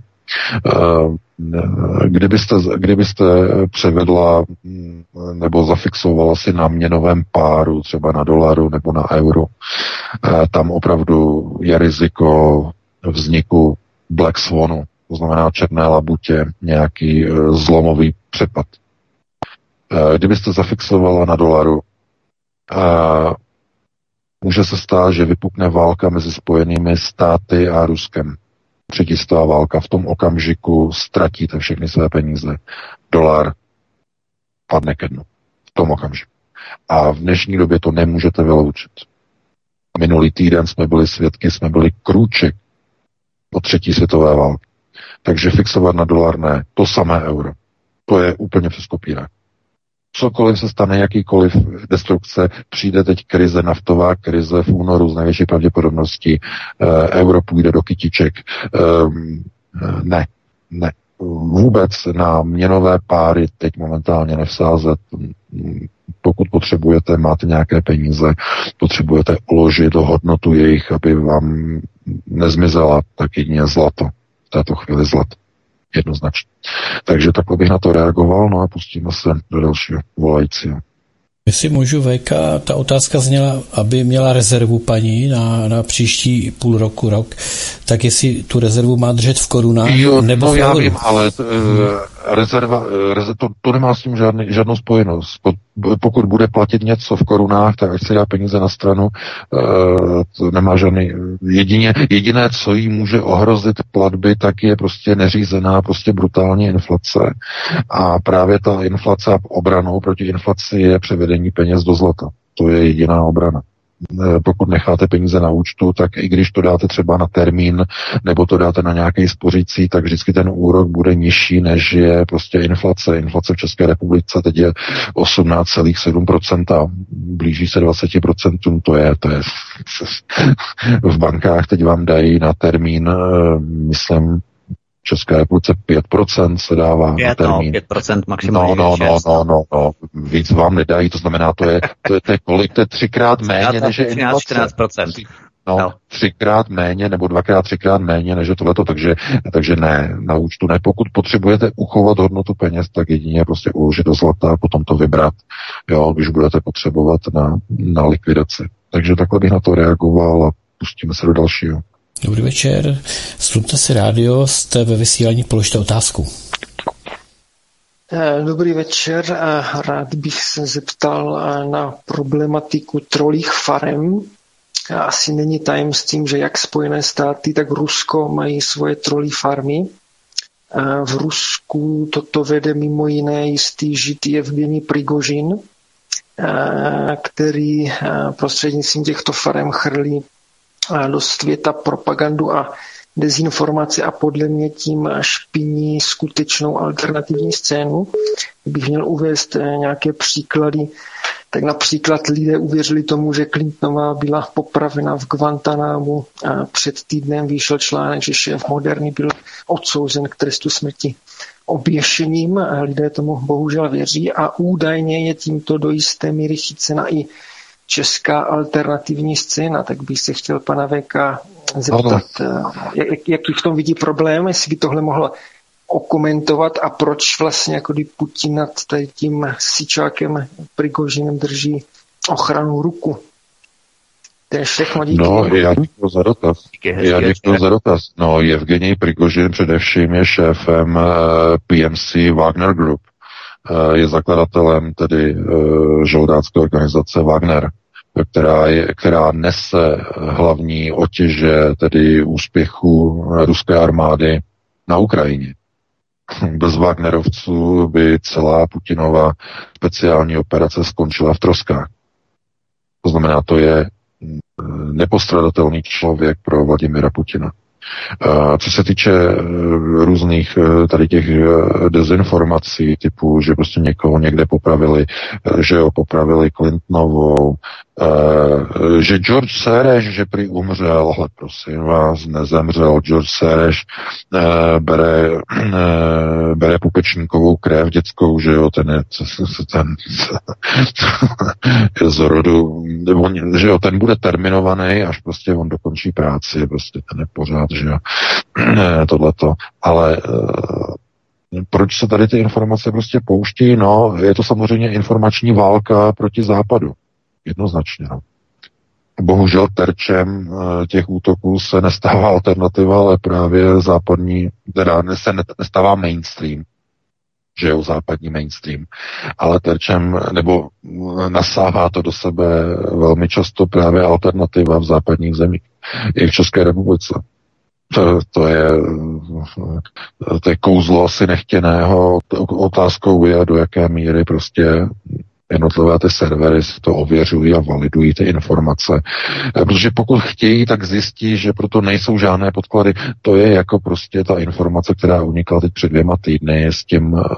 Kdybyste, kdybyste převedla nebo zafixovala si na měnovém páru, třeba na dolaru nebo na euro, tam opravdu je riziko vzniku Black Swanu, to znamená černé labutě, nějaký zlomový přepad. Kdybyste zafixovala na dolaru, může se stát, že vypukne válka mezi Spojenými státy a Ruskem. Třetistá válka. V tom okamžiku ztratíte všechny své peníze. Dolar padne ke dnu. V tom okamžiku. A v dnešní době to nemůžete vyloučit. Minulý týden jsme byli svědky, jsme byli krůček po třetí světové války. Takže fixovat na dolar ne. To samé euro. To je úplně přes kopírák. Cokoliv se stane, jakýkoliv destrukce, přijde teď krize, naftová krize v únoru z největší pravděpodobností, e, euro půjde do kytiček. E, ne, ne. Vůbec na měnové páry teď momentálně nevsázet. Pokud potřebujete, máte nějaké peníze, potřebujete uložit do hodnotu jejich, aby vám nezmizela, tak jedině zlato. V této chvíli zlato. Jednoznačně. Takže takhle bych na to reagoval, no a pustíme se do dalšího volajícího. Jestli můžu, V K, ta otázka zněla, aby měla rezervu paní na, na příští půl roku, rok, tak jestli tu rezervu má držet v korunách jo, nebo no v já euru. vím, ale uh, rezerva, rezerva to, to nemá s tím žádný, žádnou spojenost. Pokud bude platit něco v korunách, tak ať se dá peníze na stranu, uh, to nemá žádný, jedině, jediné, co jí může ohrozit platby, tak je prostě neřízená, prostě brutální inflace. A právě ta inflace a obranou proti inflaci je převedení peněz do zlata. To je jediná obrana. Pokud necháte peníze na účtu, tak i když to dáte třeba na termín, nebo to dáte na nějaký spořící, tak vždycky ten úrok bude nižší, než je prostě inflace. Inflace v České republice teď je osmnáct celá sedm procenta, blíží se dvacet procent, to je, to je v bankách teď vám dají na termín, myslím, v České republice pět procent se dává pět, na termín. No, pět procent maximálně. No, no, no, no, no, no, víc vám nedají, to znamená, to je, to je, to je kolik, to je třikrát méně, než je inflace. čtrnáct procent. No, no, třikrát méně nebo dvakrát, třikrát méně než je tohleto, takže, takže ne, na účtu ne. Pokud potřebujete uchovat hodnotu peněz, tak jedině prostě uložit do zlata a potom to vybrat, jo, když budete potřebovat na, na likvidaci. Takže takhle bych na to reagoval a pustíme se do dalšího. Dobrý večer, slupte si rádio, jste ve vysílání, položte otázku. Dobrý večer, rád bych se zeptal na problematiku trolích farem. Asi není tajemstvím, že jak Spojené státy, tak Rusko mají svoje trolí farmy. V Rusku toto vede mimo jiné jistý žid Jevgenij Prigožin, který prostřednictvím těchto farem chrlí do světa propagandu a dezinformace a podle mě tím špiní skutečnou alternativní scénu. Kdybych měl uvést nějaké příklady, tak například lidé uvěřili tomu, že Clintonová byla popravena v Guantanámu a před týdnem vyšel článek, že šéf Moderny byl odsouzen k trestu smrti oběšením. Lidé tomu bohužel věří a údajně je tímto do jisté míry chycena i česká alternativní scéna. Tak bych se chtěl pana V K zeptat, jak, jaký v tom vidí problém, jestli by tohle mohlo okomentovat a proč vlastně jako kdy Putin nad tím sičákem Prigožinem drží ochranu ruku. To je všechno, díky. No, já děkuji za dotaz. Já děkuji za dotaz. No, Jevgenij Prigožin především je šéfem P M C Wagner Group. Je zakladatelem tedy žoldácké organizace Wagner, která, je, která nese hlavní otěže, tedy úspěchu ruské armády na Ukrajině. Bez Wagnerovců by celá Putinova speciální operace skončila v troskách. To znamená, to je nepostradatelný člověk pro Vladimira Putina. Co se týče různých tady těch dezinformací typu, že prostě někoho někde popravili, že ho popravili Clintonovou, že George Soros, že prý umřel, ale prosím vás, nezemřel. George Soros bere, bere pupečníkovou krev dětskou, že jo, ten je, ten je z rodu, že jo, ten bude terminovaný, až prostě on dokončí práci, prostě ten je pořád, že jo, tohleto, ale proč se tady ty informace prostě pouští? No, je to samozřejmě informační válka proti západu. Jednoznačně. No. Bohužel terčem těch útoků se nestává alternativa, ale právě západní, teda se nestává mainstream, že jo, západní mainstream, ale terčem, nebo nasává to do sebe velmi často právě alternativa v západních zemích, i v České republice. To, to, je, to je kouzlo asi nechtěného. Otázkou je, do jaké míry prostě jednotlivé ty servery si to ověřují a validují ty informace. Protože pokud chtějí, tak zjistí, že proto nejsou žádné podklady. To je jako prostě ta informace, která unikla teď před dvěma týdny s tím, uh,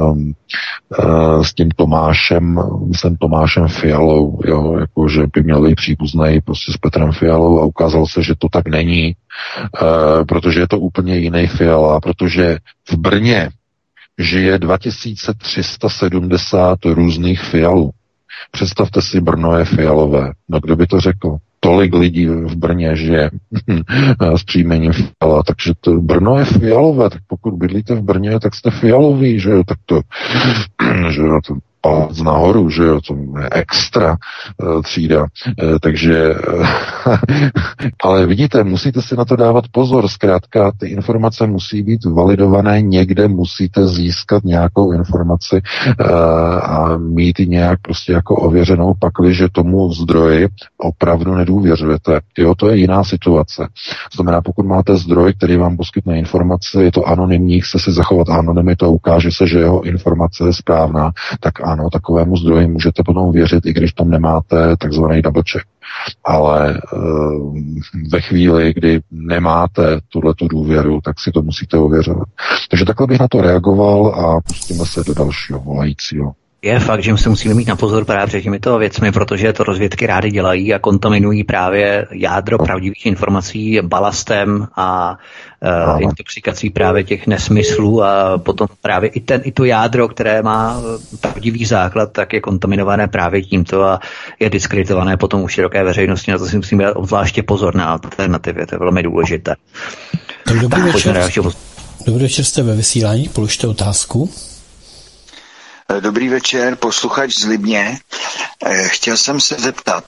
uh, s tím Tomášem, myslím Tomášem Fialou, jo, jako, že by měl být příbuzný prostě s Petrem Fialou a ukázalo se, že to tak není, uh, protože je to úplně jiný Fiala, protože v Brně žije dva tisíce tři sta sedmdesát různých Fialů. Představte si, Brno je fialové. No kdo by to řekl? Tolik lidí v Brně žije s příjmením Fiala, takže to Brno je fialové, tak pokud bydlíte v Brně, tak jste fialoví, že jo, tak to, že jo, to palec nahoru, že jo, to je extra uh, třída, uh, takže uh, ale vidíte, musíte si na to dávat pozor, zkrátka ty informace musí být validované, někde musíte získat nějakou informaci uh, a mít ji nějak prostě jako ověřenou, pakliže tomu zdroji opravdu nedůvěřujete. Jo, to je jiná situace. To znamená, pokud máte zdroj, který vám poskytne informace, je to anonymní, chce si zachovat anonymitu a ukáže se, že jeho informace je správná, tak ano, takovému zdroji můžete potom věřit, i když tam nemáte takzvaný double check. Ale e, ve chvíli, kdy nemáte tuhletu důvěru, tak si to musíte ověřovat. Takže takhle bych na to reagoval a pustíme se do dalšího volajícího. Je fakt, že se musíme mít na pozor právě před těmito věcmi, protože to rozvědky rády dělají a kontaminují právě jádro pravdivých informací balastem a uh, intoxikací právě těch nesmyslů a potom právě i, ten, i to jádro, které má pravdivý základ, tak je kontaminované právě tímto a je diskreditované potom u široké veřejnosti. Na to si musíme dát obzvláště pozor na alternativě, to je velmi důležité. Tak dobrý tak, večer. Dobrý večer, jste ve vysílání, položte otázku. Dobrý večer, posluchač z Libně. Chtěl jsem se zeptat,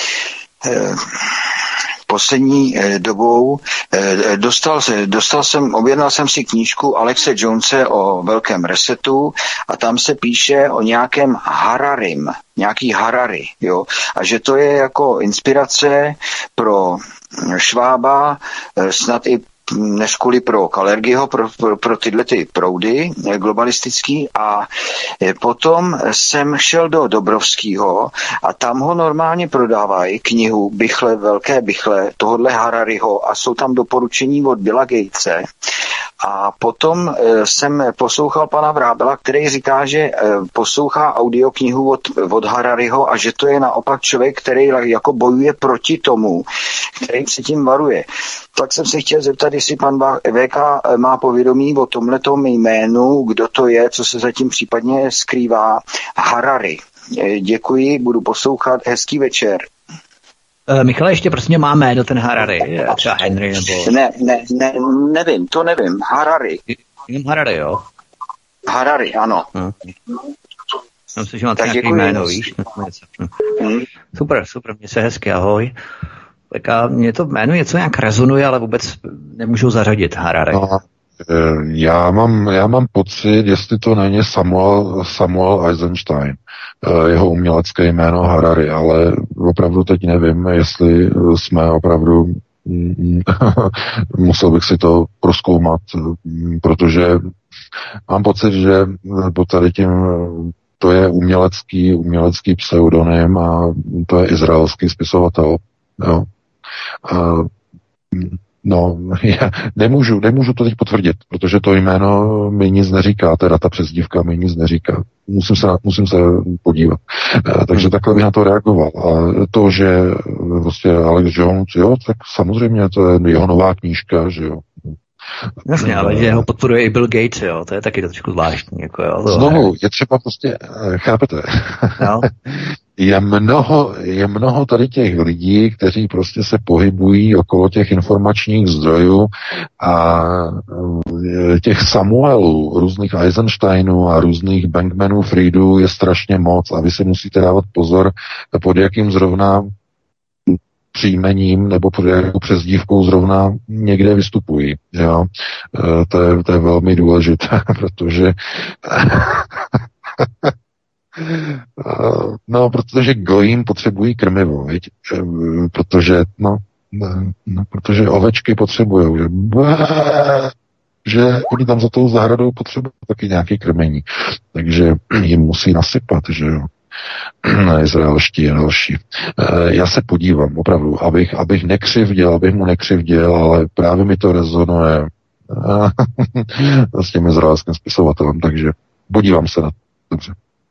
poslední dobou dostal, dostal jsem, objednal jsem si knížku Alexe Jonese o velkém resetu a tam se píše o nějakém Hararim, nějaký Harari, jo, a že to je jako inspirace pro Švába, snad i než kvůli pro Kalergiho, pro, pro, pro tyhle ty proudy globalistický a potom jsem šel do Dobrovského a tam ho normálně prodávají knihu Bychle, velké bychle, tohodle Harariho a jsou tam doporučení od Billa Gatese a potom jsem poslouchal pana Vrábela, který říká, že poslouchá audioknihu od, od Harariho a že to je naopak člověk, který jako bojuje proti tomu, který se tím varuje. Tak jsem se chtěl zeptat, jestli pan V K má povědomí o tomhletom jménu, kdo to je, co se zatím případně skrývá. Harari. Děkuji, budu poslouchat. Hezký večer. Uh, Michale, ještě prostě má jméno ten Harari, třeba Henry nebo... Ne, ne, ne, nevím, to nevím. Harari. Jenom Harari, jo? Harari, ano. Hmm. Myslím, že máte nějaké jméno, víš? Hmm. Super, super, mě se hezky, ahoj. Tak a mě to jméno něco nějak rezonuje, ale vůbec nemůžu zařadit Harari. No, já mám, já mám pocit, jestli to není Samuel, Samuel Eisenstein, jeho umělecké jméno Harari, ale opravdu teď nevím, jestli jsme opravdu musel bych si to prozkoumat, protože mám pocit, že po tady tím to je umělecký, umělecký pseudonym a to je izraelský spisovatel. Jo. Uh, no, já nemůžu, nemůžu to teď potvrdit, protože to jméno mi nic neříká, teda ta přezdívka mi nic neříká. Musím se, musím se podívat. Uh, takže takhle bych na to reagoval. A to, že vlastně Alex Jones, jo, tak samozřejmě to je jeho nová knížka, že jo. Jasně, ale že ho podporuje i Bill Gates, jo, to je taky trošku zvláštní. Jako, jo, Znovu, je třeba prostě, chápete, no. je, mnoho, je mnoho tady těch lidí, kteří prostě se pohybují okolo těch informačních zdrojů a těch Samuelů, různých Eisensteinů a různých Bankmanů, Friedů je strašně moc a vy si musíte dávat pozor, pod jakým zrovna příjmením nebo pod jakou přezdívkou zrovna někde vystupují. Jo? E, to, je, to je velmi důležité, protože no, protože gojím potřebují krmivo, viď? protože no, no, protože ovečky potřebují, že, že oni tam za tou zahradou potřebují taky nějaké krmení, takže jim musí nasypat, že jo. Izraelští a další. Já se podívám, opravdu, abych, abych nekřivděl, abych mu nekřivděl, ale právě mi to rezonuje s tím izraelským spisovatelem, takže podívám se na to. Dobře.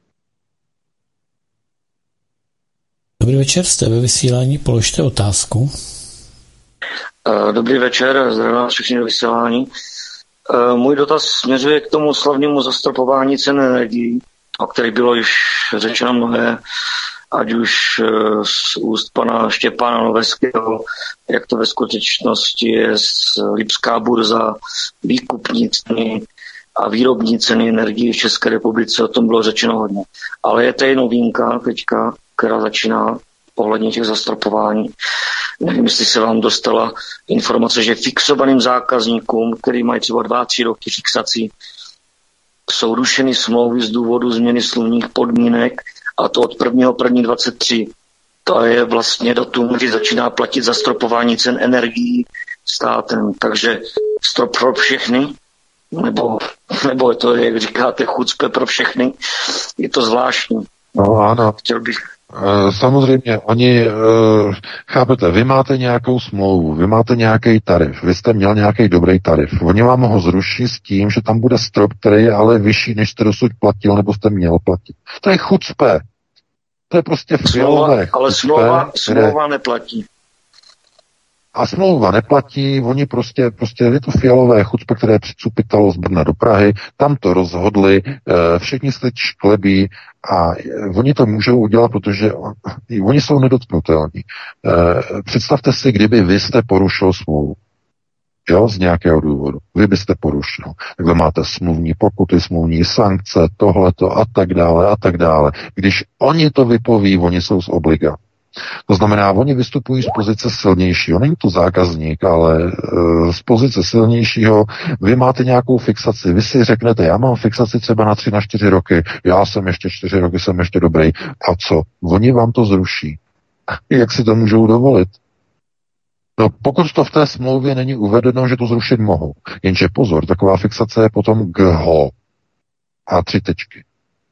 Dobrý večer, jste ve vysílání, položte otázku. Dobrý večer, zdravím vás všichni do vysílání. Můj dotaz směřuje k tomu slavnému zastropování cen energií, o kterých bylo již řečeno mnohé, ať už z úst pana Štěpána Noveského, jak to ve skutečnosti je Lipská burza, výkupní ceny a výrobní ceny energií v České republice, o tom bylo řečeno hodně. Ale je tady novinka teďka, která začíná ohledně těch zastropování. Nevím, jestli se vám dostala informace, že fixovaným zákazníkům, který mají třeba dva, tři roky fixací, jsou rušeny smlouvy z důvodu změny smluvních podmínek a to od prvního prvního dvacet tři. To je vlastně datum, kdy začíná platit zastropování cen energií státem. Takže strop pro všechny, nebo, nebo je to, jak říkáte, chucpe pro všechny. Je to zvláštní. No ano. Chtěl bych, Samozřejmě, oni, chápete, vy máte nějakou smlouvu, vy máte nějaký tarif, vy jste měl nějaký dobrý tarif. Oni vám ho zruší s tím, že tam bude strop, který je ale vyšší, než jste dosud platil, nebo jste měl platit. To je chucpe. To je prostě fialové chucpe. Ale smlouva, smlouva neplatí. A smlouva neplatí, oni prostě, prostě je to fialové chucpe, které přicupitalo z Brna do Prahy, tam to rozhodli, všichni se teď šklebí a oni to můžou udělat, protože on, oni jsou nedotknutelní. Představte si, kdyby vy jste porušil smlouvu, jo, z nějakého důvodu, vy byste porušil, takhle máte smluvní pokuty, smluvní sankce, tohleto a tak dále a tak dále. Když oni to vypoví, oni jsou z obliga. To znamená, oni vystupují z pozice silnějšího. Není to zákazník, ale e, z pozice silnějšího. Vy máte nějakou fixaci. Vy si řeknete, já mám fixaci třeba na tři, na čtyři roky. Já jsem ještě čtyři roky, jsem ještě dobrý. A co? Oni vám to zruší. Jak si to můžou dovolit? No, pokud to v té smlouvě není uvedeno, že to zrušit mohou. Jenže pozor, taková fixace je potom G H O a tři tečky.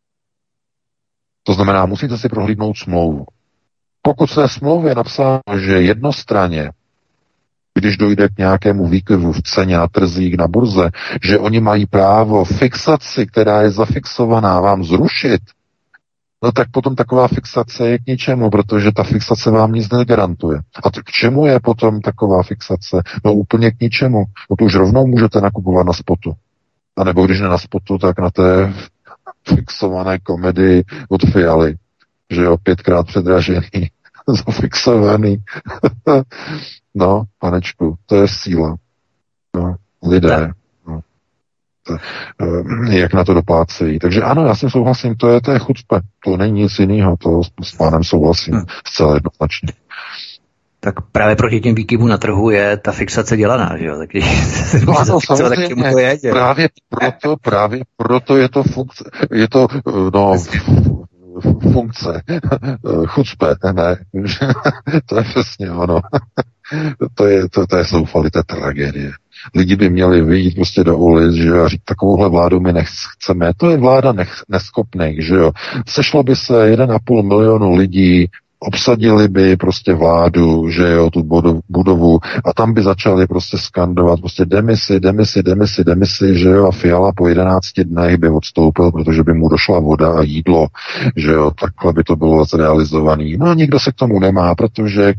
To znamená, musíte si prohlídnout smlouvu. Pokud se v smlouvě napsáno, že jednostranně, když dojde k nějakému výkyvu v ceně na trzích na burze, že oni mají právo fixaci, která je zafixovaná, vám zrušit, no tak potom taková fixace je k ničemu, protože ta fixace vám nic negarantuje. A to k čemu je potom taková fixace? No úplně k ničemu. No to už rovnou můžete nakupovat na spotu. A nebo když ne na spotu, tak na té fixované komedii od Fialy. Že jo, pětkrát předražený, zafixovaný. No, panečku, to je síla. No, lidé. No. To, jak na to doplácejí. Takže ano, já s tím souhlasím, to je, to je chucpe. To není nic jiného, to s pánem souhlasím hmm. zcela jednoznačně. Tak právě proti těm výkyvům na trhu je ta fixace dělaná, že jo? Tak když se no, ano, tak čemu to je? Právě proto, právě proto je to funkce, je to, no, funkce, chucpe, ne, to je přesně ono. to je, to, to je zoufalité tragédie. Lidi by měli vyjít prostě do ulic, že jo, a říct, takovouhle vládu my nechceme. To je vláda nech, neschopných, že jo. Sešlo by se jeden a půl milionu lidí, obsadili by prostě vládu, že jo, tu budovu a tam by začali prostě skandovat prostě demisi, demisi, demisi, demisi, že jo, a Fiala po jedenácti dnech by odstoupil, protože by mu došla voda a jídlo, že jo, takhle by to bylo zrealizovaný. No a nikdo se k tomu nemá, protože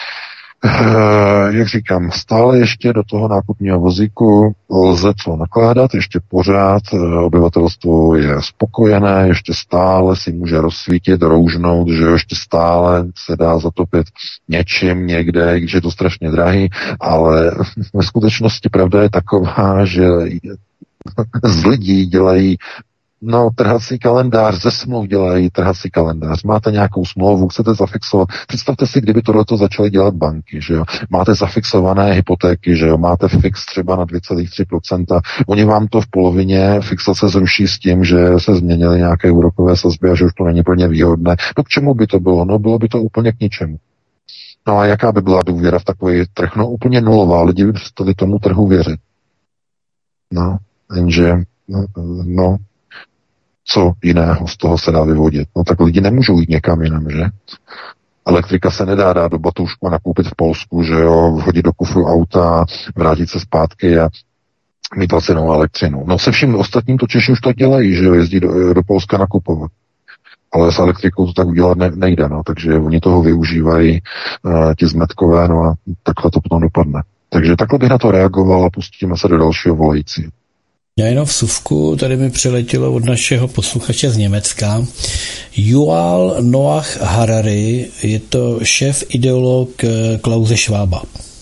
jak říkám, stále ještě do toho nákupního vozíku lze co nakládat, ještě pořád obyvatelstvo je spokojené, ještě stále si může rozsvítit, roužnout, že ještě stále se dá zatopit něčím někde, když je to strašně drahý, ale ve skutečnosti pravda je taková, že z lidí dělají no, trhací kalendář, ze smluv dělají trhací kalendář. Máte nějakou smlouvu, chcete zafixovat. Představte si, kdyby tohleto začaly dělat banky, že jo. Máte zafixované hypotéky, že jo. Máte fix třeba na dvě celá tři procenta. Oni vám to v polovině fixace zruší s tím, že se změnily nějaké úrokové sazby a že už to není plně výhodné. No k čemu by to bylo? No bylo by to úplně k ničemu. No a jaká by byla důvěra v takový trh? No úplně nulová. Lidi by přestali tomu trhu věřit. No, jenže, no, no co jiného z toho se dá vyvodit? No tak lidi nemůžou jít někam jinam, že? Elektrika se nedá dát do batůžku a nakoupit v Polsku, že jo, vhodit do kufru auta, vrátit se zpátky a mít lacinou elektřinu. No se vším ostatním to Češi už to dělají, že jo, jezdí do, do Polska nakupovat. Ale s elektrikou to tak udělat ne, nejde, no, takže oni toho využívají uh, ti zmetkové, no a takhle to potom dopadne. Takže takhle bych na to reagoval a pustíme se do dalšího volající. Já jenom v suvku, tady mi přiletělo od našeho posluchače z Německa. Yuval Noah Harari, je to šéf ideolog Klause Schwaba.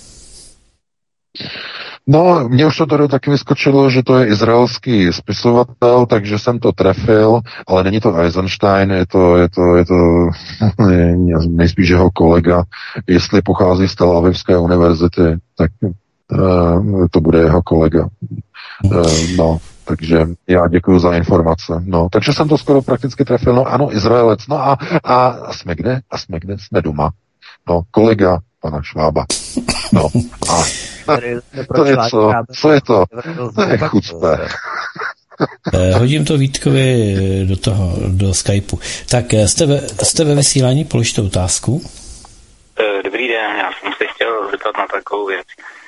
No, mně už to tady taky vyskočilo, že to je izraelský spisovatel, takže jsem to trefil, ale není to Eisenstein, je to, je to, je to nejspíš jeho kolega. Jestli pochází z Tel Avivské univerzity, tak uh, to bude jeho kolega. Uh, no, takže já děkuji za informace. No, takže jsem to skoro prakticky trefil. No ano, Izraelec. No a, a jsme kde? A jsme kde? Jsme doma. No, kolega pana Švába. No, a to je co? Co je to? To je chucpe. Hodím to Vítkovi do toho, do Skypeu. Tak jste ve, jste ve vysílání, položte otázku. Dobrý den, já jsem se chtěl zeptat na takovou věc.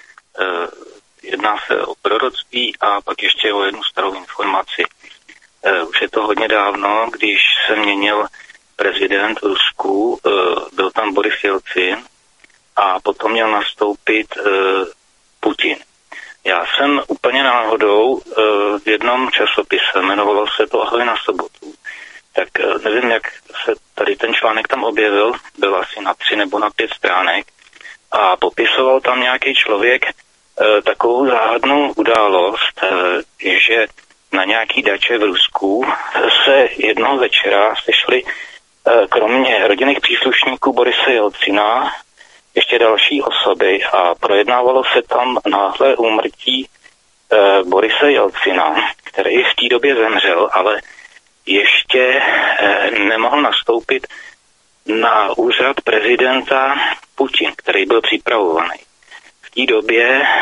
Jedná se o proroctví a pak ještě o jednu starou informaci. Už je to hodně dávno, když se měnil prezident v Rusku, byl tam Boris Jelcin a potom měl nastoupit Putin. Já jsem úplně náhodou v jednom časopise, jmenovalo se to Ahoj na sobotu, tak nevím, jak se tady ten článek tam objevil, byl asi na tři nebo na pět stránek a popisoval tam nějaký člověk takovou záhadnou událost, že na nějaký dače v Rusku se jednoho večera sešli kromě rodinných příslušníků Borise Jelcina ještě další osoby a projednávalo se tam náhle úmrtí e, Borise Jelcina, který v té době zemřel, ale ještě e, nemohl nastoupit na úřad prezidenta Putin, který byl připravovaný. V té době e,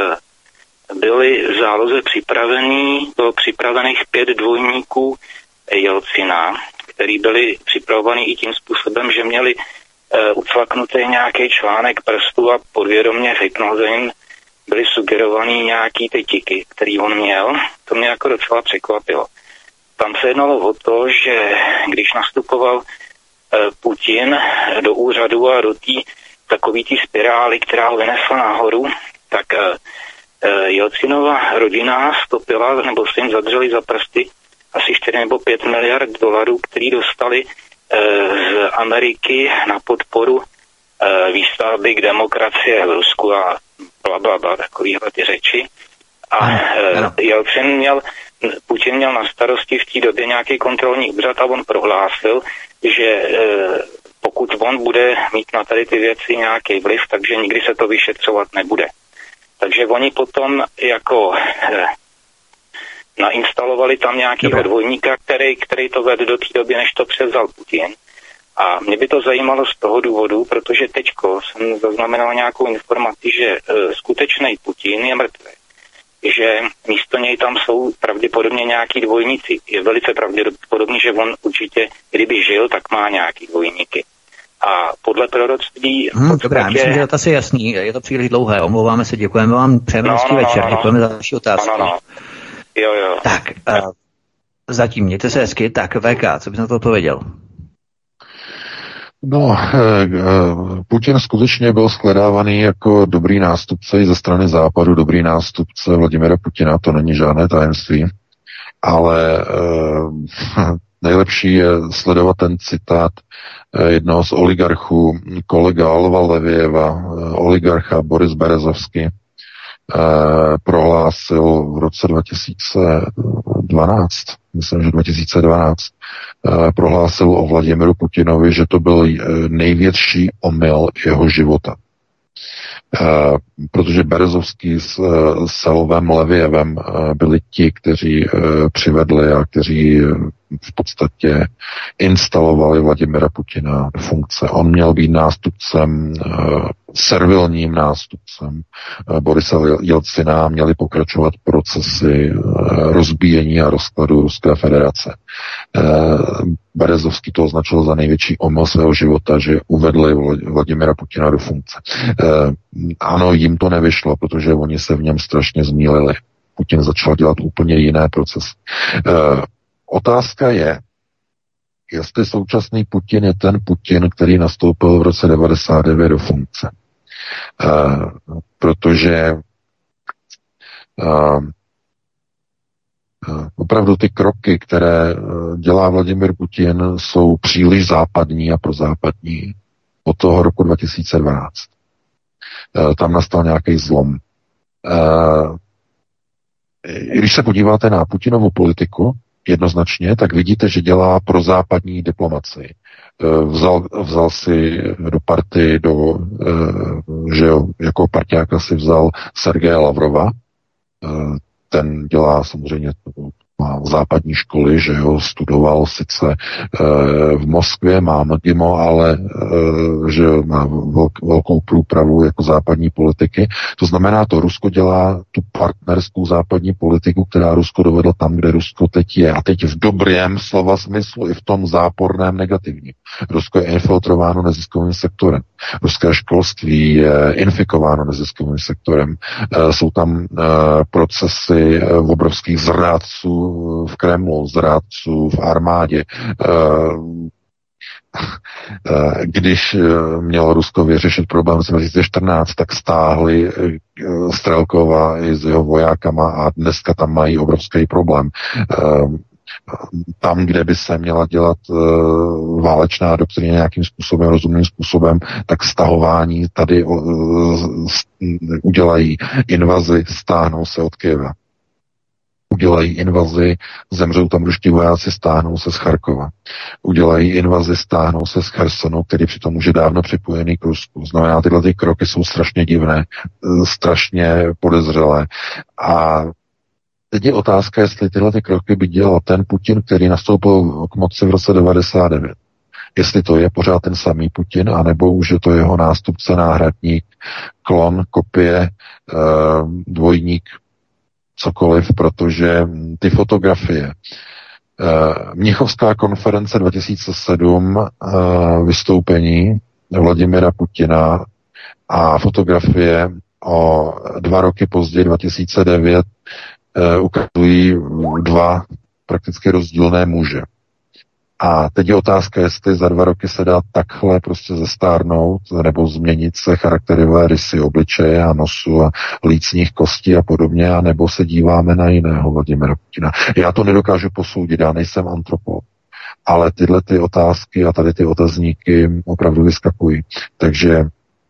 byly v záloze připravený, bylo připravených pět dvojníků Jelcina, který byli připravovaní i tím způsobem, že měli uh, ucvaknutý nějaký článek prstu a podvědomě v hypnoze jim byly sugerovaný nějaký ty tiky, který on měl. To mě jako docela překvapilo. Tam se jednalo o to, že když nastupoval uh, Putin do úřadu a do té takový té spirály, která ho vynesla nahoru, tak uh, uh, Jelcinova rodina stopila nebo se jim zadřeli za prsty asi čtyři nebo pět miliard dolarů, který dostali e, z Ameriky na podporu e, výstavby k demokracie v Rusku a bla, bla, bla, takovýhle ty řeči. A e, Jelcin měl, Putin měl na starosti v té době nějaký kontrolní úřad a on prohlásil, že e, pokud on bude mít na tady ty věci nějaký vliv, takže nikdy se to vyšetřovat nebude. Takže oni potom jako... E, nainstalovali tam nějakého dvojníka, který, který to vedl do té doby, než to převzal Putin. A mě by to zajímalo z toho důvodu, protože teďko jsem zaznamenal nějakou informaci, že e, skutečný Putin je mrtvý. Že místo něj tam jsou pravděpodobně nějaký dvojníci. Je velice pravděpodobný, že on určitě, kdyby žil, tak má nějaký dvojníky. A podle proroctví... Hmm, podstatě... Dobrá, myslím, že to asi jasný. Je to příliš dlouhé. Omlouváme se, děkujeme vám. Přejeme hezký no, no, večer. No, no, děkujeme za další otázku. No, no, no. Jo, jo. Tak, uh, zatím mějte se hezky. Tak, V K, co bys na to odpověděl? No, Putin skutečně byl shledávaný jako dobrý nástupce i ze strany západu, dobrý nástupce Vladimira Putina, to není žádné tajemství, ale uh, nejlepší je sledovat ten citát jednoho z oligarchů, kolega Alva Levějeva, oligarcha Boris Berezovský, Eh, prohlásil v roce dva tisíce dvanáct, myslím, že dva tisíce dvanáct, eh, prohlásil o Vladimiru Putinovi, že to byl největší omyl jeho života. Eh, protože Berezovský s, s Alvem Levějevem eh, byli ti, kteří eh, přivedli a kteří eh, v podstatě instalovali Vladimira Putina do funkce. On měl být nástupcem, eh, servilním nástupcem eh, Borisa Jelcina, měli pokračovat procesy eh, rozbíjení a rozkladu Ruské federace. Eh, Berezovský to označil za největší omyl svého života, že uvedli Vladimira Putina do funkce. Eh, ano, jim to nevyšlo, protože oni se v něm strašně zmýlili. Putin začal dělat úplně jiné procesy. Eh, Otázka je, jestli současný Putin je ten Putin, který nastoupil v roce devadesát devět do funkce. Uh, protože uh, uh, opravdu ty kroky, které uh, dělá Vladimir Putin, jsou příliš západní a prozápadní od toho roku dva tisíce dvanáct. Uh, tam nastal nějaký zlom. Uh, když se podíváte na Putinovu politiku, jednoznačně, tak vidíte, že dělá pro západní diplomaci. Vzal, vzal si do party, do, že jo, jako parťáka si vzal Sergeje Lavrova, ten dělá samozřejmě má západní školy, že jo, studoval sice e, v Moskvě, má MGIMO, ale e, že má velk, velkou průpravu jako západní politiky. To znamená, to Rusko dělá tu partnerskou západní politiku, která Rusko dovedlo tam, kde Rusko teď je. A teď v dobrém slova smyslu i v tom záporném negativním. Rusko je infiltrováno neziskovým sektorem. Ruské školství je infikováno neziskovým sektorem. E, jsou tam e, procesy e, obrovských zrádců v Kremlu, zrádců v armádě. Když mělo Rusko vyřešit problém z dva tisíce čtrnáct, tak stáhli Strelkova i s jeho vojákama a dneska tam mají obrovský problém. Tam, kde by se měla dělat uh, válečná doktrína nějakým způsobem, rozumným způsobem, tak stahování tady uh, udělají invazi, stáhnou se od Kyjeva. Udělají invazi, zemřou tam ruští vojáci, stáhnou se z Charkova. Udělají invazi, stáhnou se z Chersonu, který přitom už je dávno připojený k Rusku. Znamená, tyhle ty kroky jsou strašně divné, strašně podezřelé. A teď je otázka, jestli tyhle ty kroky by dělal ten Putin, který nastoupil k moci v roce devadesát devět. Jestli to je pořád ten samý Putin, anebo už je to jeho nástupce, náhradník, klon, kopie, dvojník, cokoliv, protože ty fotografie. Mnichovská konference dva tisíce sedm, vystoupení Vladimira Putina a fotografie o dva roky později, dva tisíce devět, ukazují dva prakticky rozdílné muže. A teď je otázka, jestli za dva roky se dá takhle prostě zestárnout nebo změnit se charakterové rysy obličeje a nosu a lícních kostí a podobně, a nebo se díváme na jiného Vladimira Putina. Já to nedokážu posoudit, já nejsem antropolog, ale tyhle ty otázky a tady ty otazníky opravdu vyskakují. Takže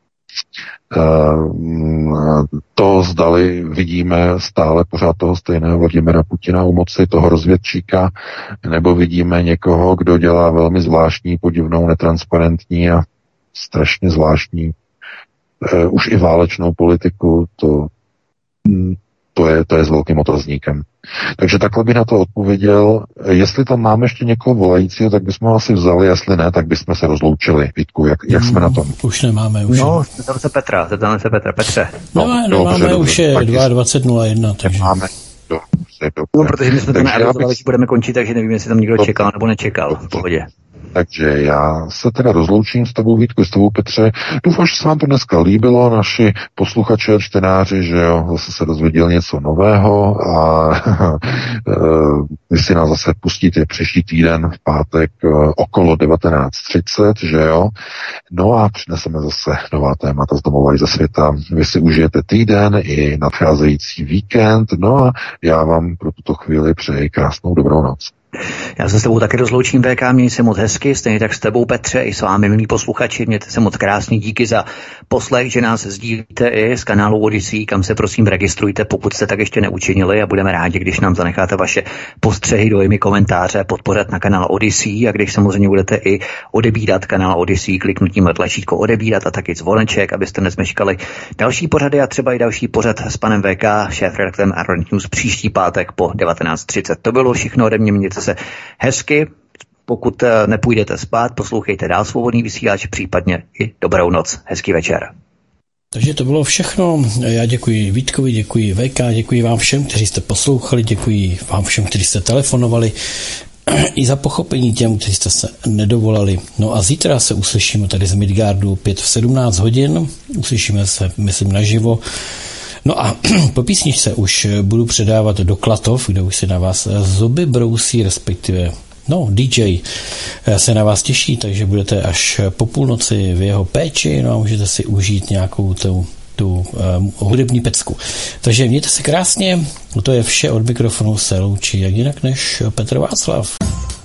to zdali vidíme stále pořád toho stejného Vladimira Putina u moci, toho rozvědčíka, nebo vidíme někoho, kdo dělá velmi zvláštní, podivnou, netransparentní a strašně zvláštní uh, už i válečnou politiku, to, to, je, to je s velkým otazníkem. Takže takhle bych na to odpověděl. Jestli tam máme ještě někoho volajícího, tak bychom ho asi vzali, jestli ne, tak bychom se rozloučili. Vítku, jak, jak jsme na tom? Už nemáme. Už no, zeptáme se Petra, zeptáme se Petra. Petře. No, no nemáme, dobře, už je dvacet dva nula jedna, takže... Máme. Do, do, no, protože my jsme to neavizovali, bych... že budeme končit, takže nevím, jestli tam někdo čekal nebo nečekal. V pohodě. Takže já se teda rozloučím s tebou, Vítku, s tebou, Petře. Doufám, že se vám to dneska líbilo, naši posluchači a čtenáři, že jo, zase se dozvěděl něco nového a vy si nás zase pustíte příští týden v pátek okolo devatenáct třicet, že jo. No a přineseme zase nová témata z domova i ze světa. Vy si užijete týden i nadcházející víkend, no a já vám pro tuto chvíli přeji krásnou dobrou noc. Já se s tebou taky rozloučím, V K, měj se moc hezky, stejně tak s tebou, Petře, i s vámi, milí posluchači, mějte se moc krásný, díky za poslech, že nás sdílíte i z kanálu Odyssey, kam se prosím registrujte, pokud jste tak ještě neučinili, a budeme rádi, když nám zanecháte vaše postřehy, dojmy, komentáře, podpořit na kanál Odyssey, a když samozřejmě budete i odebírat kanál Odyssey kliknutím tlačítko odebírat a taky zvoneček, abyste nezmeškali další pořady a třeba i další pořad s panem V K, šéfredaktorem Iron News, příští pátek po devatenáct třicet. To bylo všechno ode mě, mějte se hezky, pokud nepůjdete spát, poslouchejte dál Svobodný vysílač, případně i dobrou noc. Hezký večer. Takže to bylo všechno. Já děkuji Vítkovi, děkuji V K, děkuji vám všem, kteří jste poslouchali, děkuji vám všem, kteří jste telefonovali, i za pochopení těm, kteří jste se nedovolali. No a zítra se uslyšíme tady z Midgardu opět v sedmnáct hodin. Uslyšíme se, myslím, naživo. No a po písničce už budu předávat do Klatov, kde už se na vás zuby brousí, respektive no, D J se na vás těší, takže budete až po půlnoci v jeho péči, no a můžete si užít nějakou tu, tu um, hudební pecku. Takže mějte se krásně, to je vše, od mikrofonu se loučí jak jinak než Petr Václav.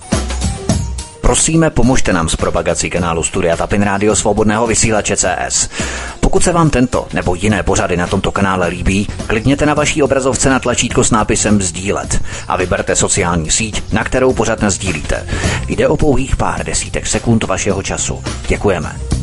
Prosíme, pomožte nám s propagací kanálu Studia Tapin Rádio Svobodného vysílače C S. Pokud se vám tento nebo jiné pořady na tomto kanále líbí, klikněte na vaší obrazovce na tlačítko s nápisem sdílet a vyberte sociální síť, na kterou pořad nasdílíte. Jde o pouhých pár desítek sekund vašeho času. Děkujeme.